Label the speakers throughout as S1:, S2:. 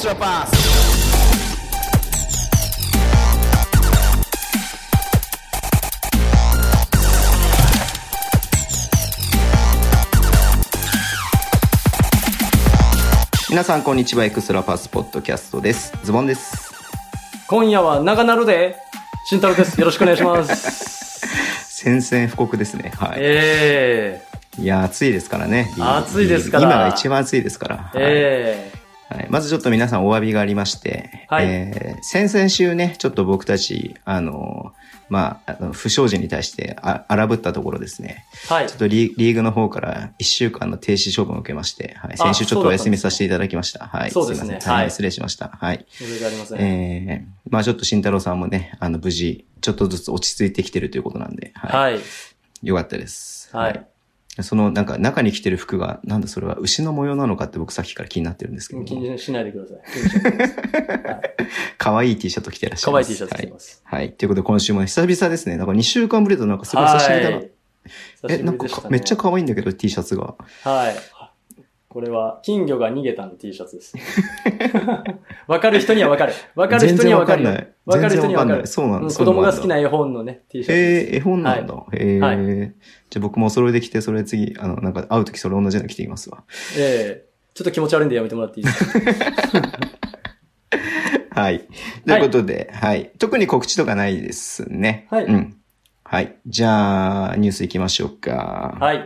S1: Extra Pass。皆さんこんにちは。エクストラパスポッドキャストです。ズボンです。
S2: 今夜は長なるで慎太郎です。よろしくお願いします
S1: 宣戦布告ですね。はい。いや暑いですからね。
S2: 暑いですから。
S1: 今が一番暑いですから。はい、まずちょっと皆さんお詫びがありまして、はい、先々週ねちょっと僕たち不祥事に対して荒ぶったところですね、はい、ちょっとリーグの方から1週間の停止処分を受けまして、はい、先週ちょっとお休みさせていただきました。はい、
S2: そうですね。
S1: すいません、大変失礼しました。はい。
S2: それがありません。
S1: ちょっと慎太郎さんもね無事ちょっとずつ落ち着いてきてるということなんで、はい、はい、よかったです。
S2: はい。
S1: その中に着てる服がそれは牛の模様なのかって僕さっきから気になってるんですけど。
S2: 気にしないでください。
S1: 可愛い T シャツ着てらっしゃいます。
S2: 可愛い T シャツ着てます。
S1: はい。ということで今週も久々ですね。2週間ぶりとすごい久しぶりだな。めっちゃ可愛いんだけど T シャツが。
S2: はい。これは金魚が逃げたの T シャツです。わかる人にはわかる。わかる人にはわかる。わかる人にはわかる。
S1: そうなんだ。
S2: 子供が好きな絵本のね、T シャツです。
S1: 絵本なんだ。はい。じゃあ僕もお揃いで着て、それ次、会うときそれ同じの着ていますわ。
S2: ちょっと気持ち悪いんでやめてもらっていいですか
S1: はい。ということで、はい。特に告知とかないですね。
S2: はい。
S1: うん。はい。じゃあ、ニュース行きましょうか。
S2: はい。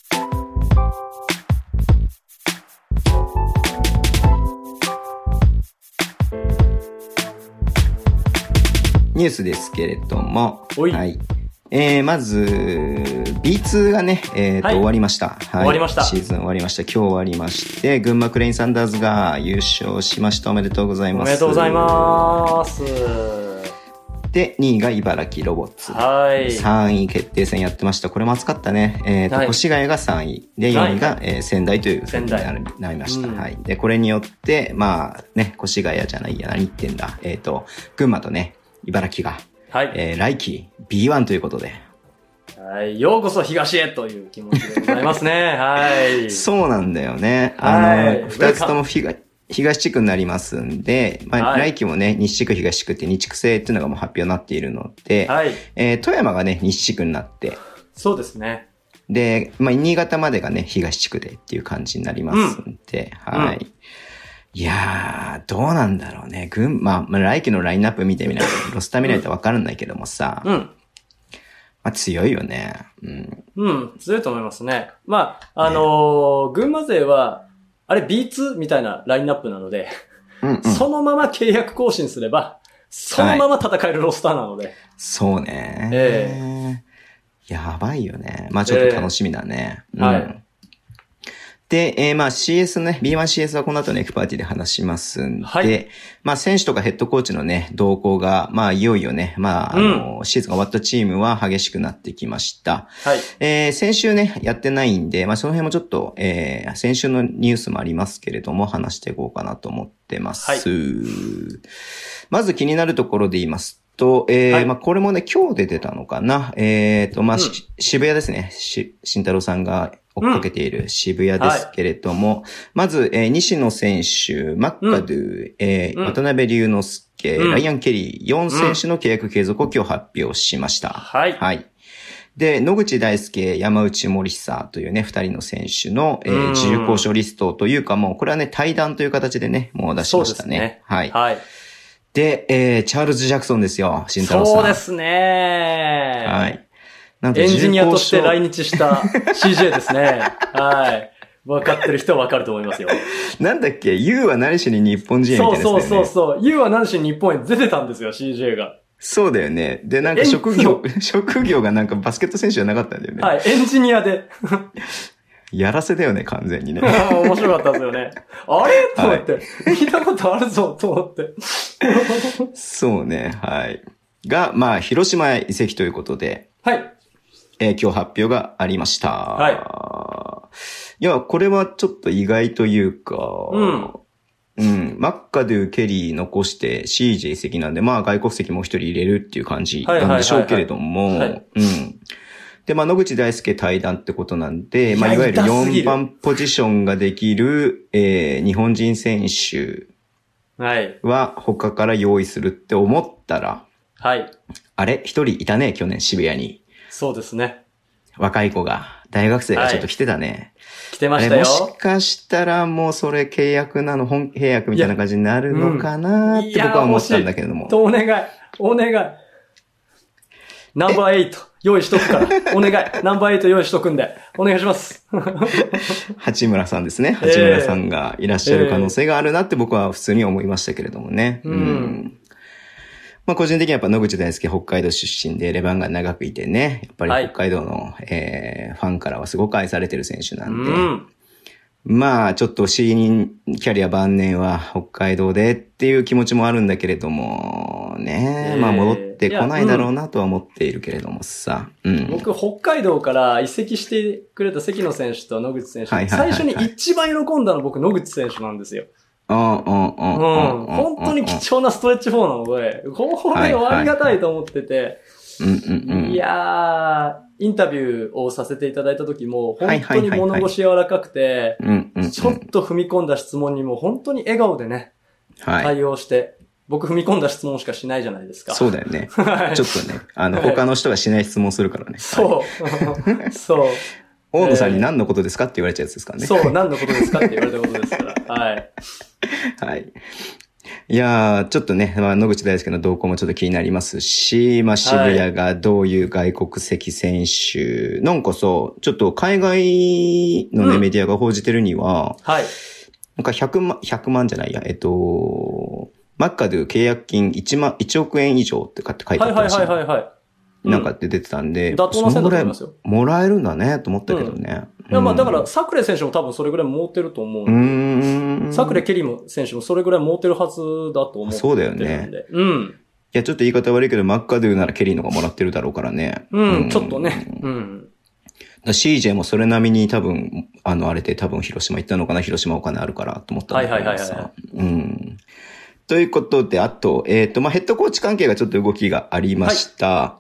S1: ニュースですけれども、
S2: はい。
S1: まず、B2 がね、
S2: はい、
S1: 終わりました。はい。
S2: 終わりました。
S1: シーズン終わりました。今日終わりまして、群馬クレインサンダーズが優勝しました。おめでとうございます。
S2: おめでとうございます。
S1: で、2位が茨城ロボッツ。
S2: はい。
S1: 3位決定戦やってました。これも熱かったね。はい、越谷が3位。で、4位が、仙台という風になりました。はい。で、これによって、越谷じゃないや、何言ってんだ。群馬とね、茨城が、はい。来季 B1 ということで。
S2: はい。ようこそ東へという気持ちでございますね。はい。
S1: そうなんだよね。二つとも東地区になりますんで、来季もね、西地区、東地区って2地区制っていうのがもう発表になっているので、はい。富山がね、西地区になって。
S2: そうですね。
S1: で、新潟までがね、東地区でっていう感じになりますんで、はい。いやー、どうなんだろうね。来季のラインナップ見てみないと、ロスター見ないとわかるんだけどもさ。強いよね。
S2: 強いと思いますね。群馬勢は、あれ B2 みたいなラインナップなので、そのまま契約更新すれば、そのまま戦えるロスターなので。はい、
S1: そうね。やばいよね。ちょっと楽しみだね。はい。で、CS ね、B1CS はこの後の F パーティーで話しますんで、はい、選手とかヘッドコーチのね、動向が、いよいよね、シーズンが終わったチームは激しくなってきました。はい。先週ね、やってないんで、その辺もちょっと、先週のニュースもありますけれども、話していこうかなと思ってます。はい、まず気になるところで言いますと、はい、これもね、今日で出たのかな。渋谷ですね。慎太郎さんが追っかけている渋谷ですけれども、まず、西野選手、マッカドゥ、渡辺龍之介、ライアン・ケリー、4選手の契約継続を今日発表しました。
S2: はい。
S1: はい。で、野口大輔、山内森久というね、2人の選手の、自由交渉リストというかもう、これはね、対談という形でね、もう出しましたね。そうですね。はい。はい。で、チャールズ・ジャクソンですよ、慎太郎さん。
S2: そうですね。
S1: はい。
S2: エンジニアとして来日した CJ ですね。はい。分かってる人は分かると思いますよ。
S1: なんだっけ ?You は何しに日本人みたいなやつだよね。
S2: そう。You は何しに日本へ出てたんですよ、CJ が。
S1: そうだよね。で、職業がバスケット選手じゃなかったんだよね。
S2: はい、エンジニアで。
S1: やらせだよね、完全にね。
S2: 面白かったですよね。あれと思って、見たことあるぞ、と思って。
S1: そうね、はい。が、広島へ移籍ということで。
S2: はい。
S1: 今日発表がありました。
S2: はい。
S1: いや、これはちょっと意外というか、マッカドゥ、ケリー残して CJ 席なんで、外国籍もう一人入れるっていう感じなんでしょうけれども、で、野口大輔対談ってことなんで、いわゆる4番ポジションができる、日本人選手
S2: はい。
S1: は他から用意するって思ったら、
S2: はい。
S1: あれ一人いたね、去年渋谷に。
S2: そうですね。
S1: 若い子が、大学生がちょっと来てたね。はい、
S2: 来てましたよ。
S1: もしかしたらもうそれ契約なの、本契約みたいな感じになるのかなって僕は思ったんだけれども。
S2: お願い。お願い。ナンバー8用意しとくから。お願い。ナンバー8用意しとくんで。お願いします。
S1: 八村さんですね。八村さんがいらっしゃる可能性があるなって僕は普通に思いましたけれどもね。まあ個人的にはやっぱ野口大輔北海道出身でレバンが長くいてね。やっぱり北海道の、ファンからはすごく愛されてる選手なんで。まあちょっとシーニンキャリア晩年は北海道でっていう気持ちもあるんだけれどもね。まあ戻ってこないだろうなとは思っているけれどもさ。
S2: 僕北海道から移籍してくれた関野選手と野口選手。最初に一番喜んだの僕野口選手なんですよ。本当に貴重なストレッチ4なので、これはありがたいと思ってて。いやー、インタビューをさせていただいた時も、本当に物腰柔らかくて、ちょっと踏み込んだ質問にも本当に笑顔でね、対応して、僕踏み込んだ質問しかしないじゃないですか。
S1: そうだよね。ちょっとね、他の人がしない質問するからね。
S2: そう。そう。
S1: 大野さんに何のことですかって言われちゃうやつですからね。
S2: そう、何のことですかって言われたことですから。はい。
S1: はい。いやー、ちょっとね、まあ、野口大輔の動向もちょっと気になりますし、まあ、渋谷がどういう外国籍選手、なんかさ、ちょっと海外のね、メディアが報じてるには、
S2: はい。
S1: なんか100万じゃないや、マッカドゥ契約金1億円以上って書いてあったらしい。
S2: はい。
S1: なんかって出てたんで、
S2: 妥当な線だと思いますよ。
S1: もらえるんだね、と思ったけどね。
S2: いや、まあだから、サクレ選手も多分それぐらい持ってると思うんで。サクレケリー選手もそれぐらい持ってるはずだと思ってるんで。
S1: そうだよね。いや、ちょっと言い方悪いけど、マッカドゥならケリーのがもらってるだろうからね。
S2: ちょっとね。
S1: CJ もそれなみに多分、あれで多分広島行ったのかな、広島お金あるからと思ったんだけどさ。ということで、あと、まあ、ヘッドコーチ関係がちょっと動きがありました。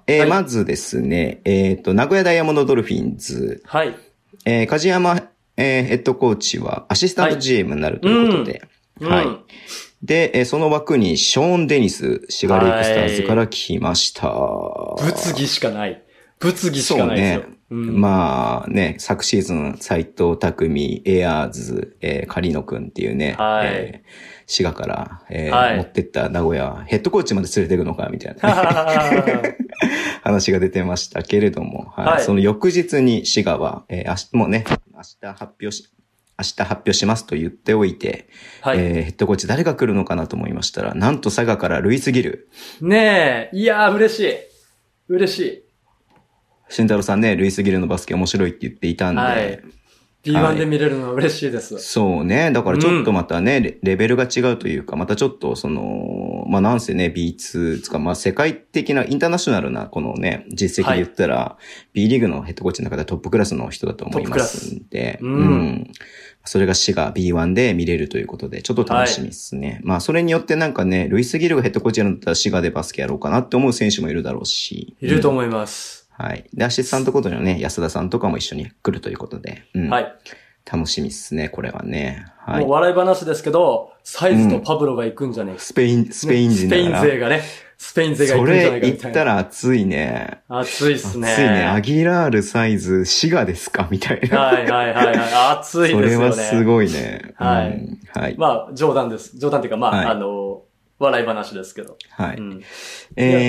S1: まずですね、名古屋ダイヤモンドドルフィンズ。
S2: はい。
S1: 梶山、ヘッドコーチはアシスタント GM になるということで。はい。で、その枠にショーン・デニス、シガレイクスターズから来ました。
S2: 物議しかない。物議しかないですよ。
S1: まあね、昨シーズン、斎藤匠、エアーズ、狩野くんっていうね、滋賀から、持ってった名古屋、ヘッドコーチまで連れていくのか、みたいな、話が出てましたけれども、その翌日に滋賀は、もうね、明日発表しますと言っておいて、ヘッドコーチ誰が来るのかなと思いましたら、なんと佐賀からルイス・ギル。
S2: ねえ、いやー嬉しい。嬉しい。
S1: 慎太郎さんね、ルイス・ギルのバスケ面白いって言っていたんで、
S2: B1 で見れるのは嬉しいです。
S1: そうね。だからちょっとまたね、レベルが違うというか、またちょっとまあなんせね、B2 つか、まあ世界的なインターナショナルなこのね、実績で言ったら、B リーグのヘッドコーチの中ではトップクラスの人だと思いますんで、それが滋賀 B1 で見れるということで、ちょっと楽しみですね。まあそれによってなんかね、ルイス・ギルがヘッドコーチやるんだったら滋賀でバスケやろうかなって思う選手もいるだろうし。
S2: いると思います。
S1: はい。で、アシスタントコートにはね、安田さんとかも一緒に来るということで。
S2: はい。
S1: 楽しみっすね、これはね。はい。
S2: もう笑い話ですけど、サイズとパブロが行くんじゃねえか。
S1: スペイン人だから。
S2: スペイン勢がね。スペイン勢が行くんじゃないかみたいな。
S1: それ行ったら熱いね。
S2: 熱いっすね。
S1: 熱いね。アギラールサイズ、滋賀ですかみたいな。
S2: はい。熱いですよね。
S1: それはすごいね。
S2: はい。まあ、冗談です。冗談っていうか、まあ、笑い話ですけど。
S1: はい。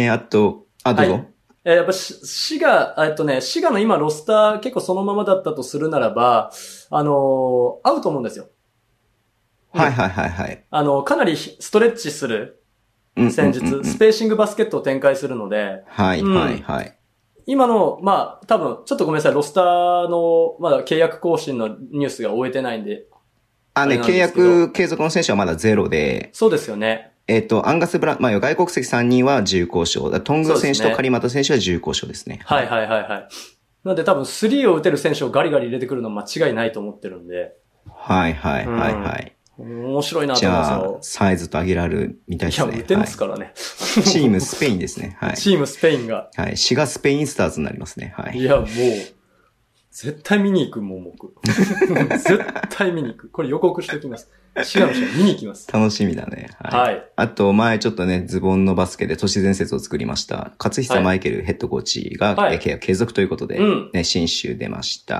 S1: あと、どうぞ。
S2: やっぱ滋賀の今ロスター結構そのままだったとするならば、合うと思うんですよ。
S1: はい。
S2: かなりストレッチする戦術、スペーシングバスケットを展開するので、
S1: はい。
S2: 今の、まあ、多分、ちょっとごめんなさい、ロスターの、まだ契約更新のニュースが終えてないんで。
S1: 契約継続の選手はまだゼロで。
S2: そうですよね。
S1: アンガス・ブラン、まあ、外国籍3人は重交渉。トング選手とカリマタ選手は重交渉ですね。
S2: はい。なんで多分3を打てる選手をガリガリ入れてくるのは間違いないと思ってるんで。
S1: はい。
S2: 面白いなと思いますよ。
S1: じゃあ、サイズとアギラールみたいですね。
S2: いや、打てますからね。
S1: チームスペインですね。はい。
S2: チームスペインが。
S1: はい。滋賀スペインスターズになりますね。はい。
S2: いや、もう、 絶対見に行くもん、僕。絶対見に行く。これ予告しておきます。違う見に行きます。
S1: 楽しみだね。はい。はい、あと、前ちょっとね、ズボンのバスケで都市伝説を作りました。勝久マイケルヘッドコーチが、はい、契約継続ということで、ね、新州出ました。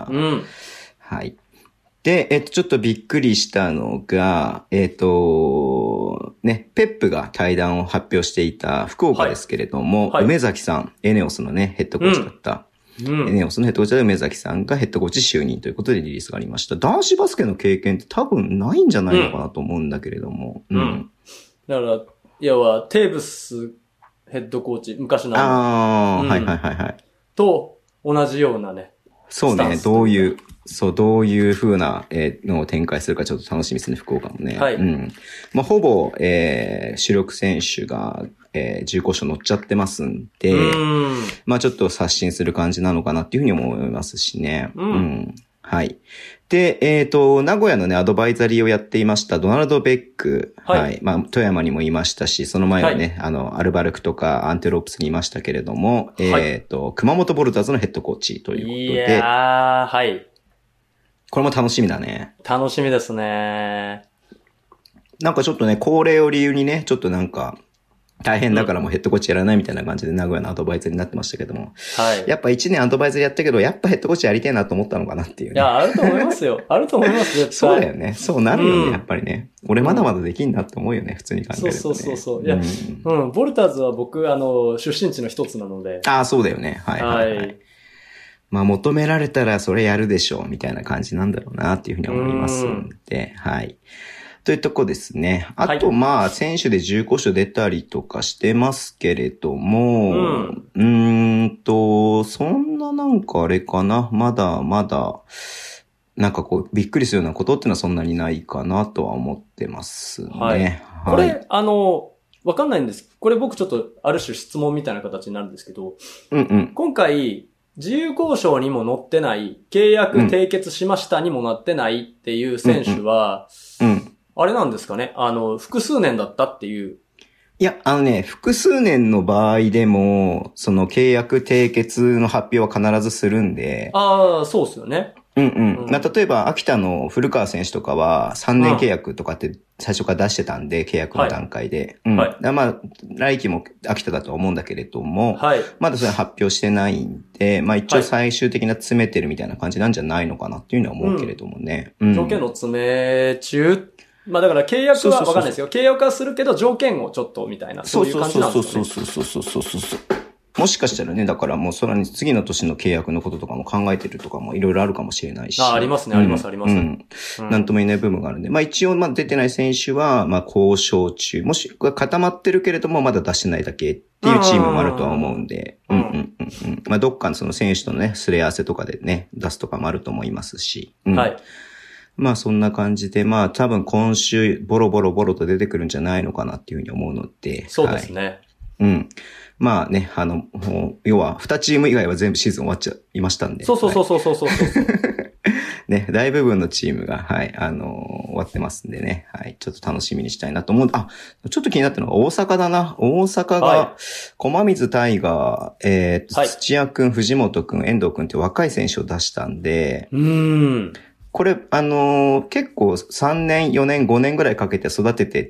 S1: うん。はい。で、ちょっとびっくりしたのが、ね、ペップが対談を発表していた福岡ですけれども、はいはい、梅崎さん、エネオスのね、ヘッドコーチだった。エネオスのヘッドコーチで梅崎さんがヘッドコーチ就任ということでリリースがありました。男子バスケの経験って多分ないんじゃないのかなと思うんだけれども。
S2: だから、要は、テーブスヘッドコーチ、昔の。
S1: はいはいはいはい。
S2: と、同じようなね。
S1: そうね、どういう風な、のを展開するかちょっと楽しみですね、福岡もね。はい。まあ、ほぼ、主力選手が、15章乗っちゃってますんで、まあ、ちょっと刷新する感じなのかなっていうふうに思いますしね。はい。で、名古屋のね、アドバイザリーをやっていましたドナルド・ベック。はい。まあ、富山にもいましたし、その前はね、アルバルクとかアンテロープスにいましたけれども、熊本ボルターズのヘッドコーチということで。い
S2: やー、はい。
S1: これも楽しみだね。
S2: 楽しみですね。
S1: なんかちょっとね、高齢を理由にね、ちょっとなんか、大変だからもうヘッドコーチやらないみたいな感じで名古屋のアドバイザーになってましたけども。はい。やっぱ1年アドバイザーやったけど、やっぱヘッドコーチやりたいなと思ったのかなっていう、ね。
S2: いや、あると思いますよ。あると思います、絶対。
S1: そうだよね。そうなるよね、やっぱりね。俺まだまだできんなって思うよね、普通に考えると、ね。
S2: そう。いや、ボルターズは僕、出身地の一つなので。
S1: ああ、そうだよね。はい。まあ、求められたらそれやるでしょう、みたいな感じなんだろうな、っていうふうに思いますんで、はい。というとこですね。あと、まあ、選手で15勝出たりとかしてますけれども、そんななんかあれかな。まだ、なんかこう、びっくりするようなことっていうのはそんなにないかなとは思ってますね。はい。
S2: これ、わかんないんです。これ僕ちょっと、ある種質問みたいな形になるんですけど、今回、自由交渉にも載ってない、契約締結しましたにもなってないっていう選手は、あれなんですかね、複数年だったっていう。
S1: いや、複数年の場合でも、その契約締結の発表は必ずするんで。
S2: ああ、そうですよね。
S1: まあ、例えば、秋田の古川選手とかは3年契約とかって最初から出してたんで、契約の段階で。まあ、来季も秋田だと思うんだけれども、まだそれ発表してないんで、まあ一応最終的な詰めてるみたいな感じなんじゃないのかなっていうのは思うけれどもね。
S2: 条件の詰め中まあだから契約はわかんないですよ。契約はするけど条件をちょっとみたいな、そういう感じなんですかね。
S1: そう。もしかしたらね、だからもうそれに次の年の契約のこととかも考えてるとかもいろいろあるかもしれないし。
S2: ありますね、あります。
S1: なんとも言えない部分があるんで。まあ一応まだ出てない選手は、まあ交渉中。もしくは固まってるけれどもまだ出してないだけっていうチームもあるとは思うんで。まあどっかのその選手とのね、すれ合わせとかでね、出すとかもあると思いますし。はい。まあそんな感じで、まあ多分今週ボロボロと出てくるんじゃないのかなっていうふうに思うので。
S2: そうですね。
S1: まあね、要は2チーム以外は全部シーズン終わっちゃいましたんで。
S2: そう。
S1: ね、大部分のチームが、はい、終わってますんでね。はい、ちょっと楽しみにしたいなと思う。あ、ちょっと気になったのが大阪だな。大阪が、駒水大河、土屋くん、藤本くん、遠藤くんって若い選手を出したんで、これ、結構3年、4年、5年ぐらいかけて育ててって、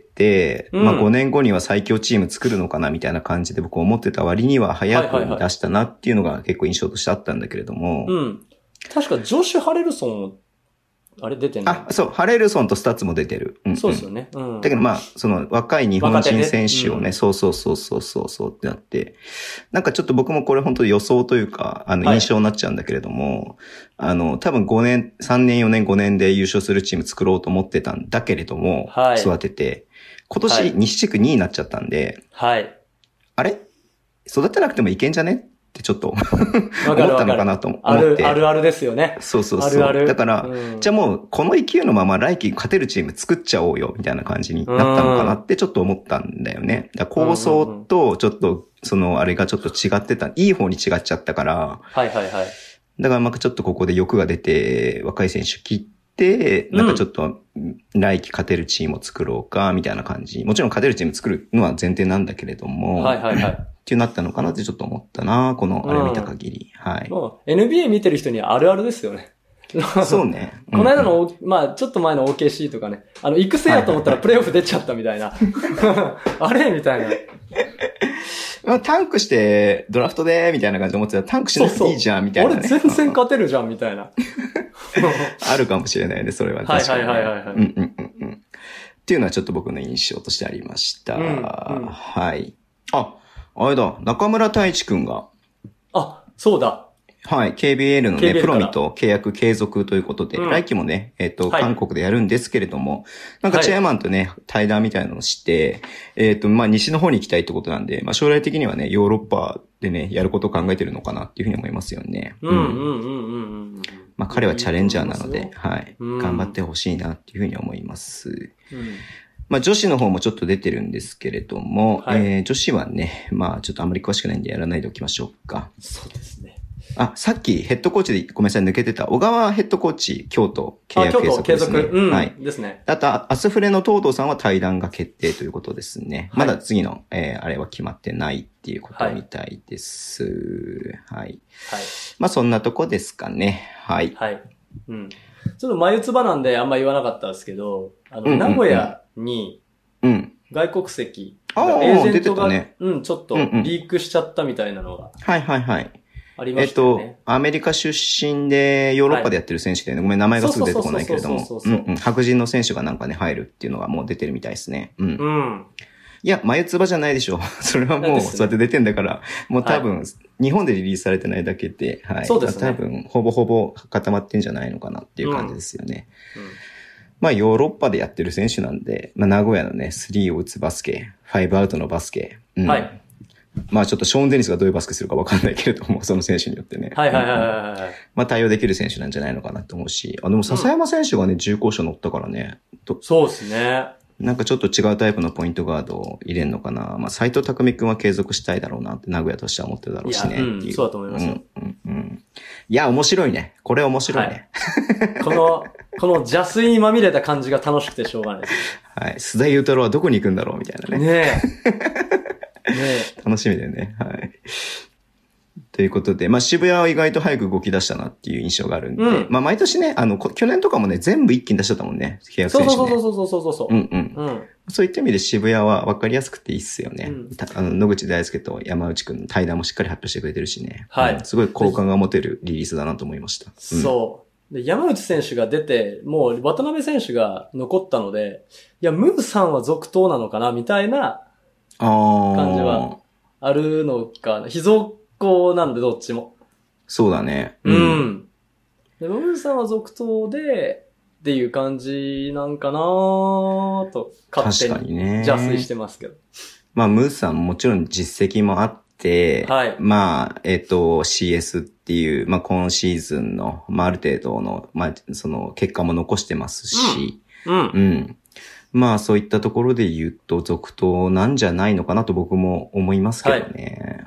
S1: まあ5年後には最強チーム作るのかなみたいな感じで僕思ってた割には早く出したなっていうのが結構印象としてあったんだけれども。
S2: 確かジョシュ・ハレルソン、あれ出てない？
S1: そう、ハレルソンとスタッツも出てる。
S2: そうですよね。
S1: だけどまあ、その若い日本人選手をね、そうってなって、なんかちょっと僕もこれ本当予想というか、印象になっちゃうんだけれども、多分3年、4年、5年で優勝するチーム作ろうと思ってたんだけれども、育てて、今年西地区2位になっちゃったんで、あれ育てなくてもいけんじゃねってちょっと思ったのかなと思って。
S2: あるあるですよね。
S1: そう。だから、じゃあもうこの勢いのまま来季勝てるチーム作っちゃおうよみたいな感じになったのかなってちょっと思ったんだよね。だから構想とちょっとあれがちょっと違ってた、いい方に違っちゃったから。だからまあちょっとここで欲が出て若い選手切って、なんかちょっと来季勝てるチームを作ろうかみたいな感じ。もちろん勝てるチーム作るのは前提なんだけれども。 ってなったのかなってちょっと思ったな、このあれを見た限り。はい。
S2: もう NBA 見てる人にはあるあるですよね。
S1: そうね。
S2: この間の、まあちょっと前の OKC とかね、育成やと思ったらプレイオフ出ちゃったみたいな。あれみたいな。
S1: タンクしてドラフトでみたいな感じで思ってたらタンクしなくていいじゃんみたいな、ね。
S2: 俺全然勝てるじゃんみたいな。
S1: あるかもしれないね、それは確かに、ね。はい。っていうのはちょっと僕の印象としてありました。はい。あれだ、中村太一くんが。
S2: あ、そうだ。
S1: はい。KBL のね、プロミと契約継続ということで、来期もね、韓国でやるんですけれども、なんかチェアマンとね、対談みたいなのをして、まあ、西の方に行きたいってことなんで、まあ、将来的にはね、ヨーロッパでね、やることを考えてるのかなっていうふうに思いますよね。まあ、彼はチャレンジャーなので、はい。頑張ってほしいなっていうふうに思います。まあ、女子の方もちょっと出てるんですけれども、女子はね、まあ、ちょっとあんまり詳しくないんでやらないでおきましょうか。
S2: そうですね。
S1: さっきヘッドコーチでごめんなさい抜けてた小川ヘッドコーチ京都契約継続ですね。
S2: 京都継続。はい。ですね。
S1: あとアスフレの東堂さんは対談が決定ということですね。まだ次の、あれは決まってないっていうことみたいです。はい。まあそんなとこですかね。はい。
S2: ちょっと眉唾なんであんま言わなかったですけけど、名古屋に外国籍エージェントが、ちょっとリークしちゃったみたいなのが。ありましたよね。
S1: アメリカ出身でヨーロッパでやってる選手でね、ごめん名前がすぐ出てこないけれども、白人の選手がなんかね入るっていうのがもう出てるみたいですね。いや、眉唾じゃないでしょ。それはもうそうやって出てんだから、もう多分、日本でリリースされてないだけで、
S2: そうですね。
S1: 多分、ほぼほぼ固まってんじゃないのかなっていう感じですよね。まあ、ヨーロッパでやってる選手なんで、まあ、名古屋のね、3を打つバスケ、5アウトのバスケ。まあちょっとショーン・デニスがどういうバスケするかわかんないけれども、その選手によってね。まあ対応できる選手なんじゃないのかなと思うし、でも笹山選手がね、重厚賞乗ったからね。
S2: そうですね。
S1: なんかちょっと違うタイプのポイントガードを入れるのかな。まあ斉藤匠くんは継続したいだろうなって名古屋としては思ってるだろうしね。
S2: そうだと思いますよ。
S1: いや、面白いね。これ面白いね。
S2: この邪水にまみれた感じが楽しくてしょうがないです。
S1: はい。須田裕太郎はどこに行くんだろうみたいなね。
S2: ね
S1: 楽しみだよね。はい。ということで、まあ渋谷は意外と早く動き出したなっていう印象があるんで、まあ毎年ね、去年とかもね、全部一気に出しちゃったもんね、契約選手ね。
S2: そう。
S1: そういった意味で渋谷は分かりやすくていいっすよね。野口大輔と山内くんの対談もしっかり発表してくれてるしね。すごい好感が持てるリリースだなと思いました。
S2: で、山内選手が出て、もう渡辺選手が残ったので、いや、ムーさんは続投なのかなみたいな感じはあるのかな。秘蔵校なんでどっちも。
S1: そうだね。
S2: で、ムーさんは続投で、っていう感じなんかなと、勝手に邪推してますけど。
S1: まあ、ムーさんもちろん実績もあって、まあ、CS っていう、まあ、今シーズンの、まあ、ある程度の、まあ、その結果も残してますし、まあそういったところで言うと続投なんじゃないのかなと僕も思いますけどね。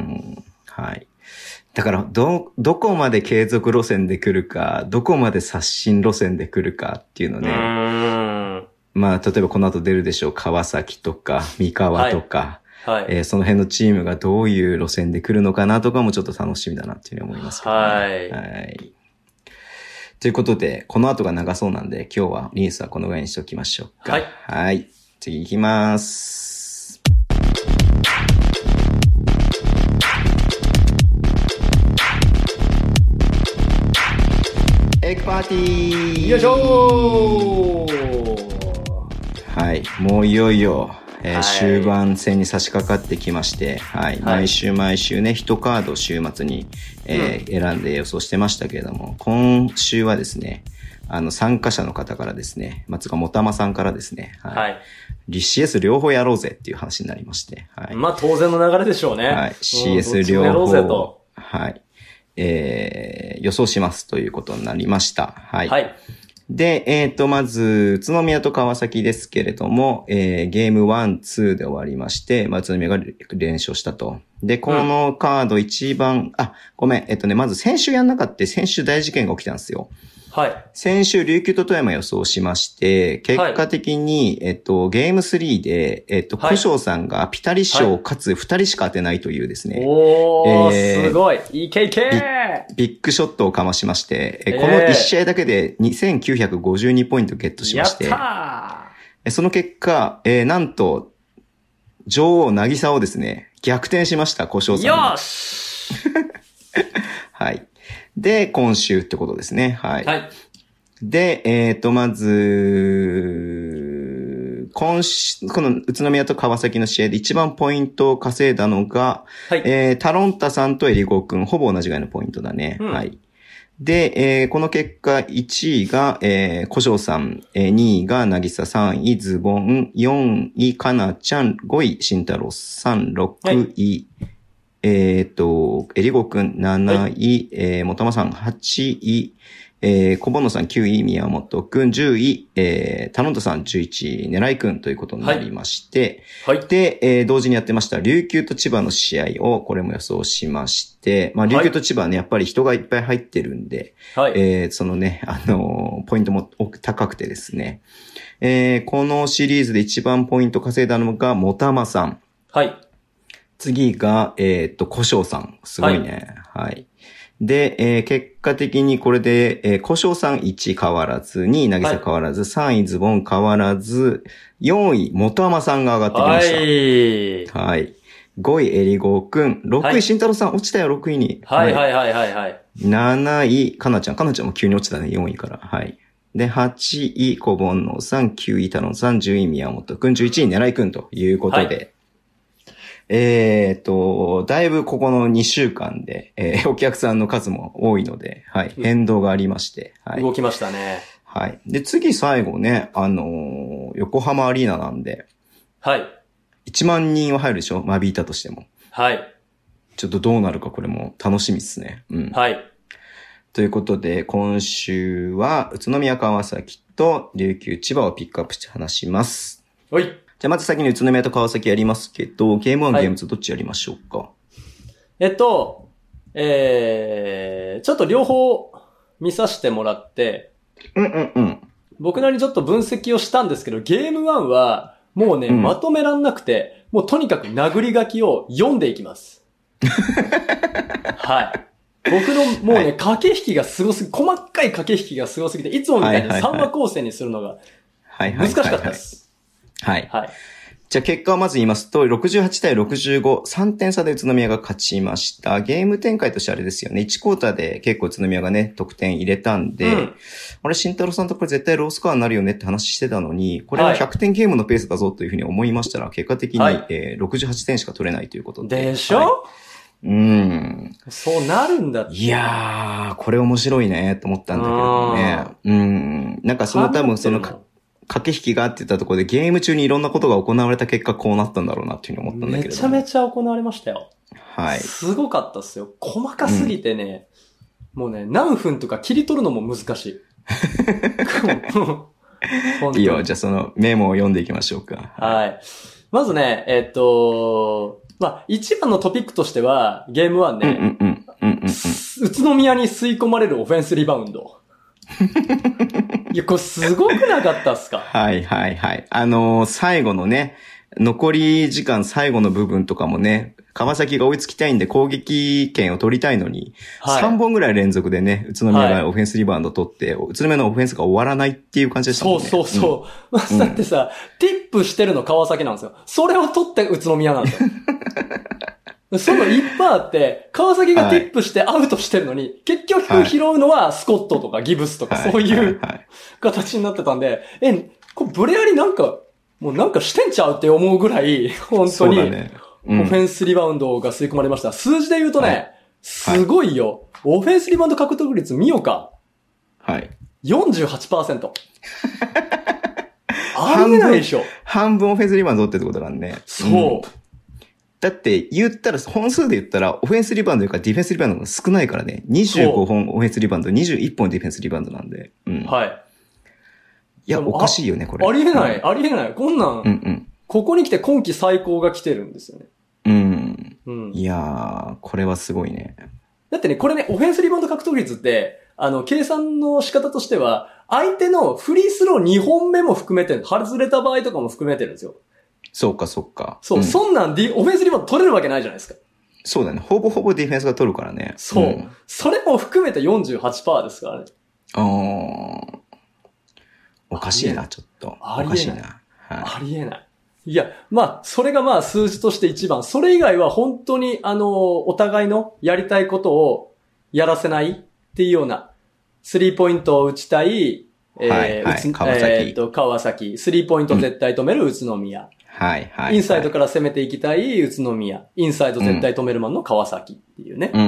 S1: だからどこまで継続路線で来るか、どこまで刷新路線で来るかっていうのね。まあ例えばこの後出るでしょう川崎とか三河とか、その辺のチームがどういう路線で来るのかなとかもちょっと楽しみだなっていうふうに思いますけどね。ということで、この後が長そうなんで、今日はニュースはこのぐらいにしておきましょうか。次行きます。エッグパーティー
S2: よいしょ
S1: ーもういよいよ、終盤戦に差し掛かってきまして、毎週ね、1カード週末に、選んで予想してましたけれども、今週はですね、参加者の方からですね、つかもたまさんからですね、CS 両方やろうぜっていう話になりまして、
S2: まあ当然の流れでしょうね。
S1: CS 両方、予想しますということになりました。で、まず、宇都宮と川崎ですけれども、ゲーム1、2で終わりまして、宇都宮が連勝したと。で、このカード一番、ごめん、まず先週やんなかった先週大事件が起きたんですよ。
S2: はい。
S1: 先週、琉球と富山予想しまして、結果的に、ゲーム3で、古生さんがピタリ賞かつ2人しか当てないというですね。
S2: おー、すごい。EKK!
S1: ビッグショットをかましまして、この1試合だけで2952ポイントゲットしまして、
S2: やったー。
S1: その結果、なんと、女王、なぎさをですね、逆転しました、古生さんが。
S2: よし
S1: はい。で、今週ってことですね。はい。
S2: はい。
S1: で、まず、この宇都宮と川崎の試合で一番ポイントを稼いだのが、
S2: はい。
S1: タロンタさんとエリゴくん、ほぼ同じぐらいのポイントだね。はい。で、この結果、1位が、古生さん、2位がなぎさ、3位ズボン、4位かなちゃん、5位慎太郎さん、6位、エリゴくん7位、もたまさん8位、小ボンノさん9位、宮本くん10位、タロントさん11位、狙いくんということになりまして、はい。で、同時にやってました、琉球と千葉の試合を、これも予想しまして、まあ、琉球と千葉はね、やっぱり人がいっぱい入ってるんで、はい。そのね、ポイントも高くてですね、このシリーズで一番ポイント稼いだのが、もたまさん。はい。次が、古生さん。すごいね。はい。はい、で、結果的にこれで、古生さん1位変わらず、2位なぎさ変わらず、はい、3位ズボン変わらず、4位元山さんが上がってきました。はい。はい。5位エリゴーくん、6位慎太郎さん落ちたよ、6位に。
S2: はいはいはいはいはい。
S1: 7位かなちゃん。かなちゃんも急に落ちたね、4位から。はい。で、8位小盆のさん、9位太郎さん、10位宮本くん、11位狙いくんということで、はい、だいぶここの2週間で、お客さんの数も多いので、はい、変動がありまして、はい。
S2: 動きましたね。
S1: はい。で、次最後ね、横浜アリーナなんで、
S2: はい。
S1: 1万人は入るでしょ？間引いたとしても。
S2: はい。
S1: ちょっとどうなるかこれも楽しみですね。うん。はい。ということで、今週は宇都宮川崎と琉球千葉をピックアップして話します。
S2: はい。
S1: じゃあまず先に宇都宮と川崎やりますけど、ゲーム1、ゲーム2どっちやりましょうか。
S2: ちょっと両方見させてもらって、僕なりにちょっと分析をしたんですけど、ゲーム1はもうね、まとめらんなくて、もうとにかく殴り書きを読んでいきます。はい。僕のもうね、駆け引きがすごすぎ、細かい駆け引きがすごすぎて、いつもみたいに3話構成にするのが難しかったです。
S1: はい。はい。じゃあ結果をまず言いますと、68対65、3点差で宇都宮が勝ちました。ゲーム展開としてあれですよね。1クォーターで結構宇都宮がね、得点入れたんで、あれ、慎太郎さんとこれ絶対ロースコアになるよねって話してたのに、これは100点ゲームのペースだぞというふうに思いましたら、結果的に、68点しか取れないということで。
S2: でしょ、そうなるんだって。
S1: いやー、これ面白いね、と思ったんだけどね。なんかその多分その、駆け引きがあって言ったところでゲーム中にいろんなことが行われた結果こうなったんだろうなっていうふうに思ったんだけど。
S2: めちゃめちゃ行われましたよ。
S1: はい。
S2: すごかったっすよ。細かすぎてね、もうね、何分とか切り取るのも難しい。
S1: いいよ、じゃあそのメモを読んでいきましょうか。
S2: はい。まずね、一番のトピックとしては、ゲーム1ね、宇都宮に吸い込まれるオフェンスリバウンド。いや、これすごくなかったっすか？
S1: はいはいはい。最後のね、残り時間最後の部分とかもね、川崎が追いつきたいんで攻撃権を取りたいのに、3本ぐらい連続でね、宇都宮がオフェンスリバウンド取って、宇都宮のオフェンスが終わらないっていう感じでしたもんね。
S2: そう。だってさ、ティップしてるの川崎なんですよ。それを取って宇都宮なんですよ。そのいっぱいあって、川崎がティップしてアウトしてるのに、結局拾うのはスコットとかギブスとかそういう形になってたんで、これブレアリなんか、もうなんかしてんちゃうって思うぐらい、本当に、オフェンスリバウンドが吸い込まれました。数字で言うとね、すごいよ。オフェンスリバウンド獲得率見ようか。
S1: はい。
S2: 48%。ありえないでしょ。
S1: 半分オフェンスリバウンドってことなんで。
S2: そう。
S1: だって言ったら、本数で言ったら、オフェンスリバウンドよりかディフェンスリバウンドが少ないからね。25本オフェンスリバウンド、21本ディフェンスリバウンドなんで。
S2: はい。
S1: いや、おかしいよね、これ。
S2: ありえない、ありえない。こんなん、ここに来て今季最高が来てるんですよね。い
S1: やー、これはすごいね。
S2: だってね、これね、オフェンスリバウンド獲得率って、 計算の仕方としては、相手のフリースロー2本目も含めて、外れた場合とかも含めてるんですよ。
S1: そうか、そうか。
S2: そう、そんなんオフェンスリバウンド取れるわけないじゃないですか。
S1: そうだね。ほぼほぼディフェンスが取るからね。
S2: そう。それも含めて 48% ですからね。
S1: おかしいな、ちょっと。
S2: ありえない。
S1: おかしいな。
S2: ありえない。いや、それが数字として一番。それ以外は本当に、お互いのやりたいことをやらせないっていうような、スリーポイントを打ちたい、川崎。スリーポイント絶対止める宇都宮。インサイドから攻めていきたい宇都宮。インサイド絶対止めるマンの川崎っていうね。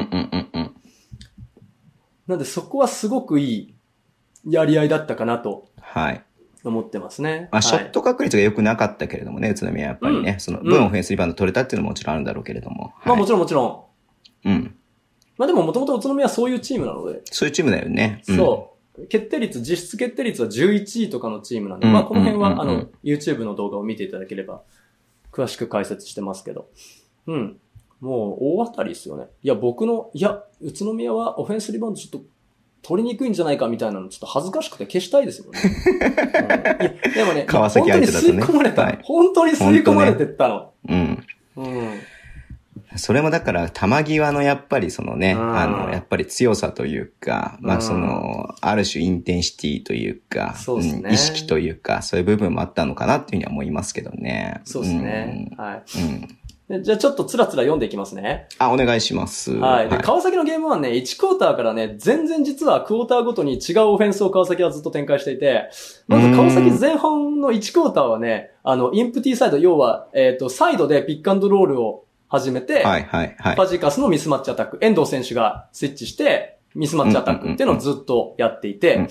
S2: なんでそこはすごくいいやり合いだったかなと。思ってますね。
S1: ショット確率が良くなかったけれどもね、宇都宮はやっぱりね、その分オフェンスリバウンド取れたっていうのももちろんあるんだろうけれども。
S2: もちろん。でももともと宇都宮はそういうチームなので。
S1: そういうチームだよね。
S2: そう。実質決定率は11位とかのチームなんで、この辺はYouTube の動画を見ていただければ、詳しく解説してますけど。もう大当たりですよね。宇都宮はオフェンスリバウンドちょっと、取りにくいんじゃないかみたいなのちょっと恥ずかしくて消したいですよね。でもね、
S1: 川崎相手だとね。
S2: 本当に吸い込まれた。本当に吸い込まれてったの。
S1: それもだから、球際のやっぱりそのね、やっぱり強さというか、ある種インテンシティというか、意識というか、そういう部分もあったのかなっていうふうには思いますけどね。
S2: そうですね。じゃあちょっとつらつら読んでいきますね。
S1: お願いします。
S2: で、川崎のゲームはね、1クォーターからね、全然実はクォーターごとに違うオフェンスを川崎はずっと展開していて、まず川崎前半の1クォーターはね、インプティサイド、要は、サイドでピックアンドロールを始めて、ファジーカスのミスマッチアタック、遠藤選手がスイッチして、ミスマッチアタックっていうのをずっとやっていて、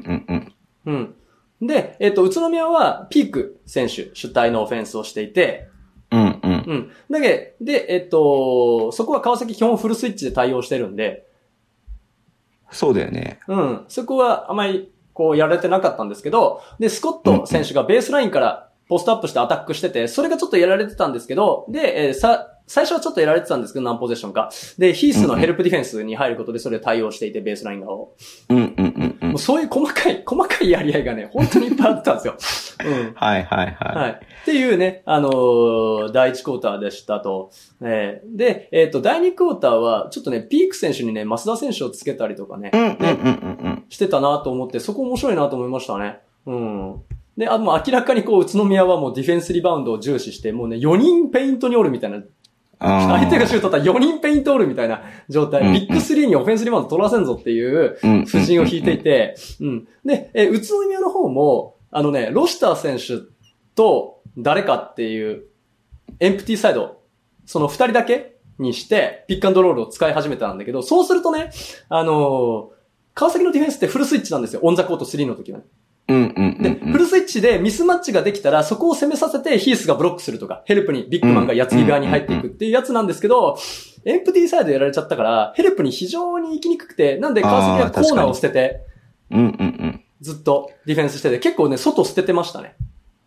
S2: で、宇都宮はピーク選手主体のオフェンスをしていて、だけど、そこは川崎基本フルスイッチで対応してるんで。
S1: そうだよね。
S2: そこはあまりやられてなかったんですけど、で、スコット選手がベースラインからポストアップしてアタックしてて、それがちょっとやられてたんですけど、で、最初はちょっとやられてたんですけど、何ポゼッションか。で、ヒースのヘルプディフェンスに入ることでそれを対応していて、ベースライン側を。もうそういう細かいやり合いがね、本当にいっぱいあったんですよ。っていうね、第1クォーターでしたと。で、第2クォーターは、ちょっとね、ピーク選手にね、増田選手をつけたりとかね、してたなと思って、そこ面白いなと思いましたね。で、もう明らかに宇都宮はもうディフェンスリバウンドを重視して、もうね、4人ペイントにおるみたいな、相手がシュート取ったら4人ペイントおるみたいな状態、ビッグ3にオフェンスリバウンド取らせんぞっていう布陣を引いていて、で、宇都宮の方も、ロシター選手と誰かっていうエンプティサイド、その2人だけにしてピックアンドロールを使い始めたんだけど、そうするとね、川崎のディフェンスってフルスイッチなんですよ。オンザコート3の時はね。で、フルスイッチでミスマッチができたら、そこを攻めさせてヒースがブロックするとか、ヘルプにビッグマンが矢継ぎ側に入っていくっていうやつなんですけど、エンプティサイドやられちゃったから、ヘルプに非常に行きにくくて、なんで川崎はコーナーを捨てて、ずっとディフェンスしてて、結構ね、外捨ててましたね。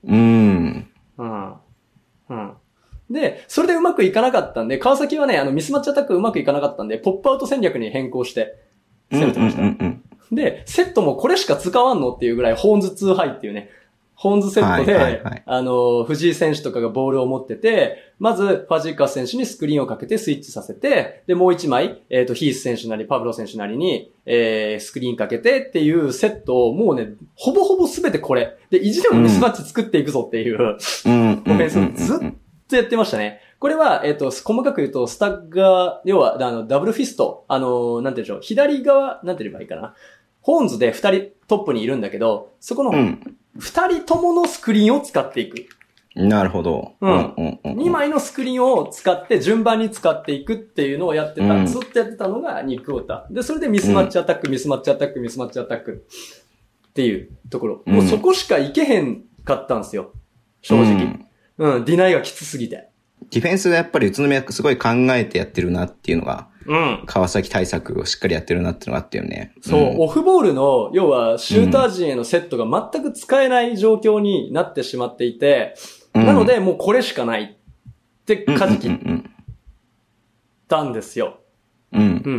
S2: で、それでうまくいかなかったんで、川崎はね、ミスマッチアタックうまくいかなかったんで、ポップアウト戦略に変更して、攻めてました。で、セットもこれしか使わんのっていうぐらい、ホーンズ2ハイっていうね、ホーンズセットで、藤井選手とかがボールを持ってて、まず、ファジーカス選手にスクリーンをかけてスイッチさせて、で、もう一枚、ヒース選手なり、パブロ選手なりに、スクリーンかけてっていうセットを、もうね、ほぼほぼすべてこれ。で、意地でもミスマッチ作っていくぞっていう、オフェンスをずっとやってましたね。これは、細かく言うと、スタッガー、要は、ダブルフィスト、なんて言うんでしょう、左側、なんて言えばいいかな。ホーンズで二人トップにいるんだけど、そこの二人とものスクリーンを使っていく。
S1: なるほど。
S2: 2枚のスクリーンを使って順番に使っていくっていうのをやってた、ずっとやってたのが2クォーター。で、それでミスマッチアタック、ミスマッチアタック、ミスマッチアタックっていうところ。もうそこしかいけへんかったんですよ。正直。ディナイがきつすぎて。
S1: ディフェンスがやっぱり宇都宮すごい考えてやってるなっていうのが、川崎対策をしっかりやってるなっていうのがあったよね。
S2: そう、オフボールの、要はシューター陣へのセットが全く使えない状況になってしまっていて、なのでもうこれしかないって舵切ったんですよ。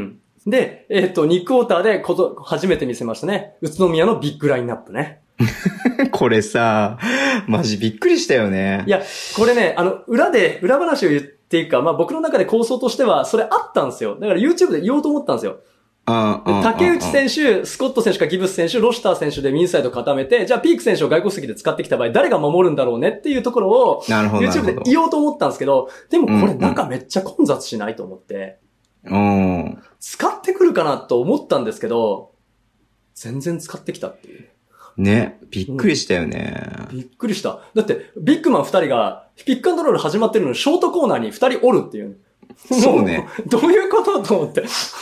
S2: で、2クォーターで初めて見せましたね。宇都宮のビッグラインナップね。
S1: これさ、マジびっくりしたよね。
S2: いや、これね、裏話を言っていいか、まあ僕の中で構想としては、それあったんですよ。だから YouTube で言おうと思ったんですよ。竹内選手、スコット選手かギブス選手、ロシター選手でインサイド固めて、じゃあピーク選手を外国籍で使ってきた場合、誰が守るんだろうねっていうところを、YouTube で言おうと思ったんですけど、でもこれ中めっちゃ混雑しないと思って、使ってくるかなと思ったんですけど、全然使ってきたっていう。
S1: ね、びっくりしたよね、
S2: びっくりした。だって、ビッグマン2人が、ピックアンドロール始まってるのに、ショートコーナーに2人おるっていう。
S1: そうね。
S2: どういうことと思って。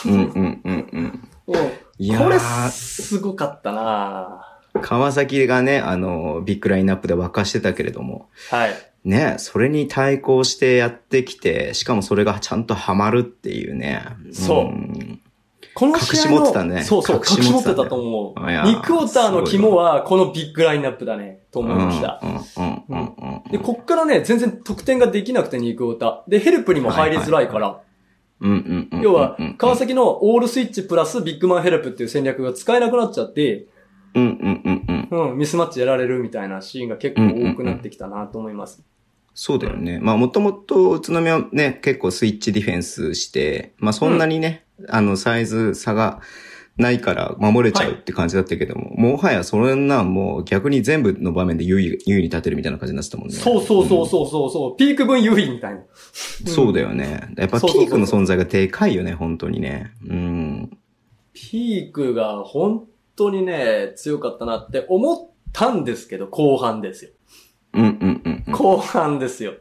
S1: いや
S2: これ、すごかったな
S1: 川崎がね、ビッグラインナップで沸かしてたけれども。
S2: はい。
S1: ね、それに対抗してやってきて、しかもそれがちゃんとハマるっていうね。
S2: そう。この試合の、
S1: 隠し持ってたね。
S2: そう、隠し持ってたと思う。2クォーターの肝は、このビッグラインナップだね、と思いました。で、こっからね、全然得点ができなくて2クォーター。で、ヘルプにも入りづらいから。要は、川崎のオールスイッチプラスビッグマンヘルプっていう戦略が使えなくなっちゃって、ミスマッチやられるみたいなシーンが結構多くなってきたなと思います。
S1: そうだよね。まあ、もともと宇都宮はね、結構スイッチディフェンスして、まあ、そんなにね、サイズ差がないから守れちゃうって感じだったけども、もはやそんなんもう逆に全部の場面で優位に立てるみたいな感じになってたもんね。
S2: そう。ピーク分優位みたいな。
S1: そうだよね。やっぱピークの存在がでかいよね、本当にね。
S2: ピークが本当にね、強かったなって思ったんですけど、後半ですよ。後半ですよ。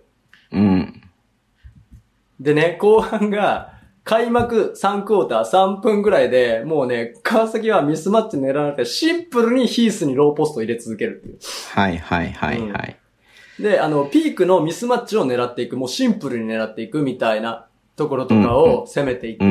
S2: でね、後半が、開幕3クォーター3分ぐらいで、もうね、川崎はミスマッチ狙わなくて、シンプルにヒースにローポストを入れ続けるっていう。
S1: はい。
S2: で、ピークのミスマッチを狙っていく、もうシンプルに狙っていくみたいなところとかを攻めていって、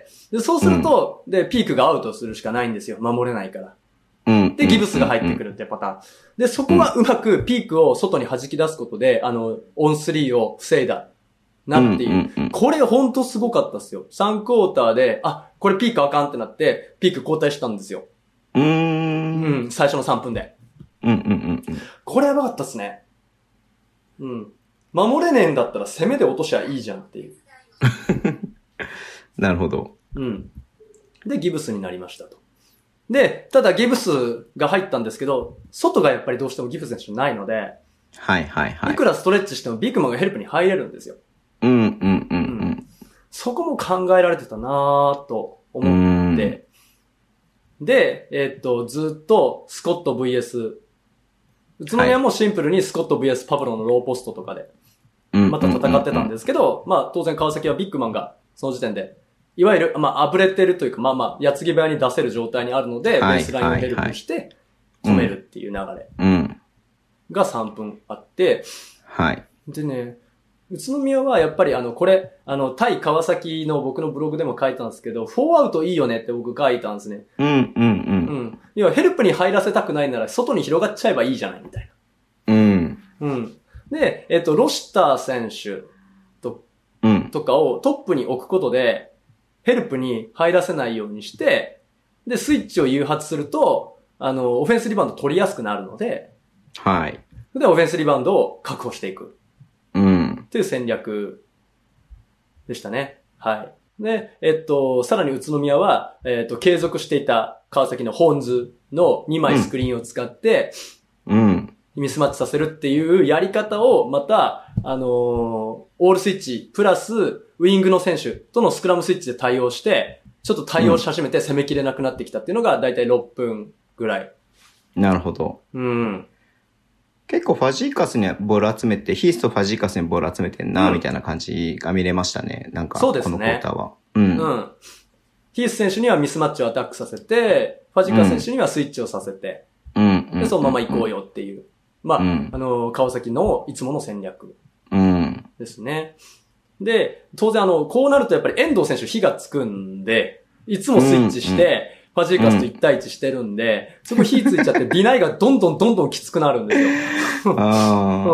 S2: で、そうすると、で、ピークがアウトするしかないんですよ。守れないから。で、ギブスが入ってくるってパターン。で、そこはうまくピークを外に弾き出すことで、オンスリーを防いだ。なっていう。これほんとすごかったっすよ。3クォーターで、これピークあかんってなって、ピーク交代したんですよ。最初の3分で。これやばかったっすね。守れねえんだったら攻めで落としゃいいじゃんっていう。
S1: なるほど。
S2: で、ギブスになりましたと。で、ただギブスが入ったんですけど、外がやっぱりどうしてもギブス選手ないので、いくらストレッチしてもビッグマンがヘルプに入れるんですよ。そこも考えられてたなぁと思って。で、ずっとスコット VS、宇都宮もシンプルにスコット VS パブロのローポストとかで、また戦ってたんですけど、まあ当然川崎はビッグマンがその時点で、いわゆる、まああぶれてるというか、矢継ぎ早に出せる状態にあるので、ベースラインをヘルプして、止めるっていう流れが3分あって、でね、宇都宮はやっぱりこれ、対川崎の僕のブログでも書いたんですけど、4アウトいいよねって僕書いたんですね。要はヘルプに入らせたくないなら外に広がっちゃえばいいじゃないみたいな。で、ロシター選手とかをトップに置くことで、ヘルプに入らせないようにして、で、スイッチを誘発すると、オフェンスリバウンド取りやすくなるので、で、オフェンスリバウンドを確保していく。という戦略でしたね。で、さらに宇都宮は、継続していた川崎のホーンズの2枚スクリーンを使って、ミスマッチさせるっていうやり方を、また、オールスイッチ、プラス、ウィングの選手とのスクラムスイッチで対応して、ちょっと対応し始めて攻めきれなくなってきたっていうのが、だいたい6分ぐらい。
S1: なるほど。結構ファジーカスにボール集めて、ヒースとファジーカスにボール集めてんな、みたいな感じが見れましたね。なんか、このクォーターは。
S2: ヒース選手にはミスマッチをアタックさせて、ファジーカス選手にはスイッチをさせて、で、そのまま行こうよっていう。川崎のいつもの戦略。ですね。で、当然こうなるとやっぱり遠藤選手火がつくんで、いつもスイッチして、ファジーカスと1対1してるんで、そこ火ついちゃって、ビナイがどんどんきつくなるんですよ。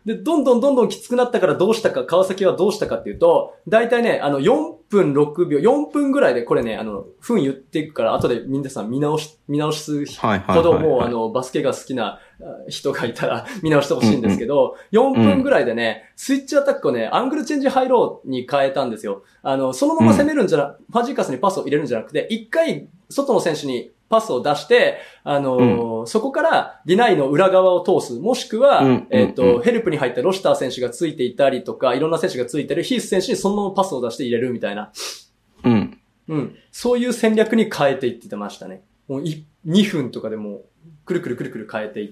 S2: で、どんどんきつくなったからどうしたか、川崎はどうしたかっていうと、だいたいね、4分6秒、4分ぐらいでこれね、分言っていくから、後で皆さん見直すほどもう、バスケが好きな人がいたら見直してほしいんですけど、4分ぐらいでね、スイッチアタックをね、アングルチェンジハイローに変えたんですよ。そのまま攻めるんじゃファジーカスにパスを入れるんじゃなくて、一回、外の選手にパスを出して、そこからディナイの裏側を通す。もしくは、ヘルプに入ったロシター選手がついていたりとか、いろんな選手がついてるヒース選手にそのままパスを出して入れるみたいな。そういう戦略に変えていってましたね。もう2分とかでもう、くるくる変えていって、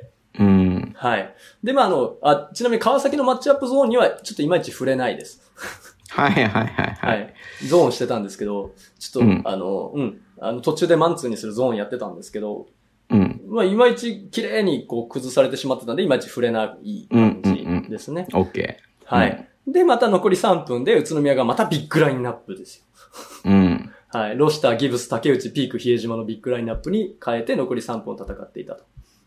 S2: はい。で、ちなみに川崎のマッチアップゾーンにはちょっといまいち触れないです。
S1: はい。
S2: ゾーンしてたんですけど、ちょっと、途中でマンツーにするゾーンやってたんですけど、いまいち綺麗にこう崩されてしまってたんで、いまいち触れない感じですね。
S1: OK。
S2: はい。で、また残り3分で宇都宮がまたビッグラインナップですよ。はい。ロシター、ギブス、竹内、ピーク、比江島のビッグラインナップに変えて残り3分を戦っていたと。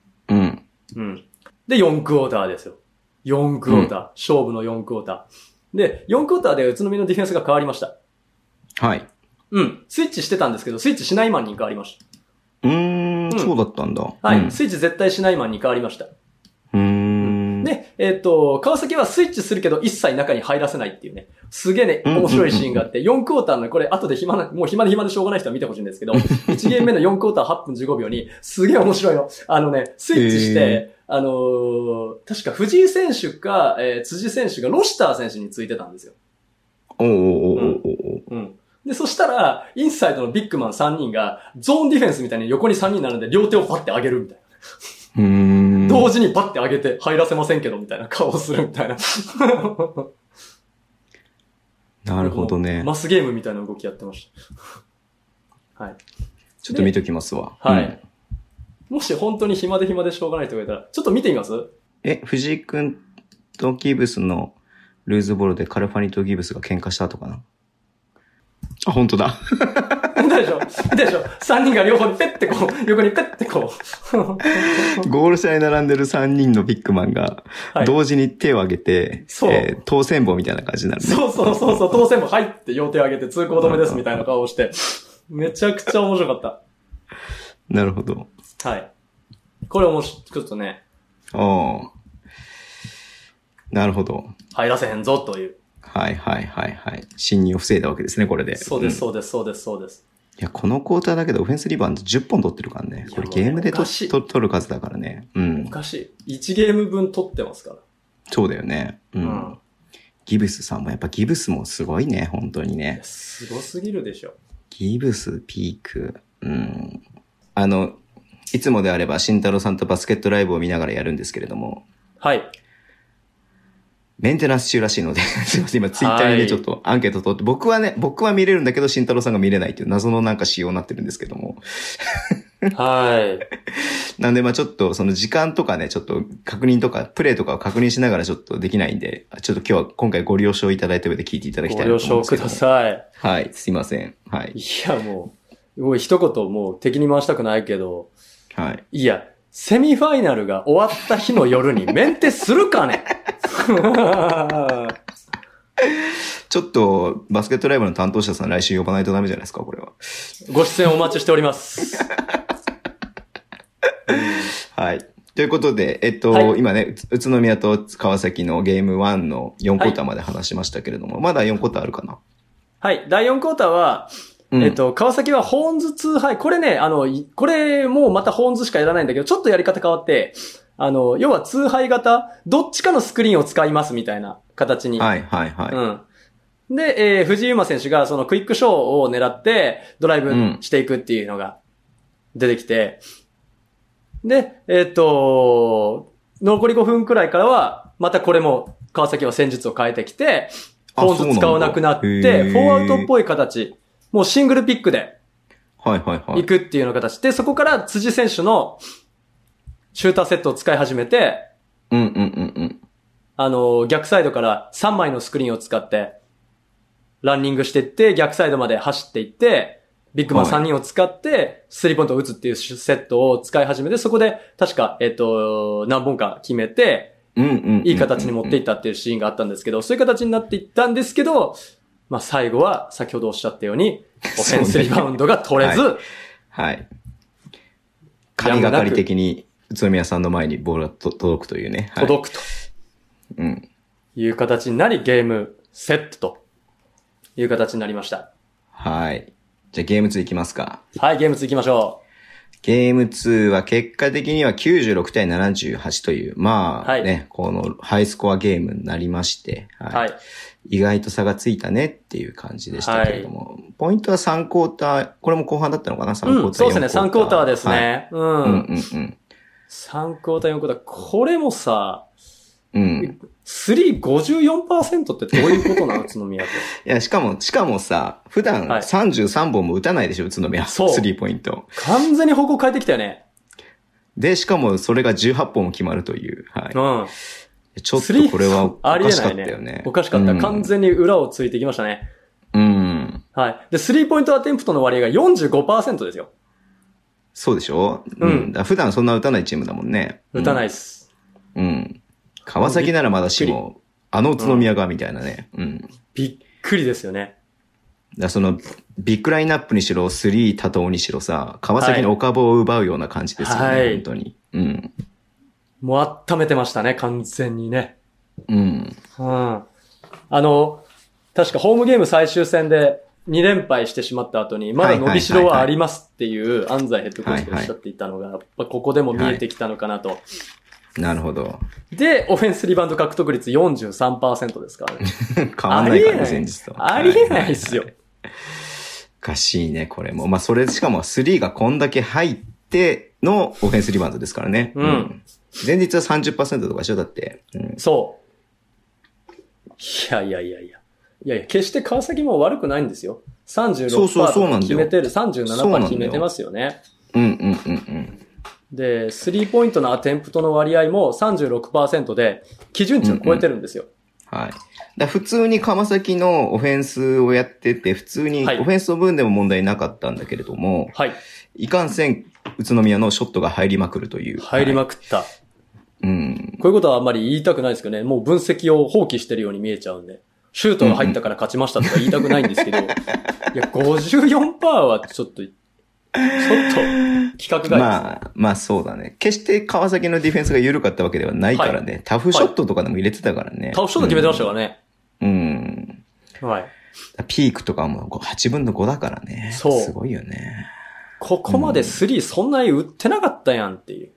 S2: で、4クォーターですよ。4クォーター。勝負の4クォーター。で、4クォーターで宇都宮のディフェンスが変わりました。
S1: はい。
S2: スイッチしてたんですけど、スイッチしないマンに変わりました。
S1: そうだったんだ。
S2: はい。スイッチ絶対しないマンに変わりました。で、川崎はスイッチするけど一切中に入らせないっていうね。すげえね、面白いシーンがあって、4クォーターのこれ後でもう暇でしょうがない人は見てほしいんですけど、1ゲーム目の4クォーター8分15秒に、すげえ面白いの。スイッチして、確か藤井選手か、辻選手がロシター選手についてたんですよ。で、そしたら、インサイドのビッグマン3人が、ゾーンディフェンスみたいに横に3人になるんで、両手をパッて上げるみたいな。同時にパッて上げて、入らせませんけど、みたいな顔をするみたいな。
S1: なるほどね。
S2: マスゲームみたいな動きやってました。はい。
S1: ちょっと見ときますわ。
S2: はい。もし本当に暇でしょうがないと言われたら、ちょっと見てみます？
S1: 藤井くんとギブスのルーズボールでカルファニとギブスが喧嘩した後かな。あ、本当だ。
S2: でしょ ?3 人が両方にペッてこう、横にペッてこう。
S1: ゴール下に並んでる3人のビッグマンが、同時に手を挙げて、当選棒みたいな感じになるね。
S2: そう、当選棒入って両手を挙げて通行止めですみたいな顔をして、めちゃくちゃ面白かった。
S1: なるほど。
S2: はい。これ面白い、ちょっとね。
S1: なるほど。
S2: 入らせへんぞという。
S1: はい。侵入を防いだわけですね、これで。
S2: そうです。
S1: いや、このクォーターだけでオフェンスリバウンド10本取ってるからね。これゲームで取る数だからね。
S2: おかしい。1ゲーム分取ってますから。
S1: そうだよね。ギブスさんもやっぱギブスもすごいね、本当にね。
S2: すごすぎるでしょ。
S1: ギブス、ピーク。いつもであれば、慎太郎さんとバスケットライブを見ながらやるんですけれども。
S2: はい。
S1: メンテナンス中らしいので、すいません、今ツイッターにね、ちょっとアンケート取って、僕は見れるんだけど、慎太郎さんが見れないっていう謎のなんか仕様になってるんですけども。
S2: はい。
S1: なんで、ちょっとその時間とかね、ちょっと確認とか、プレイとかを確認しながらちょっとできないんで、ちょっと今回ご了承いただいた上で聞いていただきたいなと思うんですけど。
S2: ご了承ください。
S1: はい、すいません。はい。
S2: いや、もう一言もう敵に回したくないけど、
S1: はい。
S2: いや、セミファイナルが終わった日の夜にメンテするかね
S1: ちょっと、バスケットライブの担当者さん来週呼ばないとダメじゃないですか、これは。
S2: ご出演お待ちしております。
S1: はい。ということで、
S2: はい、
S1: 今ね、宇都宮と川崎のゲーム1の4クォーターまで話しましたけれども、まだ4クォーターあるかな？
S2: はい。第4クォーターは、川崎はホーンズ2ハイ。これね、これもうまたホーンズしかやらないんだけど、ちょっとやり方変わって、要は2ハイ型、どっちかのスクリーンを使いますみたいな形に。
S1: はい。
S2: で、藤井優馬選手がそのクイックショーを狙ってドライブしていくっていうのが出てきて、で、残り5分くらいからは、またこれも川崎は戦術を変えてきて、ホーンズ使わなくなって、4アウトっぽい形、もうシングルピックで、行くっていうの形で、そこから辻選手のシューターセットを使い始めて、逆サイドから3枚のスクリーンを使って、ランニングしていって、逆サイドまで走っていって、ビッグマン3人を使って、スリーポイントを打つっていうセットを使い始めて、そこで、確か、何本か決めて、 いい形に持っていったっていうシーンがあったんですけど、そういう形になっていったんですけど、まあ最後は先ほどおっしゃったように、オフェンスリバウンドが取れず、
S1: はい。神がかり的に宇都宮さんの前にボールが届くというね。
S2: 届くと。いう形になり、ゲームセットという形になりました。
S1: はい。じゃあゲーム2いきますか。
S2: はい、ゲーム2いきましょう。
S1: ゲーム2は結果的には96対78という、まあね、このハイスコアゲームになりまして、はい。意外と差がついたねっていう感じでしたけれども、ポイントは3クォーター、これも後半だったのかな ?3 クォーター、
S2: そうですね、3クォーターですね。
S1: 3ク
S2: ォーター、4クォーター。これもさ、354% ってどういうことなの宇都宮って。
S1: いや、しかもさ、普段33本も打たないでしょ、宇都宮。そう。3ポイント。
S2: 完全に方向変えてきたよね。
S1: で、しかもそれが18本も決まるという。はい。ちょっとこれはおかしかったよね。
S2: おかしかった。完全に裏をついてきましたね。はい。で、3ポイントアテンプトの割合が 45% ですよ。
S1: そうでしょ？普段そんな打たないチームだもんね。
S2: 打たないっす。
S1: 川崎ならまだしも、宇都宮がみたいなね。
S2: びっくりですよね。
S1: その、ビッグラインナップにしろ、3多頭にしろさ、川崎のお株を奪うような感じですよね、本当に。
S2: もう温めてましたね、完全にね。確かホームゲーム最終戦で2連敗してしまった後に、まだ伸びしろはありますっていう安西ヘッドコーチがおっしゃっていたのが、やっぱここでも見えてきたのかなと。
S1: なるほど。
S2: で、オフェンスリバウンド獲得率 43% ですからね。
S1: 変わんないからね、前日と。
S2: ありえないっすよ。
S1: おかしいね、これも。まあ、それ、しかも3がこんだけ入ってのオフェンスリバウンドですからね。前日は 30% とかでしょ、だって。
S2: そう。いや、決して川崎も悪くないんですよ。36% 決めてる、37% 決めてますよね。で、スリーポイントのアテンプトの割合も 36% で、基準値を超えてるんですよ。
S1: はい。普通に川崎のオフェンスをやってて、普通にオフェンスの分でも問題なかったんだけれども、いかんせん、宇都宮のショットが入りまくるという。
S2: 入りまくった。こういうことはあんまり言いたくないですけどね、もう分析を放棄してるように見えちゃうんで、シュートが入ったから勝ちましたとか言いたくないんですけど、いや、54% はちょっと、規格外です、ね。
S1: まあそうだね。決して川崎のディフェンスが緩かったわけではないからね。タフショットとかでも入れてたからね。
S2: タフショット決めてましたからね。
S1: ピークとかも8分の5だからね。そう。すごいよね。
S2: ここまで3そんなに打ってなかったやんっていう。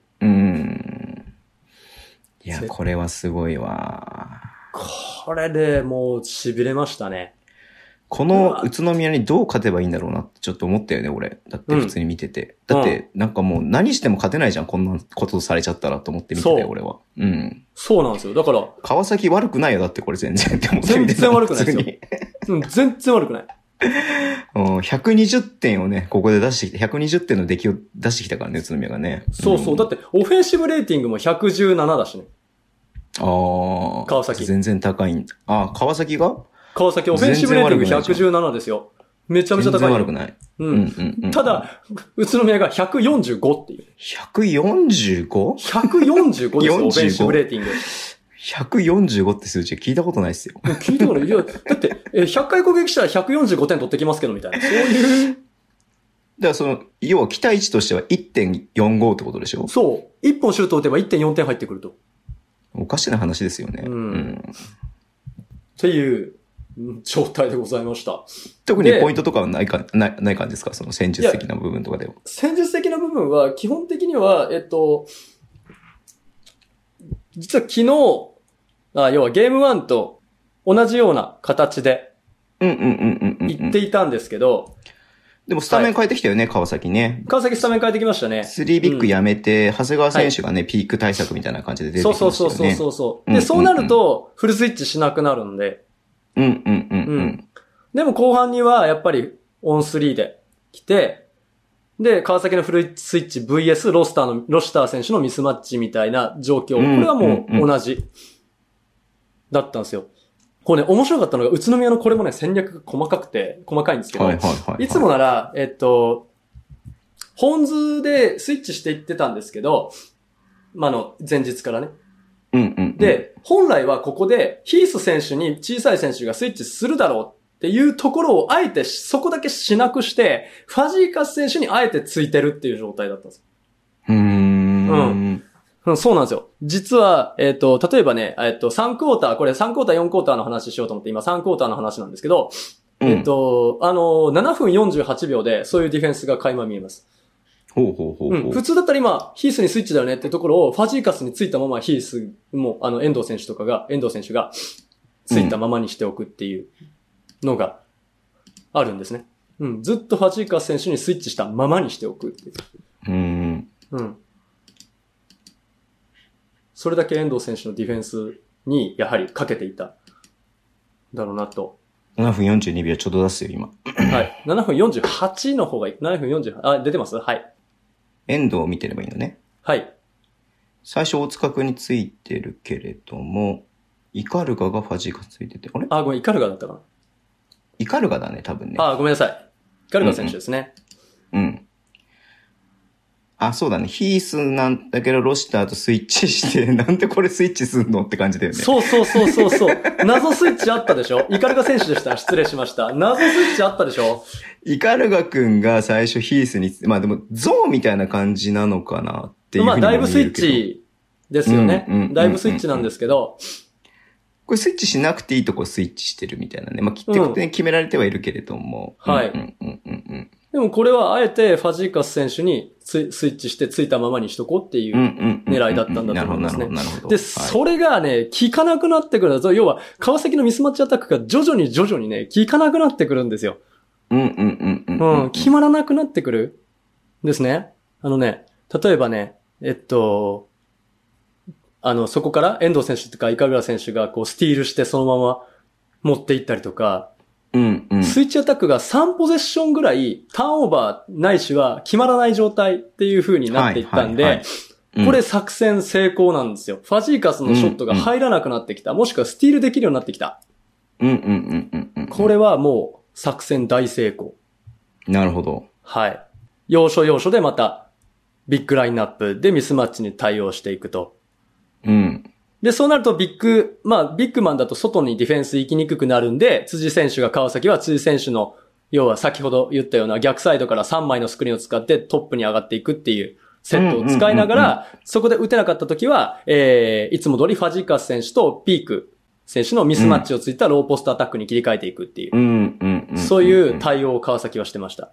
S1: いや、これはすごいわ。
S2: これでもう痺れましたね。
S1: この宇都宮にどう勝てばいいんだろうなってちょっと思ったよね、俺。だって普通に見てて。だってなんかもう何しても勝てないじゃん、こんなことされちゃったらと思って見てたよ、俺は。
S2: そうなんですよ。だから。
S1: 川崎悪くないよ、だってこれ全然って思って見てた。
S2: 全然悪くないですよ。全然悪くない。
S1: 120点をね、ここで出してきて、120点の出来を出してきたからね、宇都宮がね。
S2: そう。だってオフェンシブレーティングも117だしね。川崎。
S1: 全然高いんだ。川崎が
S2: 川崎オフェンシブレーティング117ですよ。めちゃめちゃ高い。
S1: 全然悪くない。
S2: ただ、宇都宮が145っていう。
S1: 145?145
S2: ですよ、オフェンシブレーティング。
S1: 145って数値聞いたことないっすよ。
S2: 聞いたことない。いや、だって、100回攻撃したら145点取ってきますけど、みたいな。そういう。
S1: だから要は期待値としては 1.45 ってことでしょ？
S2: そう。1本シュート打てば 1.4 点入ってくると。
S1: おかしな話ですよね。
S2: っていう状態でございました。
S1: 特にポイントとかはない感じですか？その戦術的な部分とかでは。
S2: 戦術的な部分は、基本的には、実は昨日、要はゲーム1と同じような形で、言っていたんですけど、
S1: でもスタメン変えてきたよね、川崎ね。
S2: 川崎スタメン変えてきましたね。
S1: 3ビッグやめて、長谷川選手がね、ピーク対策みたいな感じで出てきましたよね。
S2: そう。で、そうなると、フルスイッチしなくなるんで。でも後半には、やっぱり、オン3で来て、で、川崎のフルスイッチ VS ロシター選手のミスマッチみたいな状況。これはもう同じ。だったんですよ。これね、面白かったのが、宇都宮のこれもね、戦略が細かいんですけど、いつもなら、ホーンズでスイッチしていってたんですけど、前日からね。 で、本来はここでヒース選手に小さい選手がスイッチするだろうっていうところをあえてそこだけしなくして、ファジーカス選手にあえてついてるっていう状態だったんです。そうなんですよ。実は、例えばね、3クォーター、これ3クォーター、4クォーターの話しようと思って、今3クォーターの話なんですけど、7分48秒でそういうディフェンスが垣間見えます。普通だったら今、ヒースにスイッチだよねってところを、ファジーカスについたままヒースも、遠藤選手がついたままにしておくっていうのがあるんですね。ずっとファジーカス選手にスイッチしたままにしておくっていう。それだけ遠藤選手のディフェンスにやはりかけていた。だろうなと。
S1: 7分42秒ちょうど出すよ、今。
S2: はい。7分48の方がいい。7分48、出てます？はい。
S1: 遠藤を見てればいいのね。
S2: はい。
S1: 最初大塚くんについてるけれども、イカルガがファジーカついてて、あれ？
S2: ごめん、イカルガだったかな。
S1: イカルガだね、多分ね。
S2: ごめんなさい。イカルガ選手ですね。
S1: そうだね。ヒースなんだけど、ロシターとスイッチして、なんでこれスイッチすんのって感じだよね。
S2: そう。謎スイッチあったでしょ？イカルガ選手でした。失礼しました。謎スイッチあったでしょ？
S1: イカルガくんが最初ヒースに、でも、ゾーンみたいな感じなのかなっていうふうに
S2: だいぶスイッチですよね。だいぶスイッチなんですけど。
S1: これスイッチしなくていいとこスイッチしてるみたいなね。結局決められてはいるけれども。
S2: はい。でもこれはあえてファジーカス選手にスイッチしてついたままにしとこうっていう狙いだったんだと思いますね。
S1: なるほど。
S2: で、それがね、効かなくなってくるんだ。要は、川崎のミスマッチアタックが徐々にね、効かなくなってくるんですよ。決まらなくなってくるですね。例えばね、そこから遠藤選手とかイカグラ選手がこうスティールしてそのまま持っていったりとか、スイッチアタックが3ポゼッションぐらいターンオーバーないしは決まらない状態っていう風になっていったんで、これ作戦成功なんですよ。ファジーカスのショットが入らなくなってきた。もしくはスティールできるようになってきた。これはもう作戦大成功。
S1: なるほど。
S2: はい。要所要所でまたビッグラインナップでミスマッチに対応していくと。で、そうなるとビッグマンだと外にディフェンス行きにくくなるんで、辻選手が川崎は辻選手の、要は先ほど言ったような逆サイドから3枚のスクリーンを使ってトップに上がっていくっていうセットを使いながら、そこで打てなかった時は、いつも通りファジーカス選手とピーク選手のミスマッチをついたローポストアタックに切り替えていくっていう、そういう対応を川崎はしてました。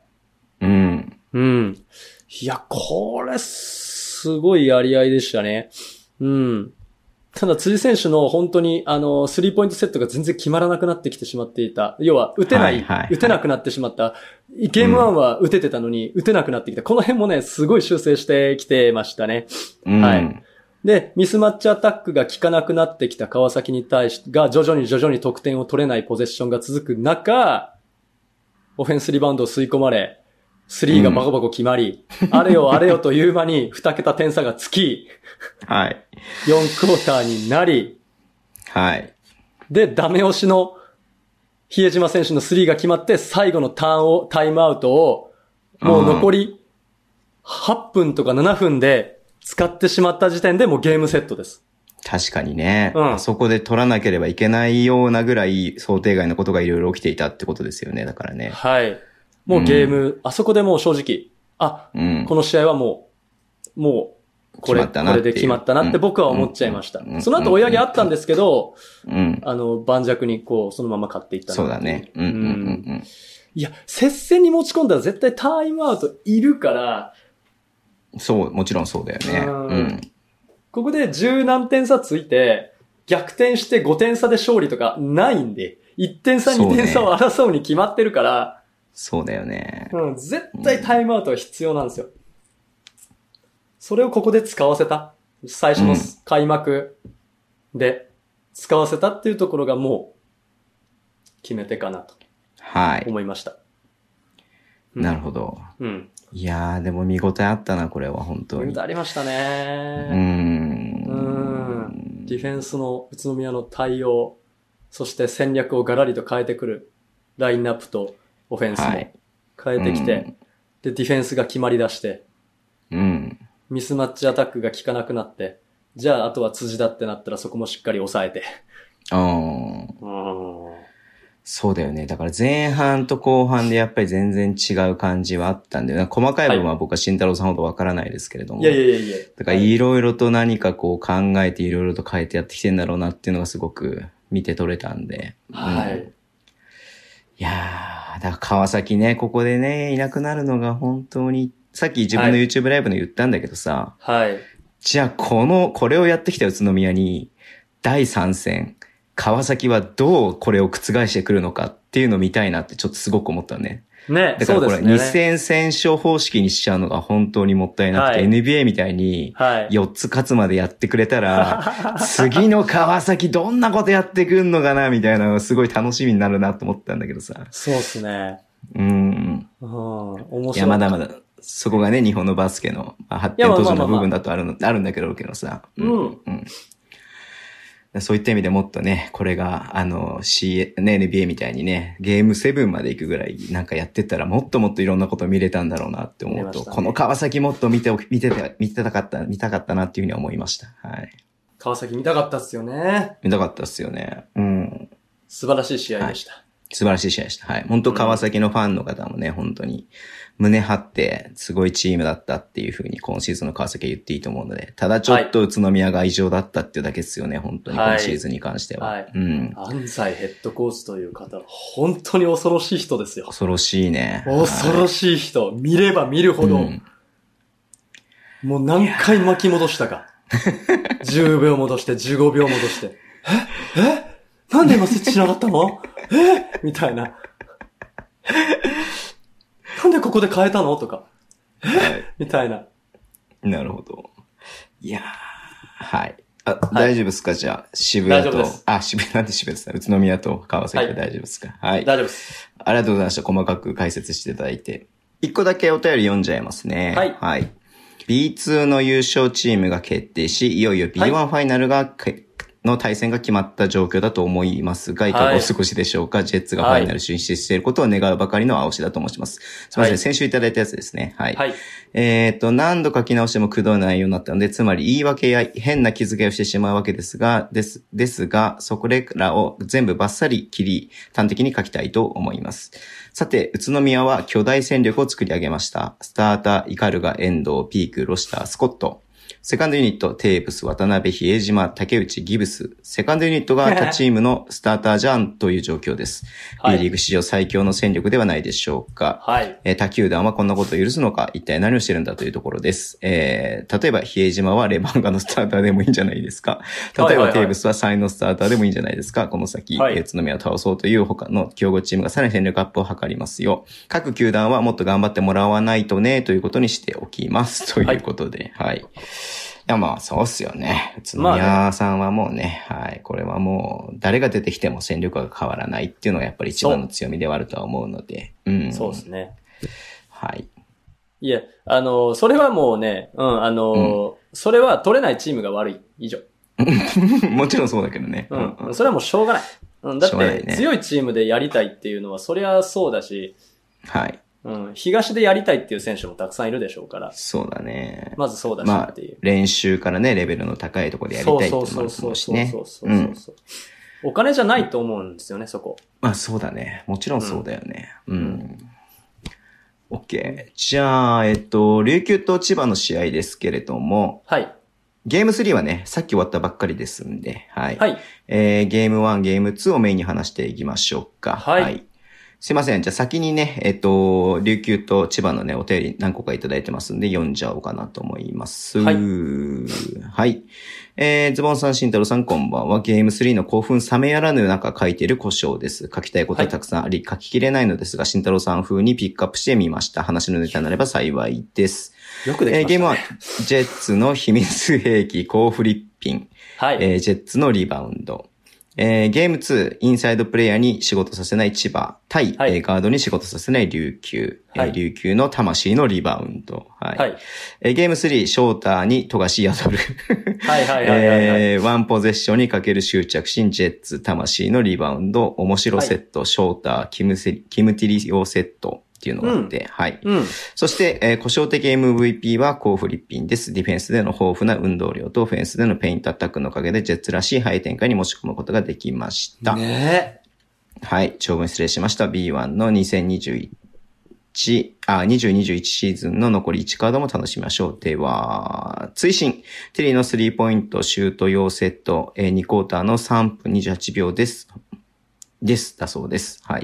S2: いや、これ、すごいやり合いでしたね。ただ、辻選手の本当に、スリーポイントセットが全然決まらなくなってきてしまっていた。要は、打てなくなってしまった。ゲーム1は打ててたのに、打てなくなってきた。この辺もね、すごい修正してきてましたね。はい。で、ミスマッチアタックが効かなくなってきた川崎に対して、徐々に得点を取れないポゼッションが続く中、オフェンスリバウンドを吸い込まれ、スリーがバコバコ決まり、あれよという間に2桁点差がつき、
S1: はい。
S2: 4クォーターになり、
S1: はい。
S2: で、ダメ押しの比江島選手のスリーが決まって、最後のタイムアウトを、もう残り8分とか7分で使ってしまった時点でもうゲームセットです。
S1: 確かにね。そこで取らなければいけないようなぐらい想定外のことがいろいろ起きていたってことですよね。だからね。
S2: はい。もうゲーム、あそこでもう正直、この試合はもう、これで決まったなって僕は思っちゃいました。その後追い上げあったんですけど、盤石にこう、そのまま勝っていった
S1: そうだね。
S2: いや、接戦に持ち込んだら絶対タイムアウトいるから、
S1: そう、もちろんそうだよね。
S2: ここで10何点差ついて、逆転して5点差で勝利とかないんで、1点差2点差を争うに決まってるから、
S1: そうだよね。
S2: 絶対タイムアウトは必要なんですよ。それをここで使わせた。最初の開幕で使わせたっていうところがもう決め手かなと。はい。思いました。
S1: なるほど。いやー、でも見応えあったな、これは本当に。
S2: 見応えありましたね。ディフェンスの宇都宮の対応、そして戦略をガラリと変えてくるラインナップと、オフェンスも変えてきて、で、ディフェンスが決まり出して、ミスマッチアタックが効かなくなって、 じゃあ、あとは辻だってなったらそこもしっかり抑えて。
S1: そうだよね。だから前半と後半でやっぱり全然違う感じはあったんで、細かい部分は僕は慎太郎さんほどわからないですけれども。
S2: いや。
S1: だからいろいろと何かこう考えていろいろと変えてやってきてんだろうなっていうのがすごく見て取れたんで。
S2: はい。
S1: いやー、だから川崎ね、ここでね、いなくなるのが本当に、さっき自分の YouTube ライブの言ったんだけどさ。
S2: はい。
S1: じゃあこれをやってきた宇都宮に、第3戦、川崎はどうこれを覆してくるのかっていうのを見たいなってちょっとすごく思ったね。
S2: ね、
S1: だからこれ2戦戦勝方式にしちゃうのが本当にもったいなくて、NBA みたいに4つ勝つまでやってくれたら、次の川崎どんなことやってくんのかなみたいなのがすごい楽しみになるなと思ったんだけどさ。
S2: そうですね。
S1: 面白い。いや、まだまだ、そこがね、日本のバスケの発展途上の部分だとあるんだけどさ。そういった意味でもっとね、これが、NBA みたいにね、ゲーム7まで行くぐらいなんかやってったらもっともっといろんなこと見れたんだろうなって思うと、この川崎もっと見たかったなっていうふうに思いました。はい。
S2: 川崎見たかったっすよね。
S1: 見たかったっすよね。
S2: 素晴らしい試合でした。
S1: 素晴らしい試合でした。はい。本当川崎のファンの方もね、本当に胸張ってすごいチームだったっていう風に今シーズンの川崎は言っていいと思うので、ただちょっと宇都宮が異常だったっていうだけですよね、本当に今シーズンに関しては。
S2: はい。安西ヘッドコーチという方、本当に恐ろしい人ですよ。
S1: 恐ろしいね。
S2: 恐ろしい人。見れば見るほど、もう何回巻き戻したか。10秒戻して、15秒戻して。なんで今設置しなかったのみたいな。なんでここで変えたのとか。みたいな。
S1: なるほど。いやー、はい。大丈夫ですかじゃあ、渋谷と、なんで渋谷ですか宇都宮と川崎で大丈夫ですかはい。
S2: 大丈夫です。
S1: ありがとうございました。細かく解説していただいて。一個だけお便り読んじゃいますね。はい。B2 の優勝チームが決定し、いよいよ B1 ファイナルの対戦が決まった状況だと思いますが、いかがお過ごしでしょうか、ジェッツがファイナル進出していることを願うばかりの青しだと申します。すみません、先週いただいたやつですね。はい。何度書き直してもくどい内容になったので、つまり言い訳や変な気遣いをしてしまうわけですが、そこらを全部バッサリ切り、端的に書きたいと思います。さて、宇都宮は巨大戦力を作り上げました。スターター、イカルガ、遠藤、ピーク、ロシター、スコット。セカンドユニット、テーブス、渡辺、比江島、竹内、ギブス。セカンドユニットが他チームのスターターじゃんという状況です。B リーグ史上最強の戦力ではないでしょうか。他球団はこんなことを許すのか、一体何をしてるんだというところです。例えば、比江島はレバンガのスターターでもいいんじゃないですか。例えば、テーブスはサイのスターターでもいいんじゃないですか。この先、宇都宮を倒そうという他の強豪チームがさらに戦力アップを図りますよ。各球団はもっと頑張ってもらわないとね、ということにしておきます。ということで、はい。いや、まあ、そうっすよね。宇都宮さんはもうね、はい。これはもう、誰が出てきても戦力が変わらないっていうのがやっぱり一番の強みではあるとは思うので。
S2: そうですね。
S1: はい。
S2: いや、それはもうね、それは取れないチームが悪い。以上。
S1: もちろんそうだけどね。
S2: それはもうしょうがない。だって、強いチームでやりたいっていうのは、そりゃそうだし、
S1: はい。
S2: 東でやりたいっていう選手もたくさんいるでしょうから。
S1: そうだね。
S2: まずそうだしっていう。
S1: 練習からね、レベルの高いところでやりたいっていうのもあるしね。
S2: そう。お金じゃないと思うんですよね、そこ。
S1: まあそうだね。もちろんそうだよね。OK。じゃあ、琉球と千葉の試合ですけれども。
S2: はい。
S1: ゲーム3はね、さっき終わったばっかりですんで、はい。はい。ゲーム1、ゲーム2をメインに話していきましょうか。はい。すいません。じゃあ先にね、琉球と千葉のね、お便り何個かいただいてますんで、読んじゃおうかなと思います。はい。はい。ズボンさん、慎太郎さん、こんばんは。ゲーム3の興奮冷めやらぬ中書いている故障です。書きたいことはたくさんあり、書ききれないのですが、慎太郎さん風にピックアップしてみました。話のネタになれば幸いです。
S2: よくできましたね。
S1: ゲームは、ジェッツの秘密兵器、高フリッピン。はい。ジェッツのリバウンド。ゲーム2、インサイドプレイヤーに仕事させない千葉、対、ガードに仕事させない琉球、琉球の魂のリバウンド、ゲーム3、ショーターに富樫宿る、ワンポゼッションにかける執着心、ジェッツ、魂のリバウンド、面白セット、ショーター、キムティリオセット、 っていうのがあって、はい。
S2: うん。
S1: そして、故障的 MVP はコー・フリッピンです。ディフェンスでの豊富な運動量とオフェンスでのペイントアタックのおかげでジェッツらしいハイ展開に持ち込むことができました。
S2: ね
S1: え。はい。長文失礼しました。B1 の2021、2021シーズンの残り1カードも楽しみましょう。では、追伸。テリーのスリーポイントシュート用セット、2クォーターの3分28秒です。だそうです。はい。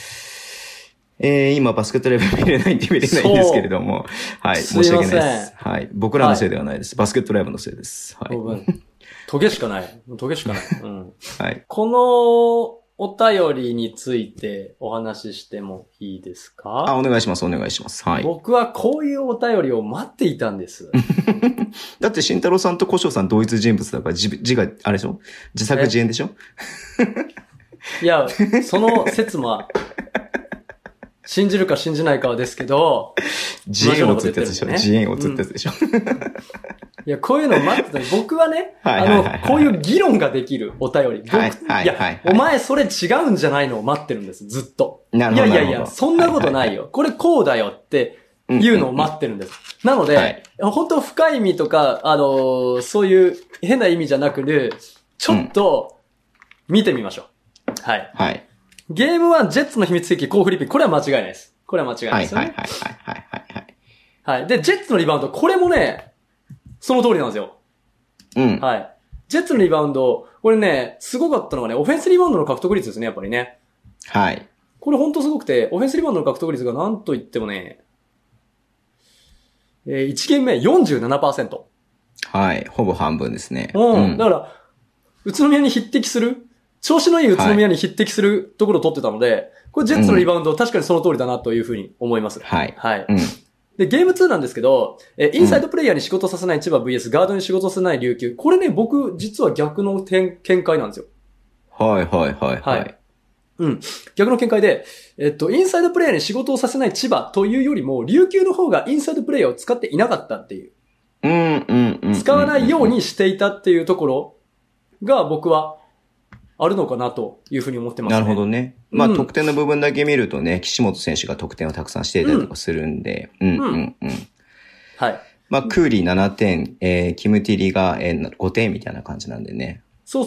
S1: 今、バスケットライブ見れないんで見れないんですけれども。はい。申し訳ないです。はい。僕らのせいではないです。はい、バスケットライブのせいです。はい。
S2: トゲしかない。トゲしかない。うん。
S1: はい。
S2: このお便りについてお話ししてもいいですか？
S1: お願いします。お願いします。はい。
S2: 僕はこういうお便りを待っていたんです。
S1: だって慎太郎さんと古生さん同一人物だから字が、あれでしょ？自作自演でしょ？
S2: いや、その説も、信じるか信じないかはですけど、
S1: 自演をつってやつでしょ？自演をつってやつでしょ？
S2: いや、こういうの待ってた。僕はね、こういう議論ができるお便り。お前それ違うんじゃないのを待ってるんです、ずっと。
S1: なるほど。
S2: いや、そんなことないよ。これこうだよっていうのを待ってるんです。なので、本当深い意味とか、そういう変な意味じゃなくて、ちょっと見てみましょう。はい。
S1: はい。
S2: ゲーム1、ジェッツの秘密兵器、コー・フリッピン。これは間違いないです。これは間違いないですよね。はい。で、ジェッツのリバウンド、これもね、その通りなんですよ。
S1: うん。
S2: はい。ジェッツのリバウンド、これね、すごかったのがね、オフェンスリバウンドの獲得率ですね、やっぱりね。
S1: はい。
S2: これほんとすごくて、オフェンスリバウンドの獲得率がなんと言ってもね、1ゲーム目 47%。
S1: はい。ほぼ半分ですね。
S2: うん。だから、宇都宮に匹敵する、調子のいい宇都宮に匹敵するところを取ってたので、これジェッツのリバウンド、確かにその通りだなというふうに思います。
S1: はい。
S2: はい。で、ゲーム2なんですけど、インサイドプレイヤーに仕事させない千葉 VS ガードに仕事させない琉球。これね、僕、実は逆の見解なんですよ。
S1: はい。
S2: うん。逆の見解で、インサイドプレイヤーに仕事をさせない千葉というよりも、琉球の方がインサイドプレイヤーを使っていなかったっていう。使わないようにしていたっていうところが僕はあるのかなというふうに思ってますね。
S1: なるほどね。まあ、得点の部分だけ見るとね、岸本選手が得点をたくさんしていたりとかするんで。
S2: はい。
S1: まあ、クーリー7点、キムティリが5点みたいな感じなんでね。
S2: そう。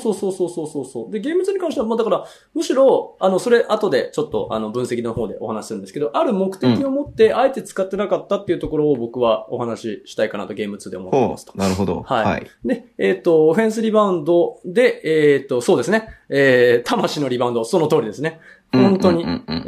S2: で、ゲーム2に関しては、まあだから、むしろ、それ後でちょっと、分析の方でお話しするんですけど、ある目的を持って、あえて使ってなかったっていうところを僕はお話ししたいかなとゲーム2で思ってますと。
S1: なるほど。
S2: はい。で、オフェンスリバウンドで、そうですね、魂のリバウンド、その通りですね。本当に、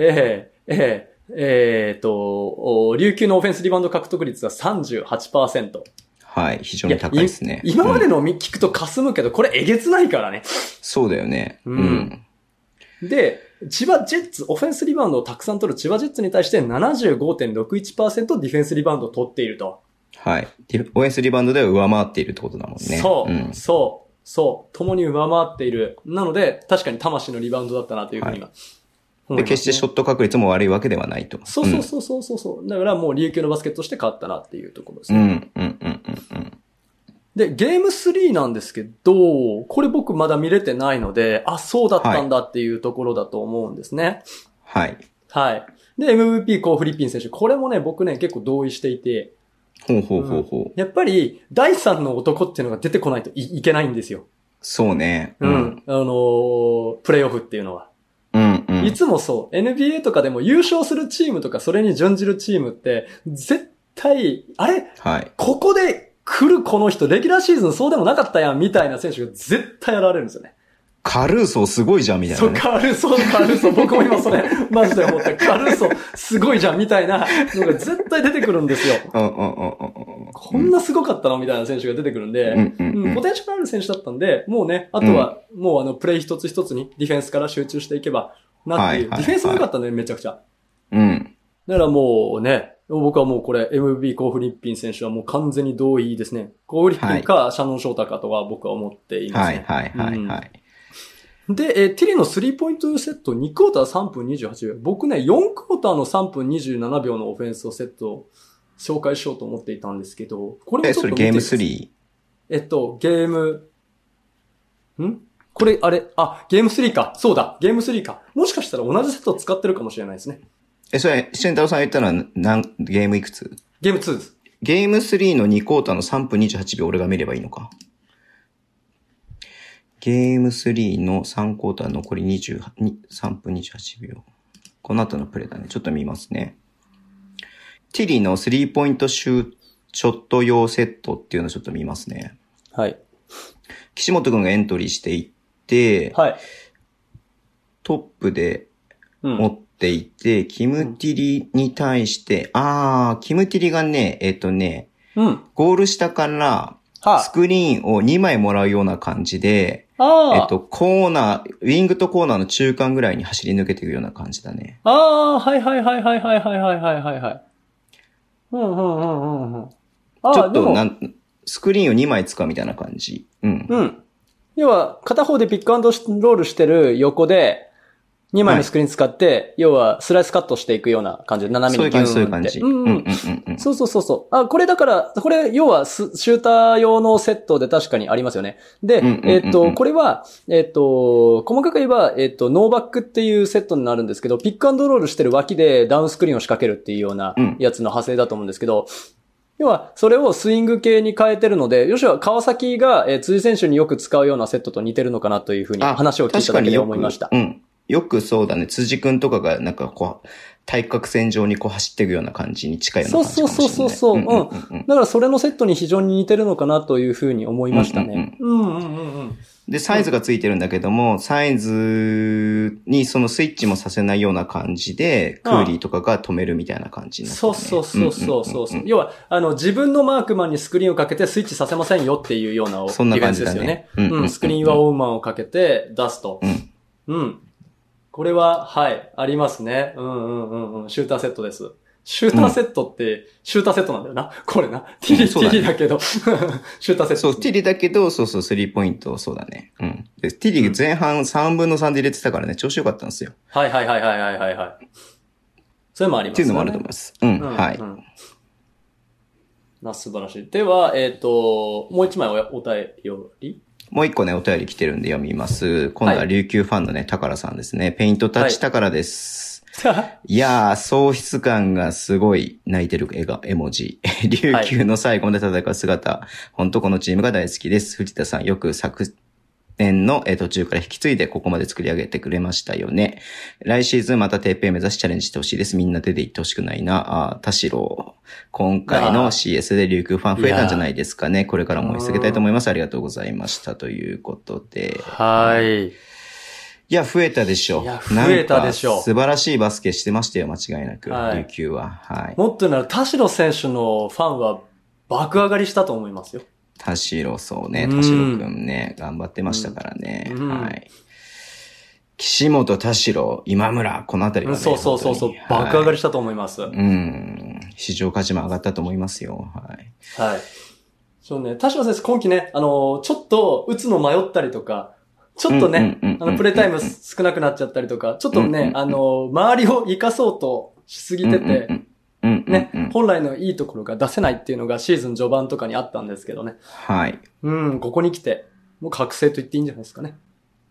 S2: 琉球のオフェンスリバウンド獲得率は 38%。
S1: はい。非常に高いですね。
S2: 今までの聞くと霞むけど、これえげつないからね。
S1: そうだよね。
S2: で、千葉ジェッツ、オフェンスリバウンドをたくさん取る千葉ジェッツに対して 75.61% ディフェンスリバウンドを取っていると。
S1: はい。オフェンスリバウンドでは上回っているってことだもんね。
S2: そう。共に上回っている。なので、確かに魂のリバウンドだったなというふうには。
S1: で、決してショット確率も悪いわけではないと。
S2: そう。だからもう琉球のバスケットとして勝ったなっていうところですね。で、ゲーム3なんですけど、これ僕まだ見れてないので、そうだったんだっていうところだと思うんですね。
S1: はい。
S2: で、MVP コー・フリッピン選手。これもね、僕ね、結構同意していて。やっぱり、第3の男っていうのが出てこないと いけないんですよ。
S1: そうね。
S2: プレイオフっていうのは。いつもそう。NBA とかでも優勝するチームとかそれに準じるチームって、絶対、ここで来るこの人、レギュラーシーズンそうでもなかったやん、みたいな選手が絶対現れるんですよね。
S1: カルーソすごいじゃん、みたいな、ね。
S2: そう、カルーソ。僕も今それ、マジで思った。カルーソ、すごいじゃん、みたいなのが絶対出てくるんですよ。こんなすごかったのみたいな選手が出てくるんで、ポテンシャルある選手だったんで、もうね、あとは、もうプレイ一つ一つにディフェンスから集中していけば、なっていう。ディフェンスも良かったね、めちゃくちゃ。だからもうね、僕はもうこれ MB コー・フリッピン選手はもう完全に同意ですね。コー・フリッピンか、シャノン・ショータかとは僕は思っていますね。で、ティリのスリーポイントセット2クォーター3分28秒。僕ね、4クォーターの3分27秒のオフェンスをセットを紹介しようと思っていたんですけど、これもちょっと見て
S1: それゲーム 3？
S2: ゲーム、これ、ゲーム3か。そうだ、ゲーム3か。もしかしたら同じセットを使ってるかもしれないですね。
S1: それ、慎太郎さんが言ったのはゲームいくつ？
S2: ゲーム2です。
S1: ゲーム3の2クォーターの3分28秒俺が見ればいいのか。ゲーム3の3クォーター残り3分28秒。この後のプレイだね。ちょっと見ますね。ティリのスリーポイントショット用セットっていうのをちょっと見ますね。
S2: はい。
S1: 岸本くんがエントリーしていって、
S2: はい。
S1: トップで持っていて、キムティリに対して、キムティリがね、ゴール下から、スクリーンを2枚もらうような感じで、コーナー、ウィングとコーナーの中間ぐらいに走り抜けていくような感じだね。
S2: はいはいはいはいはいはいはいはい。ちょ
S1: っとスクリーンを2枚使うみたいな感じ。
S2: 要は、片方でピックアンドロールしてる横で、2枚のスクリーン使って、要はスライスカットしていくような感じで、斜めにギューンって。
S1: そういう感じ。
S2: そう。これだから、これ要はシューター用のセットで確かにありますよね。で、これは、細かく言えば、ノーバックっていうセットになるんですけど、ピックアンドロールしてる脇でダウンスクリーンを仕掛けるっていうようなやつの派生だと思うんですけど、要は、それをスイング系に変えてるので、よしは川崎が、辻選手によく使うようなセットと似てるのかなというふうに話を聞いただけで思いました。
S1: よくそうだね。辻くんとかがなんかこう、対角線上にこう走っていくような感じに近いような感じかもしれない。
S2: そう。だからそれのセットに非常に似てるのかなというふうに思いましたね。
S1: で、サイズがついてるんだけども、サイズにそのスイッチもさせないような感じで、クーリーとかが止めるみたいな感じになってる、ね。
S2: そう。要は、自分のマークマンにスクリーンをかけてスイッチさせませんよっていうようなディフェンスですよね。スクリーンはオウマンをかけて出すと。これは、はい、ありますね。シューターセットです。シューターセットって、シューターセットなんだよな。これな。ティリだけど、シューターセット。
S1: そう、ティリだけど、そう、スリーポイント、そうだね。でティリ前半3分の3で入れてたからね、調子良かったんですよ。
S2: はい。それもありますね。
S1: っていうのもあると思います。はい。
S2: 素晴らしい。では、もう一枚お便り
S1: もう一個ね、お便り来てるんで読みます。今度は琉球ファンのね、宝さんですね。ペイントタッチ宝です。いやー、喪失感がすごい泣いてる絵文字。琉球の最後まで戦う姿。本当このチームが大好きです。藤田さんよく昨年の途中から引き継いでここまで作り上げてくれましたよね。来シーズンまたてっぺん目指しチャレンジしてほしいです。みんな出て行ってほしくないな。田代。今回の CS で琉球ファン増えたんじゃないですかね。これからも追い続けたいと思います。ありがとうございました。ということで。
S2: はい。
S1: いや、増えたでしょ。
S2: いや、増えたでしょ。
S1: 素晴らしいバスケしてましたよ、間違いなく。琉球は。はい。
S2: もっと言うなら、田代選手のファンは爆上がりしたと思いますよ。
S1: 田代、そうね。田代くんね、頑張ってましたからね。はい。岸本、田代、今村、このあたりはね。
S2: そう。爆上がりしたと思います。
S1: 市場価値も上がったと思いますよ。はい。
S2: そうね。田代選手今季ね、ちょっと打つの迷ったりとか、ちょっとね、プレイタイム少なくなっちゃったりとか、ちょっとね、周りを生かそうとしすぎてて、ね、本来のいいところが出せないっていうのがシーズン序盤とかにあったんですけどね。
S1: はい。
S2: ここに来て、もう覚醒と言っていいんじゃないですかね。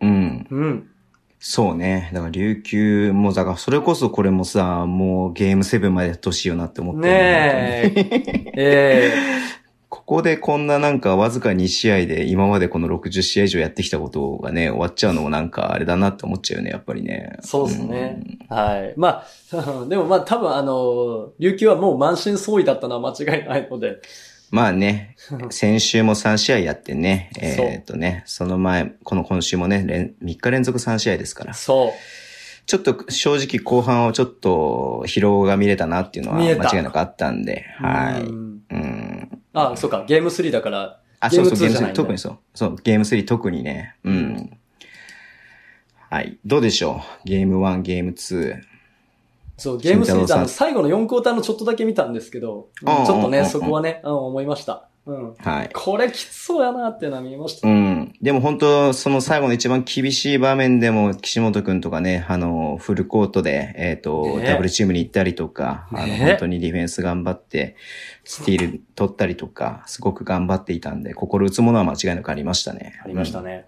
S1: そうね。だから琉球も、だからそれこそこれもさ、もうゲーム7までやってほしいよなって思ってる。
S2: ねえ。
S1: ここでこんななんかわずか2試合で今までこの60試合以上やってきたことがね、終わっちゃうのもなんかあれだなって思っちゃうよね、やっぱりね。
S2: そうですね。はい。まあ、でもまあ多分琉球はもう満身創痍だったのは間違いないので。
S1: まあね、先週も3試合やってね、その前、今週もね、3日連続3試合ですから。
S2: そう。
S1: ちょっと正直後半はちょっと疲労が見れたなっていうのは間違いなくあったんで、はい。
S2: そうか、ゲーム3だから。
S1: そう、ゲーム3特にそう。そう、ゲーム3特にね。はい。どうでしょう？ゲーム1、ゲーム2。
S2: そう、ゲーム3最後の4クォーターのちょっとだけ見たんですけど、ちょっとね、そこはね、思いました。はい。これきつそうやなっていうのは見えました。
S1: でも本当その最後の一番厳しい場面でも、岸本くんとかね、フルコートで、ダブルチームに行ったりとか、本当にディフェンス頑張って、スティール取ったりとか、すごく頑張っていたんで、心打つものは間違いなくありましたね。
S2: ありましたね。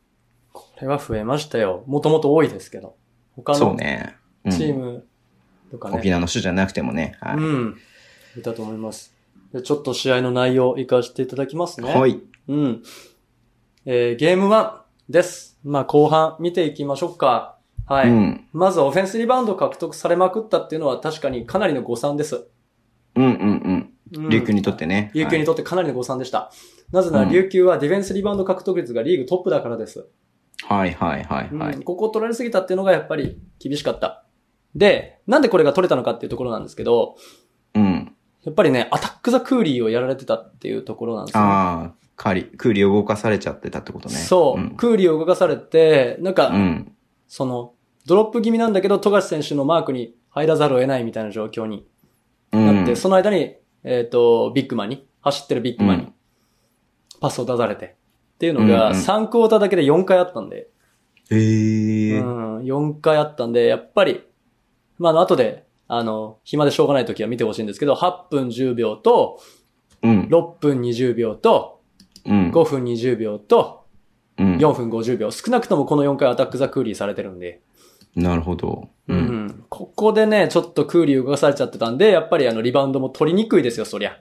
S2: これは増えましたよ。もともと多いですけど。他のチームとかね。
S1: 沖縄の人じゃなくてもね。
S2: はい。うん。いたと思います。でちょっと試合の内容を活かしていただきますね。
S1: はい。
S2: うん。ゲーム1です。まあ後半見ていきましょうか。はい。うん、まずオフェンスリバウンド獲得されまくったっていうのは確かにかなりの誤算です。
S1: 琉球にとってね。
S2: 琉球にとってかなりの誤算でした。なぜなら琉球はディフェンスリバウンド獲得率がリーグトップだからです。
S1: はいはいはいはい。
S2: ここを取られすぎたっていうのがやっぱり厳しかった。で、なんでこれが取れたのかっていうところなんですけど、やっぱりね、アタックザクーリーをやられてたっていうところなんですよ、
S1: クーリーを動かされちゃってたってことね。
S2: そう、クーリーを動かされて、なんか、その、ドロップ気味なんだけど、富樫選手のマークに入らざるを得ないみたいな状況になって、その間に、ビッグマンに、走ってるビッグマンに、パスを出されて。っていうのが、3クォーターだけで4回あったんで。4回あったんで、やっぱり、まあ、後で、暇でしょうがない時は見てほしいんですけど、8分10秒と、6分20秒と、5分20秒と、4分50秒。少なくともこの4回アタックザクーリーされてるんで。
S1: なるほど。
S2: ここでね、ちょっとクーリー動かされちゃってたんで、やっぱりリバウンドも取りにくいですよ、そりゃ。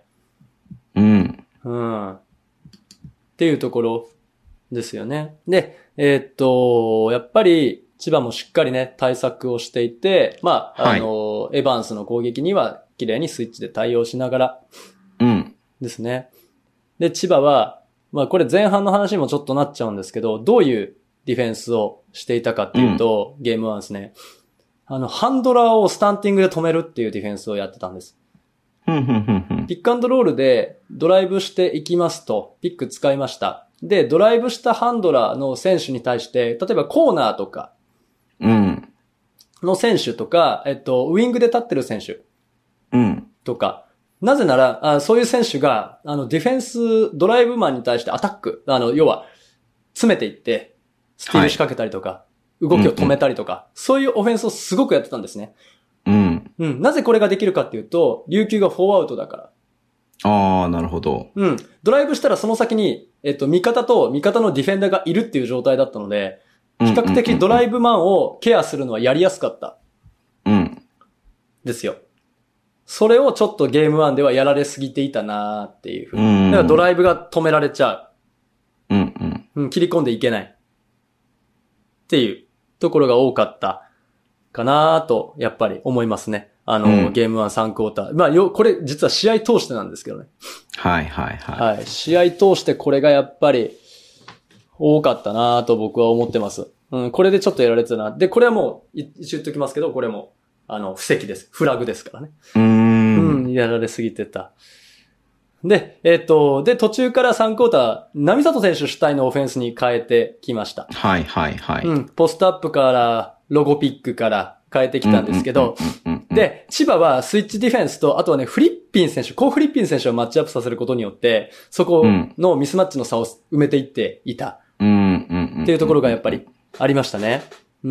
S2: っていうところですよね。で、やっぱり、千葉もしっかりね、対策をしていて、まあ、エヴァンスの攻撃には綺麗にスイッチで対応しながら、ですね。で、千葉は、まあこれ前半の話にもちょっとなっちゃうんですけど、どういうディフェンスをしていたかっていうと、ゲーム1ですね。ハンドラーをスタンティングで止めるっていうディフェンスをやってたんです。ピックアンドロールでドライブしていきますと、ピック使いました。で、ドライブしたハンドラーの選手に対して、例えばコーナーとか、の選手とか、ウィングで立ってる選手、とか、なぜなら、そういう選手が、ディフェンス、ドライブマンに対してアタック、要は、詰めていって、スティール仕掛けたりとか、動きを止めたりとか、そういうオフェンスをすごくやってたんですね。なぜこれができるかっていうと、琉球が4アウトだから。
S1: なるほど。
S2: ドライブしたらその先に、味方と味方のディフェンダーがいるっていう状態だったので、比較的ドライブマンをケアするのはやりやすかった。ですよ。それをちょっとゲーム1ではやられすぎていたなーっていうふうに。だからドライブが止められちゃう。切り込んでいけない。っていうところが多かったかなーと、やっぱり思いますね。ゲーム1、3クォーター。まあ、これ実は試合通してなんですけどね。
S1: はい。
S2: 試合通してこれがやっぱり多かったなーと僕は思ってます。これでちょっとやられてたな。で、これはもう、一応言っときますけど、これも、布石です。フラグですからね。やられすぎてた。で、で、途中から3クォーター、並里選手主体のオフェンスに変えてきました。
S1: はい。
S2: ポストアップから、ロゴピックから変えてきたんですけど、で、千葉はスイッチディフェンスと、あとはね、フリッピン選手、コーフリッピン選手をマッチアップさせることによって、そこのミスマッチの差を埋めていっていた。っていうところがやっぱりありましたね。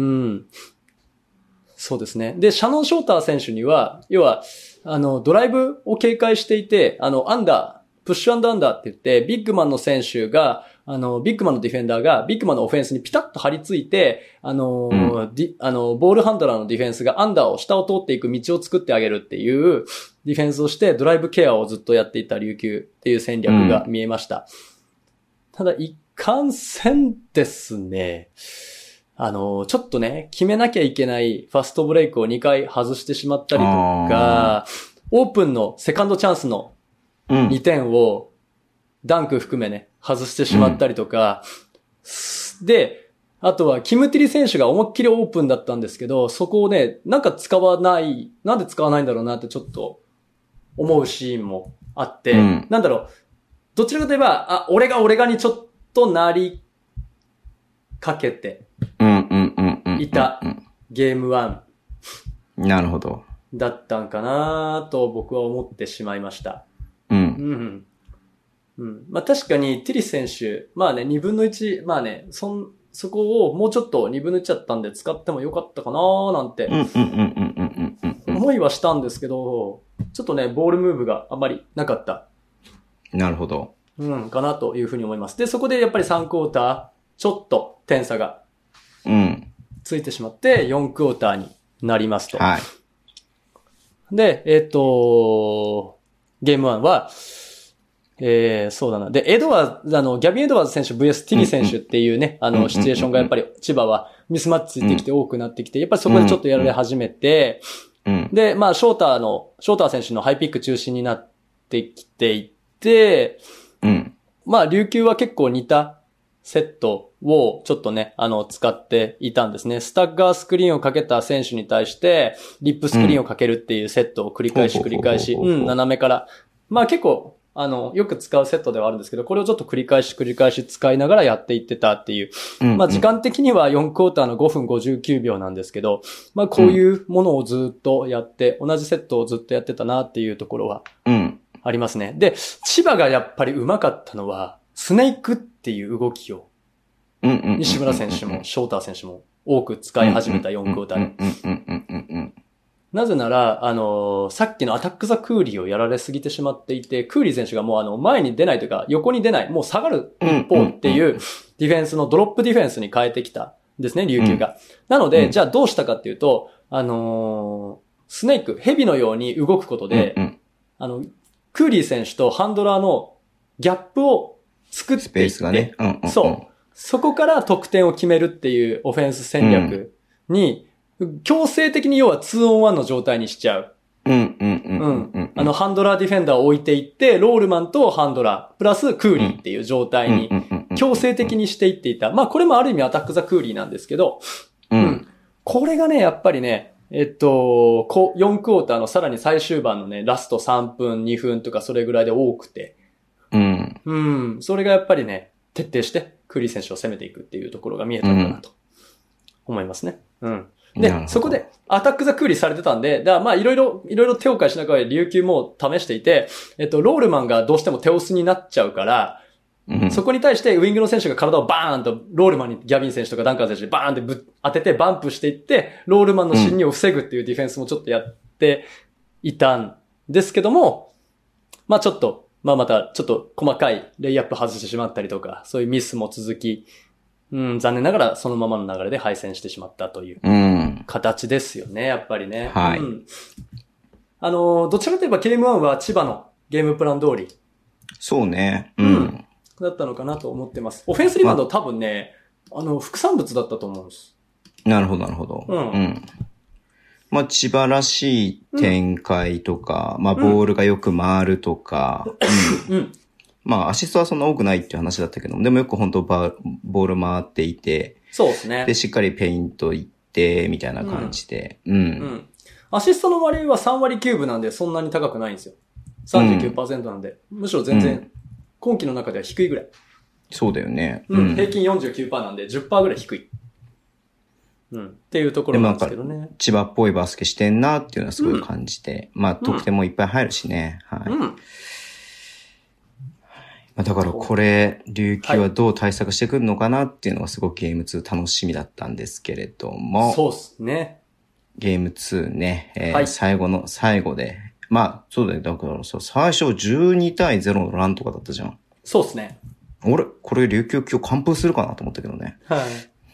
S2: そうですね。で、シャノン・ショーター選手には、要は、ドライブを警戒していて、アンダー、プッシュアンダーって言って、ビッグマンの選手が、ビッグマンのディフェンダーが、ビッグマンのオフェンスにピタッと張り付いて、ボールハンドラーのディフェンスがアンダーを下を通っていく道を作ってあげるっていうディフェンスをして、ドライブケアをずっとやっていた琉球っていう戦略が見えました。ただ、一貫戦ですね。ちょっとね、決めなきゃいけないファストブレイクを2回外してしまったりとか、オープンのセカンドチャンスの2点をダンク含めね、外してしまったりとか、で、あとはキムティリ選手が思いっきりオープンだったんですけど、そこをね、なんで使わないんだろうなってちょっと思うシーンもあって、なんだろう、どちらかといえば、俺がにちょっとなりかけて、いたゲーム1。
S1: なるほど。
S2: だったんかなと僕は思ってしまいました。まあ確かにティリス選手、まあね、2分の1、まあね、そこをもうちょっと2分の1だったんで使ってもよかったかななんて、思いはしたんですけど、ちょっとね、ボールムーブがあまりなかった。
S1: なるほど。
S2: かなというふうに思います。で、そこでやっぱり3クォーター、ちょっと点差が、ついてしまって4クォーターになりますと。 で、ゲーム1は、そうだな。で、ギャビン・エドワーズ選手 VS ティリ選手っていうね、シチュエーションがやっぱり千葉はミスマッチついてきて多くなってきて、やっぱりそこでちょっとやられ始めて、で、まあ、ショーター選手のハイピック中心になってきていて、まあ、琉球は結構似たセットをちょっとね、使っていたんですね。スタッガースクリーンをかけた選手に対して、リップスクリーンをかけるっていうセットを繰り返し、斜めから。まあ結構、よく使うセットではあるんですけど、これをちょっと繰り返し使いながらやっていってたっていう。まあ時間的には4クォーターの5分59秒なんですけど、まあこういうものをずっとやって、同じセットをずっとやってたなっていうところはありますね。で、千葉がやっぱり上手かったのは、スネークっていう動きを、西村選手もショーター選手も多く使い始めた4クォーターで。なぜなら、さっきのアタックザクーリーをやられすぎてしまっていて、クーリー選手がもう前に出ないというか、横に出ない、もう下がる一方っていうディフェンスのドロップディフェンスに変えてきたんですね、琉球が。なので、じゃあどうしたかっていうと、スネーク、蛇のように動くことで、クーリー選手とハンドラーのギャップを作っていって、スペースがね。そう。そこから得点を決めるっていうオフェンス戦略に、強制的に要は 2on1 の状態にしちゃう。ハンドラーディフェンダーを置いていって、ロールマンとハンドラー、プラスクーリーっていう状態に強制的にしていっていた。まあこれもある意味アタックザクーリーなんですけど、これがね、やっぱりね、4クォーターのさらに最終盤のね、ラスト3分、2分とかそれぐらいで多くて、それがやっぱりね、徹底してクーリー選手を攻めていくっていうところが見えたのかなと思いますね。で、そこでアタックザクーリーされてたんで、だからまあいろいろ手を変えしながら琉球も試していて、ロールマンがどうしても手押しになっちゃうから、そこに対してウィングの選手が体をバーンとロールマンにギャビン選手とかダンカー選手にバーンって当ててバンプしていって、ロールマンの侵入を防ぐっていうディフェンスもちょっとやっていたんですけども、まあちょっと、またちょっと細かいレイアップ外してしまったりとか、そういうミスも続き、残念ながらそのままの流れで敗戦してしまったという形ですよね、やっぱりね。
S1: はい。
S2: どちらかといえばゲーム1は千葉のゲームプラン通り。
S1: そうね。
S2: だったのかなと思ってます。オフェンスリバウンド多分ね、副産物だったと思うんです。
S1: なるほど。まあ、千葉らしい展開とか、まあ、ボールがよく回るとか、まあ、アシストはそんな多くないっていう話だったけども、でもよく本当ボール回っていて、
S2: そうですね。
S1: で、しっかりペイント行って、みたいな感じで、
S2: アシストの割合は3割9分なんで、そんなに高くないんですよ。39% なんで、むしろ全然、今期の中では低いぐらい。
S1: そうだよね。
S2: 平均 49% なんで 10% ぐらい低い。っていうところなんですけどね。
S1: 千葉っぽいバスケしてんなっていうのはすごい感じて。まあ、得点もいっぱい入るしね。はい。だからこれ、琉球はどう対策してくるのかなっていうのがすごくゲーム2楽しみだったんですけれども。
S2: そうですね。
S1: ゲーム2ね、最後で。まあ、そうだね。だからさ、最初12対0のランとかだったじゃん。
S2: そうですね。
S1: 俺、これ琉球今日完封するかなと思ったけどね。
S2: はい。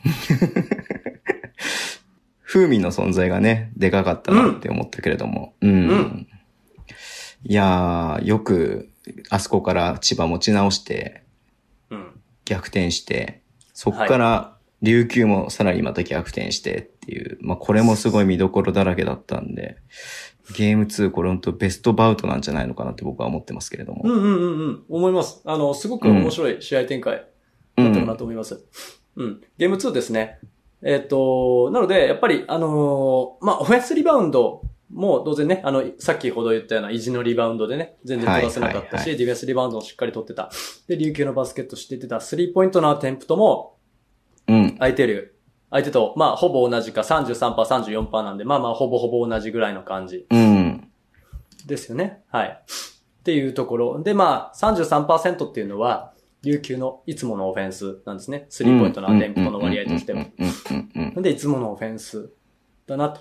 S1: 風味の存在がね、でかかったなって思ったけれども。いやー、よく、あそこから千葉持ち直して、逆転して、そっから琉球もさらにまた逆転してっていう、まあこれもすごい見どころだらけだったんで、ゲーム2これ本当ベストバウトなんじゃないのかなって僕は思ってますけれども。
S2: 思います。すごく面白い試合展開だったかなと思います。ゲーム2ですね。なので、やっぱり、まあ、オフェンスリバウンドも当然ね、さっきほど言ったような意地のリバウンドでね、全然取らせなかったし、ディフェンスリバウンドもしっかり取ってた。で、琉球のバスケットしていってた、スリーポイントのアテンプトも、相手と、まあ、ほぼ同じか、33%、34% なんで、まあまあ、ほぼほぼ同じぐらいの感じ。ですよね。はい。っていうところ。で、まあ、33% っていうのは、琉球のいつものオフェンスなんですね。スリーポイントのアテンプトの割合としては。なんで、いつものオフェンスだなと。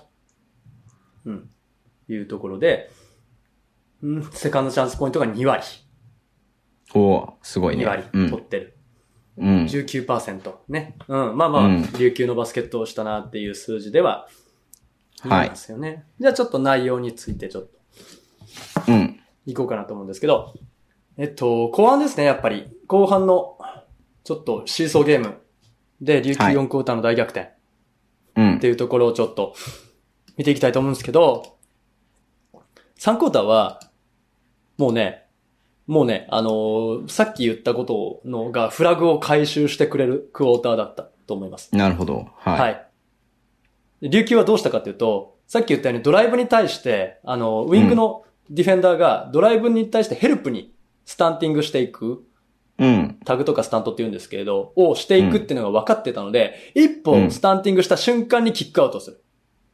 S2: いうところで、セカンドチャンスポイントが2割。
S1: すごいね。
S2: 2割取ってる。19%ね。まあまあ、琉球のバスケットをしたなっていう数字ではなんですよね。はい、じゃあちょっと内容についてちょっと。行こうかなと思うんですけど。後半ですね、やっぱり。後半の、ちょっとシーソーゲームで、琉球4クォーターの大逆転。っていうところをちょっと見ていきたいと思うんですけど、3クォーターは、もうね、さっき言ったことのがフラグを回収してくれるクォーターだったと思います。
S1: なるほど。はい。
S2: 琉球はどうしたかっていうと、さっき言ったようにドライブに対して、ウィングのディフェンダーがドライブに対してヘルプにスタンティングしていく。タグとかスタントって言うんですけれど、をしていくっていうのが分かってたので、一歩スタンティングした瞬間にキックアウトする。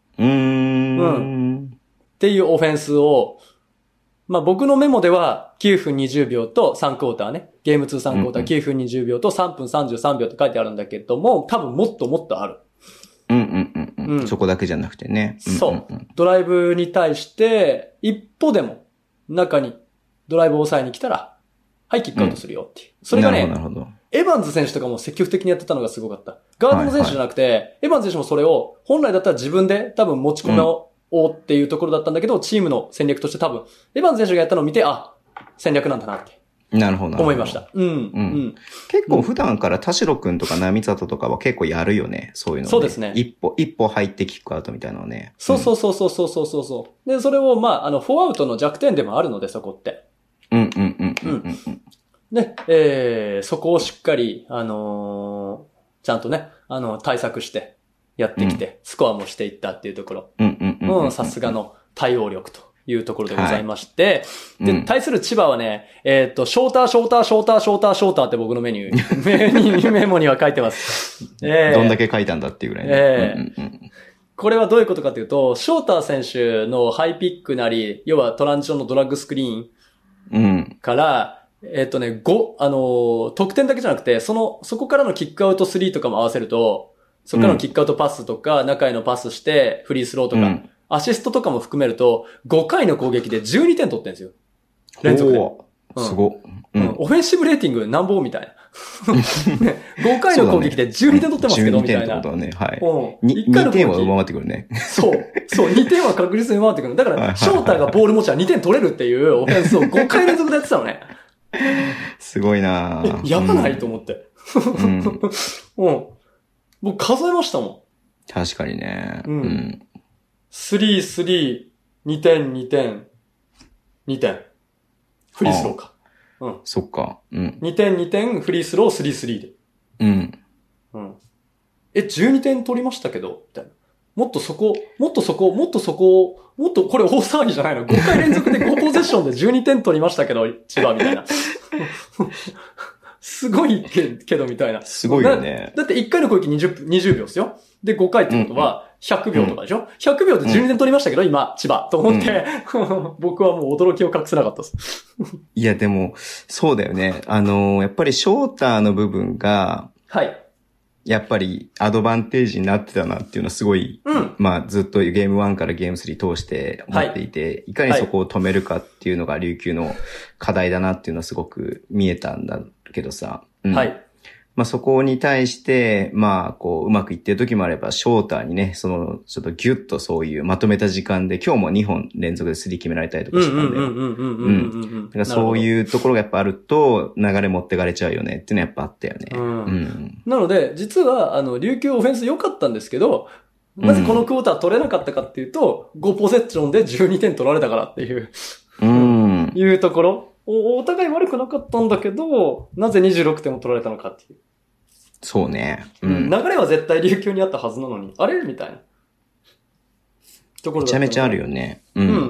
S2: っていうオフェンスを、まあ僕のメモでは9分20秒と3クォーターね。ゲーム2、3クォーター9分20秒と3分33秒って書いてあるんだけども、多分もっともっとある。
S1: そこだけじゃなくてね。
S2: そう。ドライブに対して、一歩でも中にドライブを抑えに来たら、はい、キックアウトするよっていう。それがね、エヴァンズ選手とかも積極的にやってたのがすごかった。ガードの選手じゃなくて、エヴァンズ選手もそれを、本来だったら自分で多分持ち込もうっていうところだったんだけど、チームの戦略として多分、エヴァンズ選手がやったのを見て、あ、戦略なんだなって。
S1: なるほど。
S2: 思いました。
S1: 結構普段から田代くんとか波里とかは結構やるよね。そういうの、ね。
S2: そうですね。
S1: 一歩入ってキックアウトみたいなのね。
S2: そう。で、それをまあ、フォーアウトの弱点でもあるので、そこって。で、そこをしっかり、ちゃんとね、対策してやってきて、スコアもしていったっていうところ。さすがの対応力というところでございまして、で、対する千葉はね、ショーターって僕のメモには書いてます。
S1: どんだけ書いたんだっていうぐらいね。
S2: これはどういうことかというと、ショーター選手のハイピックなり、要はトランジションのドラッグスクリーンから、得点だけじゃなくて、そこからのキックアウト3とかも合わせると、そこからのキックアウトパスとか、中へのパスして、フリースローとか、アシストとかも含めると、5回の攻撃で12点取ってるんですよ。連続で。
S1: すご。
S2: オフェンシブレーティングなんぼみたいな。5回の攻撃で12点取ってますけど、みたいな。
S1: 12点ってことはね、はい。2点は上回ってくるね。
S2: そう、2点は確実に上回ってくる。だから、ショーターがボール持ちは2点取れるっていうオフェンスを5回連続でやってたのね。
S1: すごいなぁ。
S2: やばないと思って。僕数えましたもん。
S1: 確かにね。
S2: 3、2点、2点、2点。フリースローか。
S1: そっか。
S2: 2点、2点、フリースロー、3で。12点取りましたけど、みたいな。もっとこれ大騒ぎじゃないの ?5 回連続で5ポゼッションで12点取りましたけど、千葉みたいな。すごいけどみたいな。
S1: すごいよね。
S2: だって1回の攻撃20秒ですよ。で、5回ってことは100秒とかでしょ、?100 秒で12点取りましたけど、今、千葉。と思って、僕はもう驚きを隠せなかったです。
S1: いや、でも、そうだよね。やっぱりショーターの部分が、
S2: はい。
S1: やっぱりアドバンテージになってたなっていうのはすごい、まあずっとゲーム1からゲーム3通して思っていて、いかにそこを止めるかっていうのが琉球の課題だなっていうのはすごく見えたんだけどさ。はい。まあそこに対して、まあこううまくいってる時もあれば、ショーターにね、ちょっとギュッとそういうまとめた時間で、今日も2本連続で3決められたりとかしたんで。だからそういうところがやっぱあると、流れ持ってかれちゃうよねっていうのはやっぱあったよね。
S2: なので、実は、琉球オフェンス良かったんですけど、なぜこのクォーター取れなかったかっていうと、5ポゼッションで12点取られたからっていう、いうところ。お互い悪くなかったんだけど、なぜ26点も取られたのかっていう。
S1: そうね。
S2: 流れは絶対琉球にあったはずなのに、あれみたいな。ところ
S1: めちゃめちゃあるよね。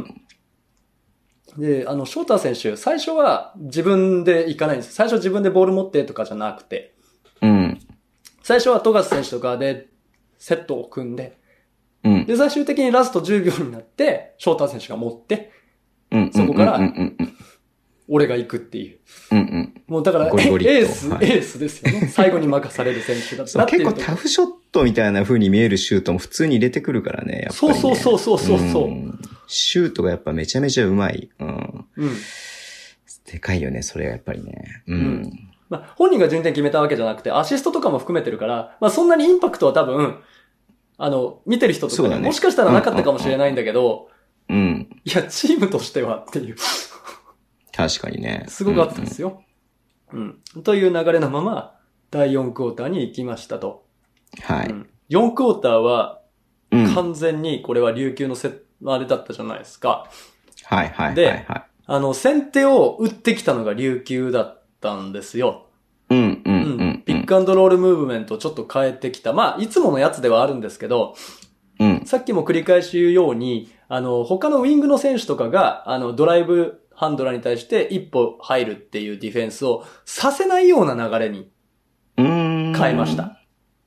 S2: で、ショーター選手、最初は自分で行かないんです。最初自分でボール持ってとかじゃなくて。最初は富樫選手とかでセットを組んで。で、最終的にラスト10秒になって、ショーター選手が持って、そこから、俺が行くっていう。もうだからエースですよね。最後に任される選手だったっていう。
S1: 結構タフショットみたいな風に見えるシュートも普通に入れてくるからね。やっぱりね
S2: そう。
S1: シュートがやっぱめちゃめちゃうまい。でかいよね、それはやっぱりね。
S2: まあ、本人が順点決めたわけじゃなくて、アシストとかも含めてるから、まあそんなにインパクトは多分、 見てる人とか、ね、もしかしたらなかったかもしれないんだけど、
S1: うん。
S2: いや、チームとしてはっていう。
S1: 確かにね。
S2: すごかったですよ。という流れのまま、第4クォーターに行きましたと。
S1: はい。
S2: 4クォーターは、完全にこれは琉球のあれだったじゃないですか。
S1: はいはいはい、
S2: で、先手を打ってきたのが琉球だったんですよ。ピックアンドロールムーブメントをちょっと変えてきた。まあ、いつものやつではあるんですけど、さっきも繰り返し言うように、他のウィングの選手とかが、ドライブハンドラーに対して一歩入るっていうディフェンスをさせないような流れに変えました。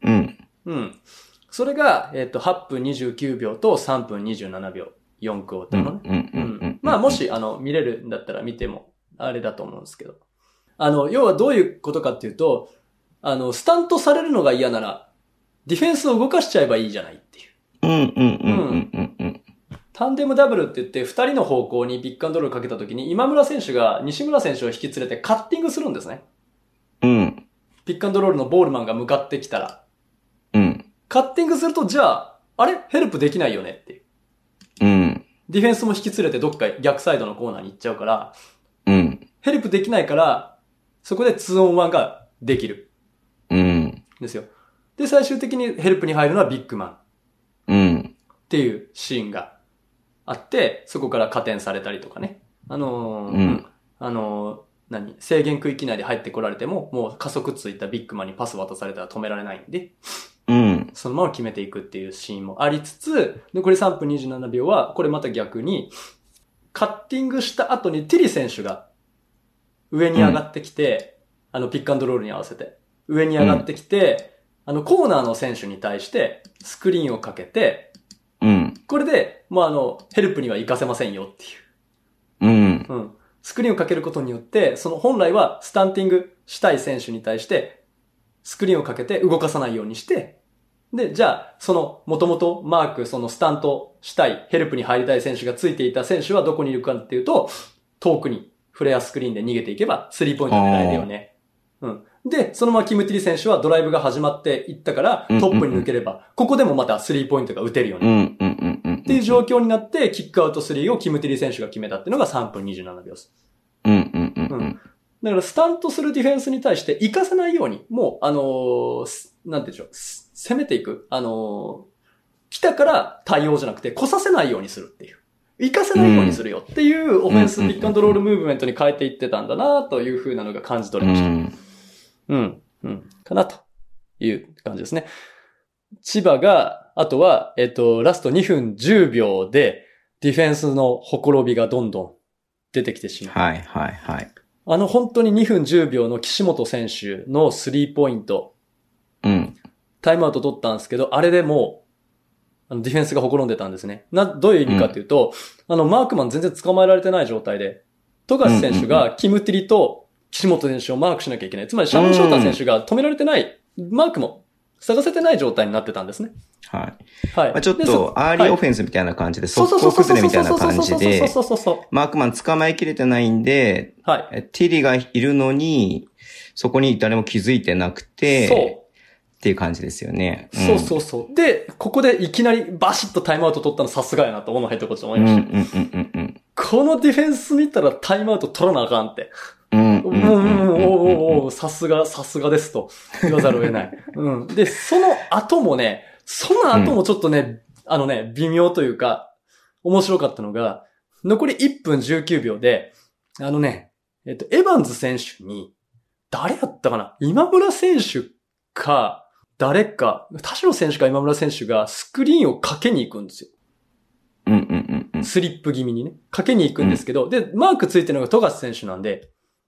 S2: それが、8分29秒と3分27秒。4クォーターのね。まあ、もし、見れるんだったら見ても、あれだと思うんですけど。要はどういうことかっていうと、スタントされるのが嫌なら、ディフェンスを動かしちゃえばいいじゃないっていう。タンデムダブルって言って、2人の方向にピックアンドロールかけたときに、今村選手が西村選手を引き連れてカッティングするんですね。ピックアンドロールのボールマンが向かってきたら。カッティングすると、じゃあ、あれヘルプできないよねっていう。ディフェンスも引き連れてどっか逆サイドのコーナーに行っちゃうから、ヘルプできないから、そこで 2on1 ができる。ですよ。で、最終的にヘルプに入るのはビッグマン。っていうシーンがあって、そこから加点されたりとかね。制限区域内で入ってこられても、もう加速ついたビッグマンにパス渡されたら止められないんで、そのまま決めていくっていうシーンもありつつ、残り3分27秒は、これまた逆に、カッティングした後にティリ選手が上に上がってきて、ピックアンドロールに合わせて、上に上がってきて、コーナーの選手に対してスクリーンをかけて、これで、ヘルプには行かせませんよっていう。スクリーンをかけることによって、その本来はスタンティングしたい選手に対して、スクリーンをかけて動かさないようにして、で、じゃあ、元々マーク、スタントしたい、ヘルプに入りたい選手がついていた選手はどこにいるかっていうと、遠くにフレアスクリーンで逃げていけば、スリーポイント狙えるよね。で、そのままキムティリ選手はドライブが始まっていったから、トップに抜ければ、ここでもまたスリーポイントが打てるよね。っていう状況になって、キックアウト3をキムティリ選手が決めたっていうのが3分27秒です。だからスタントするディフェンスに対して行かせないように、もう、なんて言うんでしょう、攻めていく。来たから対応じゃなくて、来させないようにするっていう。行かせないようにするよっていうオフェンスピックアンドロールムーブメントに変えていってたんだなという風なのが感じ取れました。かなという感じですね。千葉が、あとは、ラスト2分10秒で、ディフェンスのほころびがどんどん出てきてしまう。本当に2分10秒の岸本選手のスリーポイント。タイムアウト取ったんですけど、あれでもう、ディフェンスがほころんでたんですね。どういう意味かっていうと、マークマン全然捕まえられてない状態で、富樫選手がキムティリと岸本選手をマークしなきゃいけない。つまりシャムショーター選手が止められてない、マークも探せてない状態になってたんですね。
S1: ちょっと、アーリーオフェンスみたいな感じで、速攻崩れみたいな感じで、マークマン捕まえきれてないんで、ティリがいるのに、そこに誰も気づいてなくて、っていう感じですよね。で、ここでいきなりバシッとタイムアウト取ったのさすがやなと、小野ヘッドコーチと思いました。このディフェンス見たらタイムアウト取らなあかんって。さすがですと言わざるを得ない。で、その後もちょっとね、微妙というか、面白かったのが、残り1分19秒で、エヴァンズ選手に、誰やったかな？今村選手か、誰か、田代選手か今村選手がスクリーンをかけに行くんですよ。スリップ気味にね。かけに行くんですけど、で、マークついてるのが富樫選手なんで、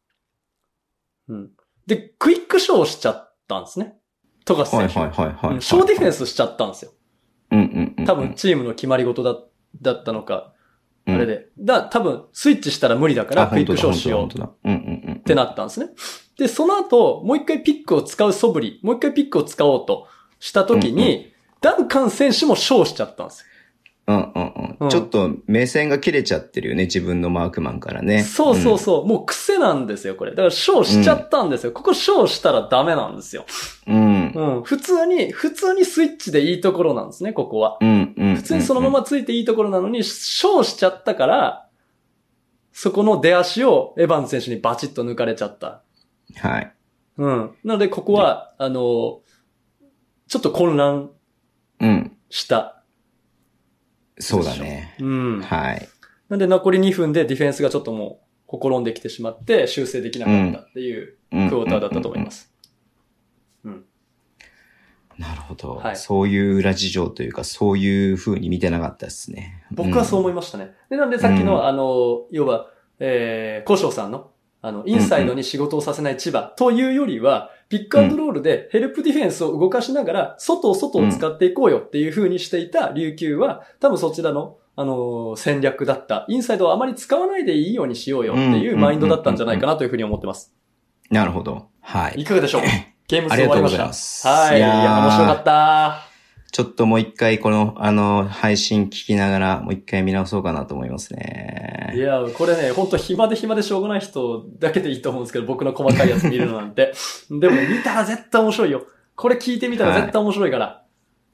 S1: で、クイックショーしちゃったんですね。富樫選手。ショーディフェンスしちゃったんですよ。多分チームの決まり事だったのか、あれで。多分スイッチしたら無理だからクイックショーしようってなったんですね。で、その後、もう一回ピックを使う素振り、もう一回ピックを使おうとした時に、ダンカン選手もショーしちゃったんですちょっと目線が切れちゃってるよね、自分のマークマンからね。
S2: そうそうそう。もう癖なんですよ、これ。だからショーしちゃったんですよ。ここショーしたらダメなんですよ。普通にスイッチでいいところなんですね、ここは。普通にそのままついていいところなのに、ショーしちゃったから、そこの出足をエヴァン選手にバチッと抜かれちゃった。
S1: はい。
S2: なので、ここは、ちょっと混乱した。
S1: そうだね。はい。
S2: なんで残り2分でディフェンスがちょっともう、ほころんできてしまって、修正できなかったっていうクォーターだったと思います。
S1: なるほど、はい。そういう裏事情というか、そういう風に見てなかったですね。
S2: 僕はそう思いましたね。で、なんでさっきの、要は、古生さんの、インサイドに仕事をさせない千葉というよりは、ピックアンドロールでヘルプディフェンスを動かしながら、外を使っていこうよっていう風にしていた琉球は、多分そちらの、戦略だった。インサイドをあまり使わないでいいようにしようよっていうマインドだったんじゃないかなという風に思ってます。
S1: なるほど。はい。
S2: いかがでしょうゲーム終わりました。ありがとうございます。はい。
S1: いや、
S2: 面白かった。
S1: ちょっともう一回この、配信聞きながらもう一回見直そうかなと思いますね。
S2: いや、これね、ほんと暇でしょうがない人だけでいいと思うんですけど、僕の細かいやつ見るのなんて。でも見たら絶対面白いよ。これ聞いてみたら絶対面白いから。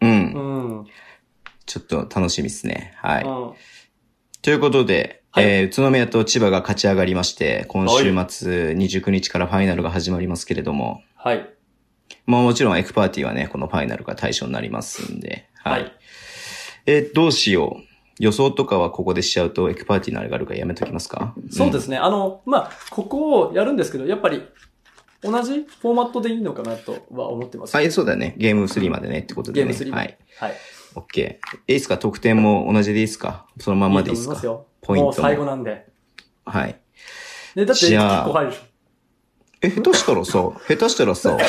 S1: ちょっと楽しみですね。はい。ということで、宇都宮と千葉が勝ち上がりまして、今週末29日からファイナルが始まりますけれども。
S2: はい。
S1: まあもちろんエクパーティーはね、このファイナルが対象になりますんで。はい。どうしよう。予想とかはここでしちゃうとエクパーティーのあれがあるからやめときますか？
S2: そうですね。まあ、ここをやるんですけど、やっぱり同じフォーマットでいいのかなとは思ってます。
S1: はい、そうだね。ゲーム3までねってことでね。
S2: ゲーム3まで。はい。
S1: OK。いいですか？得点も同じでいいですか？そのまんまでいいですか？
S2: いいと思いますよ。
S1: ポイントも。
S2: もう最後なんで。
S1: はい。
S2: で、だって結構入るでしょ。
S1: 下手したらさ、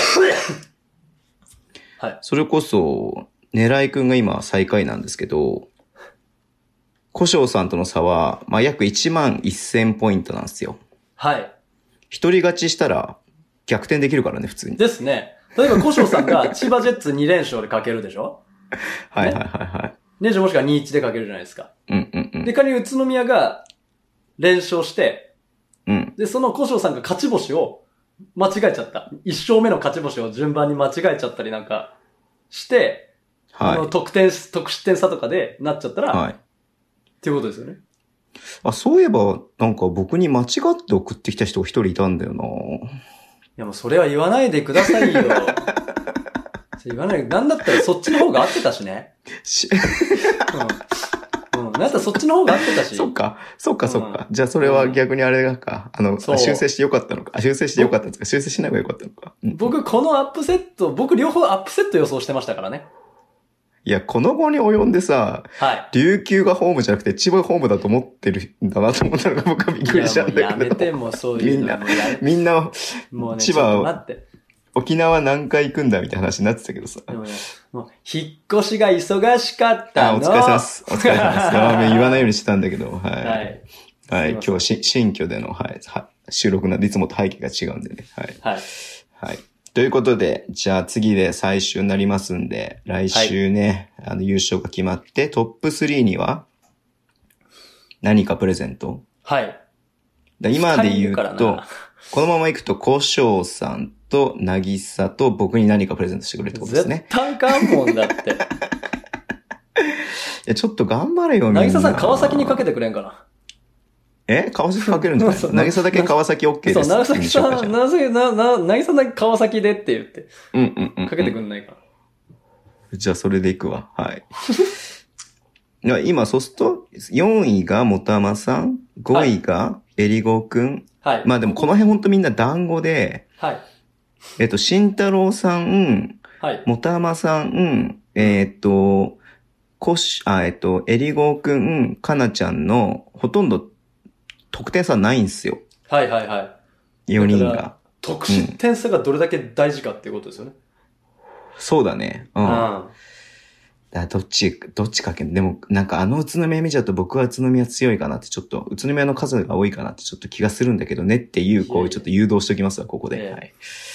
S2: はい。
S1: それこそ、狙いくんが今最下位なんですけど、古生さんとの差は、まあ、約11,000ポイントなんですよ。
S2: はい。
S1: 一人勝ちしたら逆転できるからね、普通に。
S2: ですね。例えば古生さんが千葉ジェッツ2連勝でかけるでしょ
S1: はいはいはいはい。
S2: 2連勝もしくは 2-1 でかけるじゃないですか。
S1: で、
S2: 仮に宇都宮が連勝して、
S1: で、
S2: その古生さんが勝ち星を間違えちゃった。1勝目の勝ち星を順番に間違えちゃったりなんかして、はい。得失点差とかでなっちゃったら、はい。っていうことですよね。
S1: そういえば、なんか僕に間違って送ってきた人が一人いたんだよな。い
S2: やもうそれは言わないでくださいよ。言わない。なんだったらそっちの方が合ってたしね。なんだったらそっちの方が合ってたし。
S1: そっか。じゃあそれは逆にあれがか。修正してよかったのか。修正してよかったんですか？修正しない方がよかったのか。
S2: 僕このアップセット、僕両方アップセット予想してましたからね。
S1: いや、この後に及んでさ、
S2: はい。
S1: 琉球がホームじゃなくて千葉ホームだと思ってるんだなと思ったのが僕はびっくりしたんだけど。
S2: やめてもそういうの。
S1: みんな、
S2: もうね、
S1: 千葉を、
S2: 待って。
S1: 沖縄何回行くんだみたいな話になってたけどさ。
S2: でもね、もう引っ越しが忙しかったの。
S1: お疲れ様です。お疲れ様です。言わないようにしたんだけど、はい。
S2: はい。
S1: はい。今日新居での、はい。収録なんでいつもと背景が違うんでね。はい。
S2: はい。
S1: はい。ということで、じゃあ次で最終になりますんで、来週ね、はい、優勝が決まって、トップ3には何かプレゼント？
S2: はい。
S1: 今で言うと、このまま行くと、古生さんと、なぎさと僕に何かプレゼントしてくれるってことですね。
S2: 絶対かんもんだって。い
S1: や、ちょっと頑張れよ、みんな。
S2: なぎささん川崎にかけてくれんかな。
S1: 川崎かけるんじゃないなぎさだけ川崎 OK です。そう、
S2: なぎささん、なぎさだけ川崎でって言って。かけてくんないか
S1: な。じゃあそれで行くわ。はい。今、そうすると、4位がもたまさん、5位がえりごくん。
S2: はい。
S1: まあでもこの辺ほんとみんな団子で、
S2: はい。
S1: 慎太郎さん、
S2: はい。
S1: もたまさん、えりごくん、かなちゃんの、ほとんど、得点差ないんですよ。
S2: はいはいはい。
S1: 4人が。
S2: 得失点差がどれだけ大事かっていうことですよね。
S1: そうだね。どっちかけん。でも、なんか宇都宮見ちゃうと僕は宇都宮強いかなってちょっと、宇都宮の数が多いかなってちょっと気がするんだけどねっていう、こうちょっと誘導しときますわ、ここで。はい。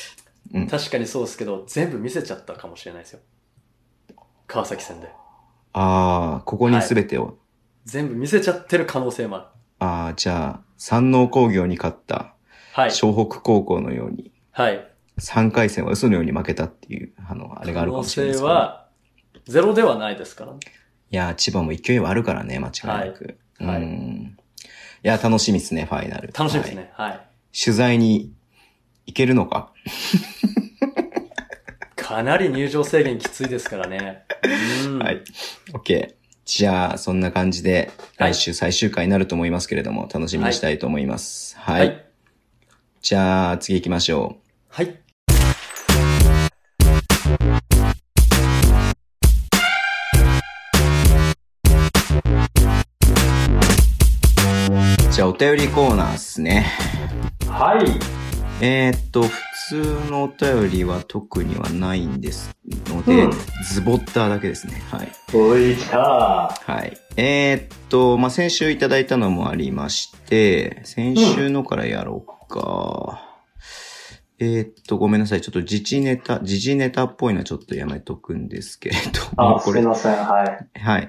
S2: 確かにそうですけど、全部見せちゃったかもしれないですよ。川崎戦で。
S1: ああ、ここに全てを、はい。
S2: 全部見せちゃってる可能性もある。
S1: ああ、じゃあ、山王工業に勝った、
S2: はい。
S1: 湘北高校のように。
S2: はい。
S1: 3回戦は嘘のように負けたっていう、あれがあるかもしれないです、ね。可能性は、
S2: ゼロではないですからね。
S1: いや、千葉も勢いはあるからね、間違いなく。はい。いや、楽しみですね、ファイナル。
S2: 楽しみですね。はい。
S1: 取材に行けるのか
S2: かなり入場制限きついですからね。
S1: はい。OK。じゃあ、そんな感じで、来週最終回になると思いますけれども、楽しみにしたいと思います。はい。はい、じゃあ、次行きましょう。
S2: はい。
S1: じゃあ、お便りコーナーですね。
S2: はい。
S1: 普通のお便りは特にはないんですので、ズボッターだけですね。はい。
S2: おいた
S1: ー。はい。まあ、先週いただいたのもありまして、先週のからやろうか。ごめんなさい。ちょっと時事ネタっぽいのはちょっとやめとくんですけれども。
S2: すいません。はい。
S1: はい。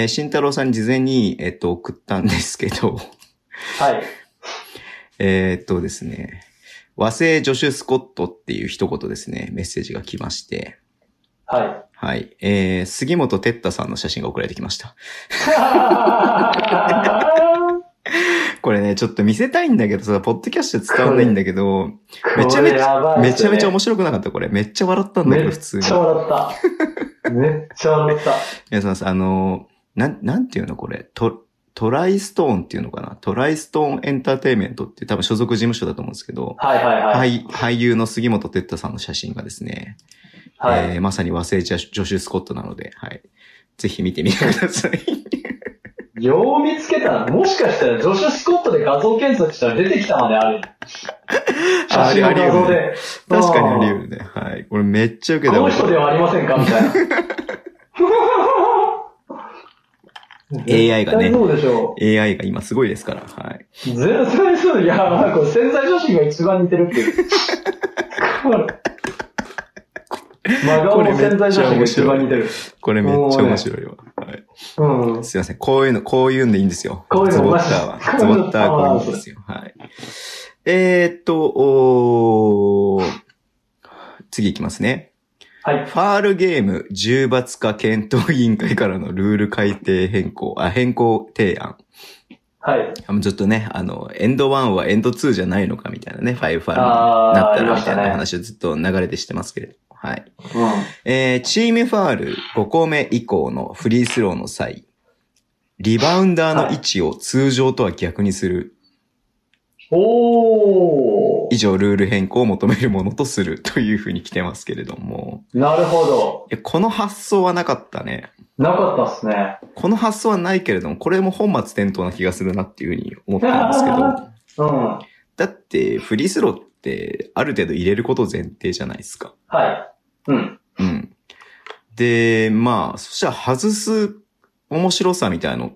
S1: 慎太郎さんに事前に、送ったんですけど。
S2: はい。
S1: ですね。和製ジョシュ・スコットっていう一言ですね、メッセージが来まして。
S2: はい。
S1: はい。杉本哲太さんの写真が送られてきました。これね、ちょっと見せたいんだけどさ、ポッドキャストで伝わんないんだけど、めちゃめちゃ面白くなかったこれ。めっちゃ笑ったんだけど、普通に。
S2: めっちゃ笑った。めっちゃ笑った。
S1: 皆さん、なんていうのこれ。トライストーンっていうのかな、トライストーンエンターテイメントっていう多分所属事務所だと思うんですけど、
S2: はいはいはい。
S1: 俳優の杉本哲太さんの写真がですね、
S2: はい。
S1: まさに和製ジョシュ・スコットなので、はい。ぜひ見てみてください。
S2: よう見つけたら、もしかしたらジョシュ・スコットで画像検索したら出てきたまである。写真の画像で。
S1: ね、確かにあり得るね。はい。これめっちゃ受けた。
S2: この人ではありませんかみたいな。
S1: AI がね。
S2: そうでしょう。
S1: AI が今すごいですから。はい。
S2: 絶対そう。いや、これ潜在写真が一番似てるっていう。真顔の潜在写真が一番似てる。
S1: これめっちゃ面白いわ。はい。すいません。こういうんでいいんですよ。
S2: こういうの
S1: ズボッターは。ズボッターはこういうんですよ。はい。次いきますね。はい。ファールゲーム重罰化検討委員会からのルール改定変更提案。はい。ずっとね、エンド1はエンド2じゃないのかみたいなね、5ファールになったらみたいな話をずっと流れでしてますけれども。はい。チームファール5個目以降のフリースローの際、リバウンダーの位置を通常とは逆にする。以上ルール変更を求めるものとするというふうに来てますけれども。
S2: なるほど。
S1: この発想はなかったね。
S2: なかったっすね。
S1: この発想はないけれども、これも本末転倒な気がするなっていうふうに思ったんですけど。うん。だってフリースローってある程度入れること前提じゃないですか。
S2: はい。うん。
S1: うん。で、まあ、そしたら外す面白さみたいのって、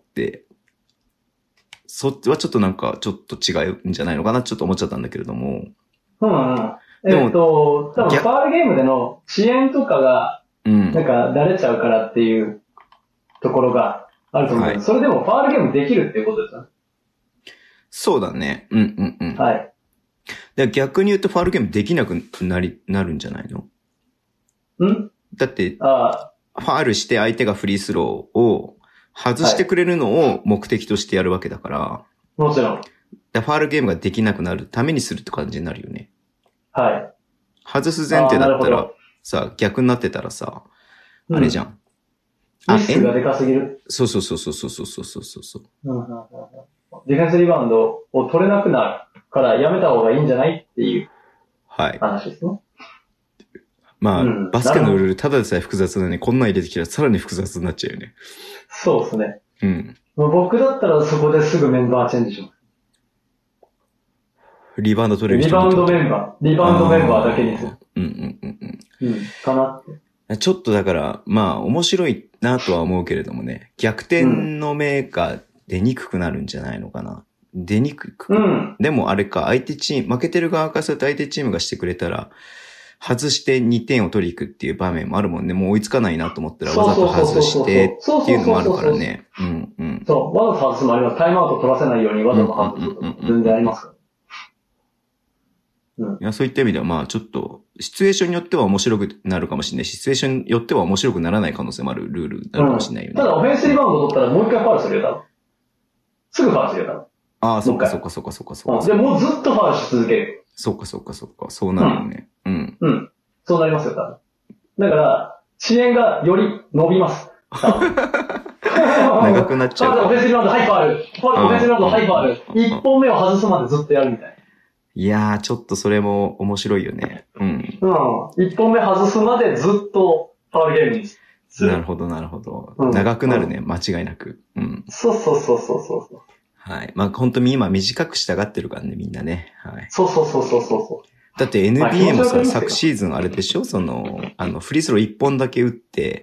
S1: そっちはちょっとちょっと違うんじゃないのかなちょっと思っちゃったんだけれども。
S2: うん。多分ファールゲームでの遅延とかが、だれちゃうからっていうところがあると思うけど、はい、それでもファールゲームできるっていうことですよね。
S1: そうだね。うんうんうん。はい。で逆に言うとファールゲームできなくなるんじゃないの？だって、ファールして相手がフリースローを外してくれるのを目的としてやるわけだから。はい、
S2: もちろん。
S1: ファールゲームができなくなるためにするって感じになるよね。
S2: はい。
S1: 外す前提だったら、さ、逆になってたらさ、あれじゃん。
S2: リスクがでかすぎる。
S1: そう。
S2: ディフェンスリバウンドを取れなくなるからやめた方がいいんじゃないっていう話ですね。はい。
S1: まあ、バスケのルールただでさえ複雑なのにこんなん入れてきたらさらに複雑になっちゃうよね。
S2: そうですね。うん。僕だったらそこですぐメンバーチェンジします。
S1: リバウンド取れる
S2: 人リバウンドメンバーだけにする。かなって。
S1: ちょっとだから、まあ面白いなとは思うけれどもね、逆転の目が出にくくなるんじゃないのかな。でもあれか、負けてる側からすると相手チームがしてくれたら、 外して2点を取りに行くっていう場面もあるもんね。もう追いつかないなと思ったらわざと外してっていうのもあるからね。うんうん。
S2: そう、わざと外すもあります。タイムアウト取らせないようにわざと外すこと全然ありますから。
S1: いや、そういった意味ではまあちょっと、シチュエーションによっては面白くなるかもしれないし、シチュエーションによっては面白くならない可能性もあるルールになるかもしれないよね。
S2: ただオフェンスリバウンド取ったらもう一回ファウルするよ、多分。すぐファウルするよ、多分。
S1: ああ、そっかそっかそっかそっかそっか。
S2: で、もうずっとファウルし続ける。
S1: そっかそっかそっか。そうなるよね。うん。
S2: うん。そうなりますよ、多分。だから、遅延がより伸びます。
S1: 長くなっちゃう。
S2: オフェンスリバウンド、はい、ファウル。オフェンスリバウンド、はい、ファウル。一本目を外すまでずっとやるみたいな。
S1: いやー、ちょっとそれも面白いよね。うん。
S2: 一本目外すまでずっとファウルゲームにする。
S1: なるほど、なるほど。長くなるね、間違いなく。うん。
S2: そう。
S1: はい。まあ、本当に今短くしたがってるからね、みんなね。はい。
S2: そう。
S1: だって NBA もさ、昨シーズンあれでしょフリースロー1本だけ打って、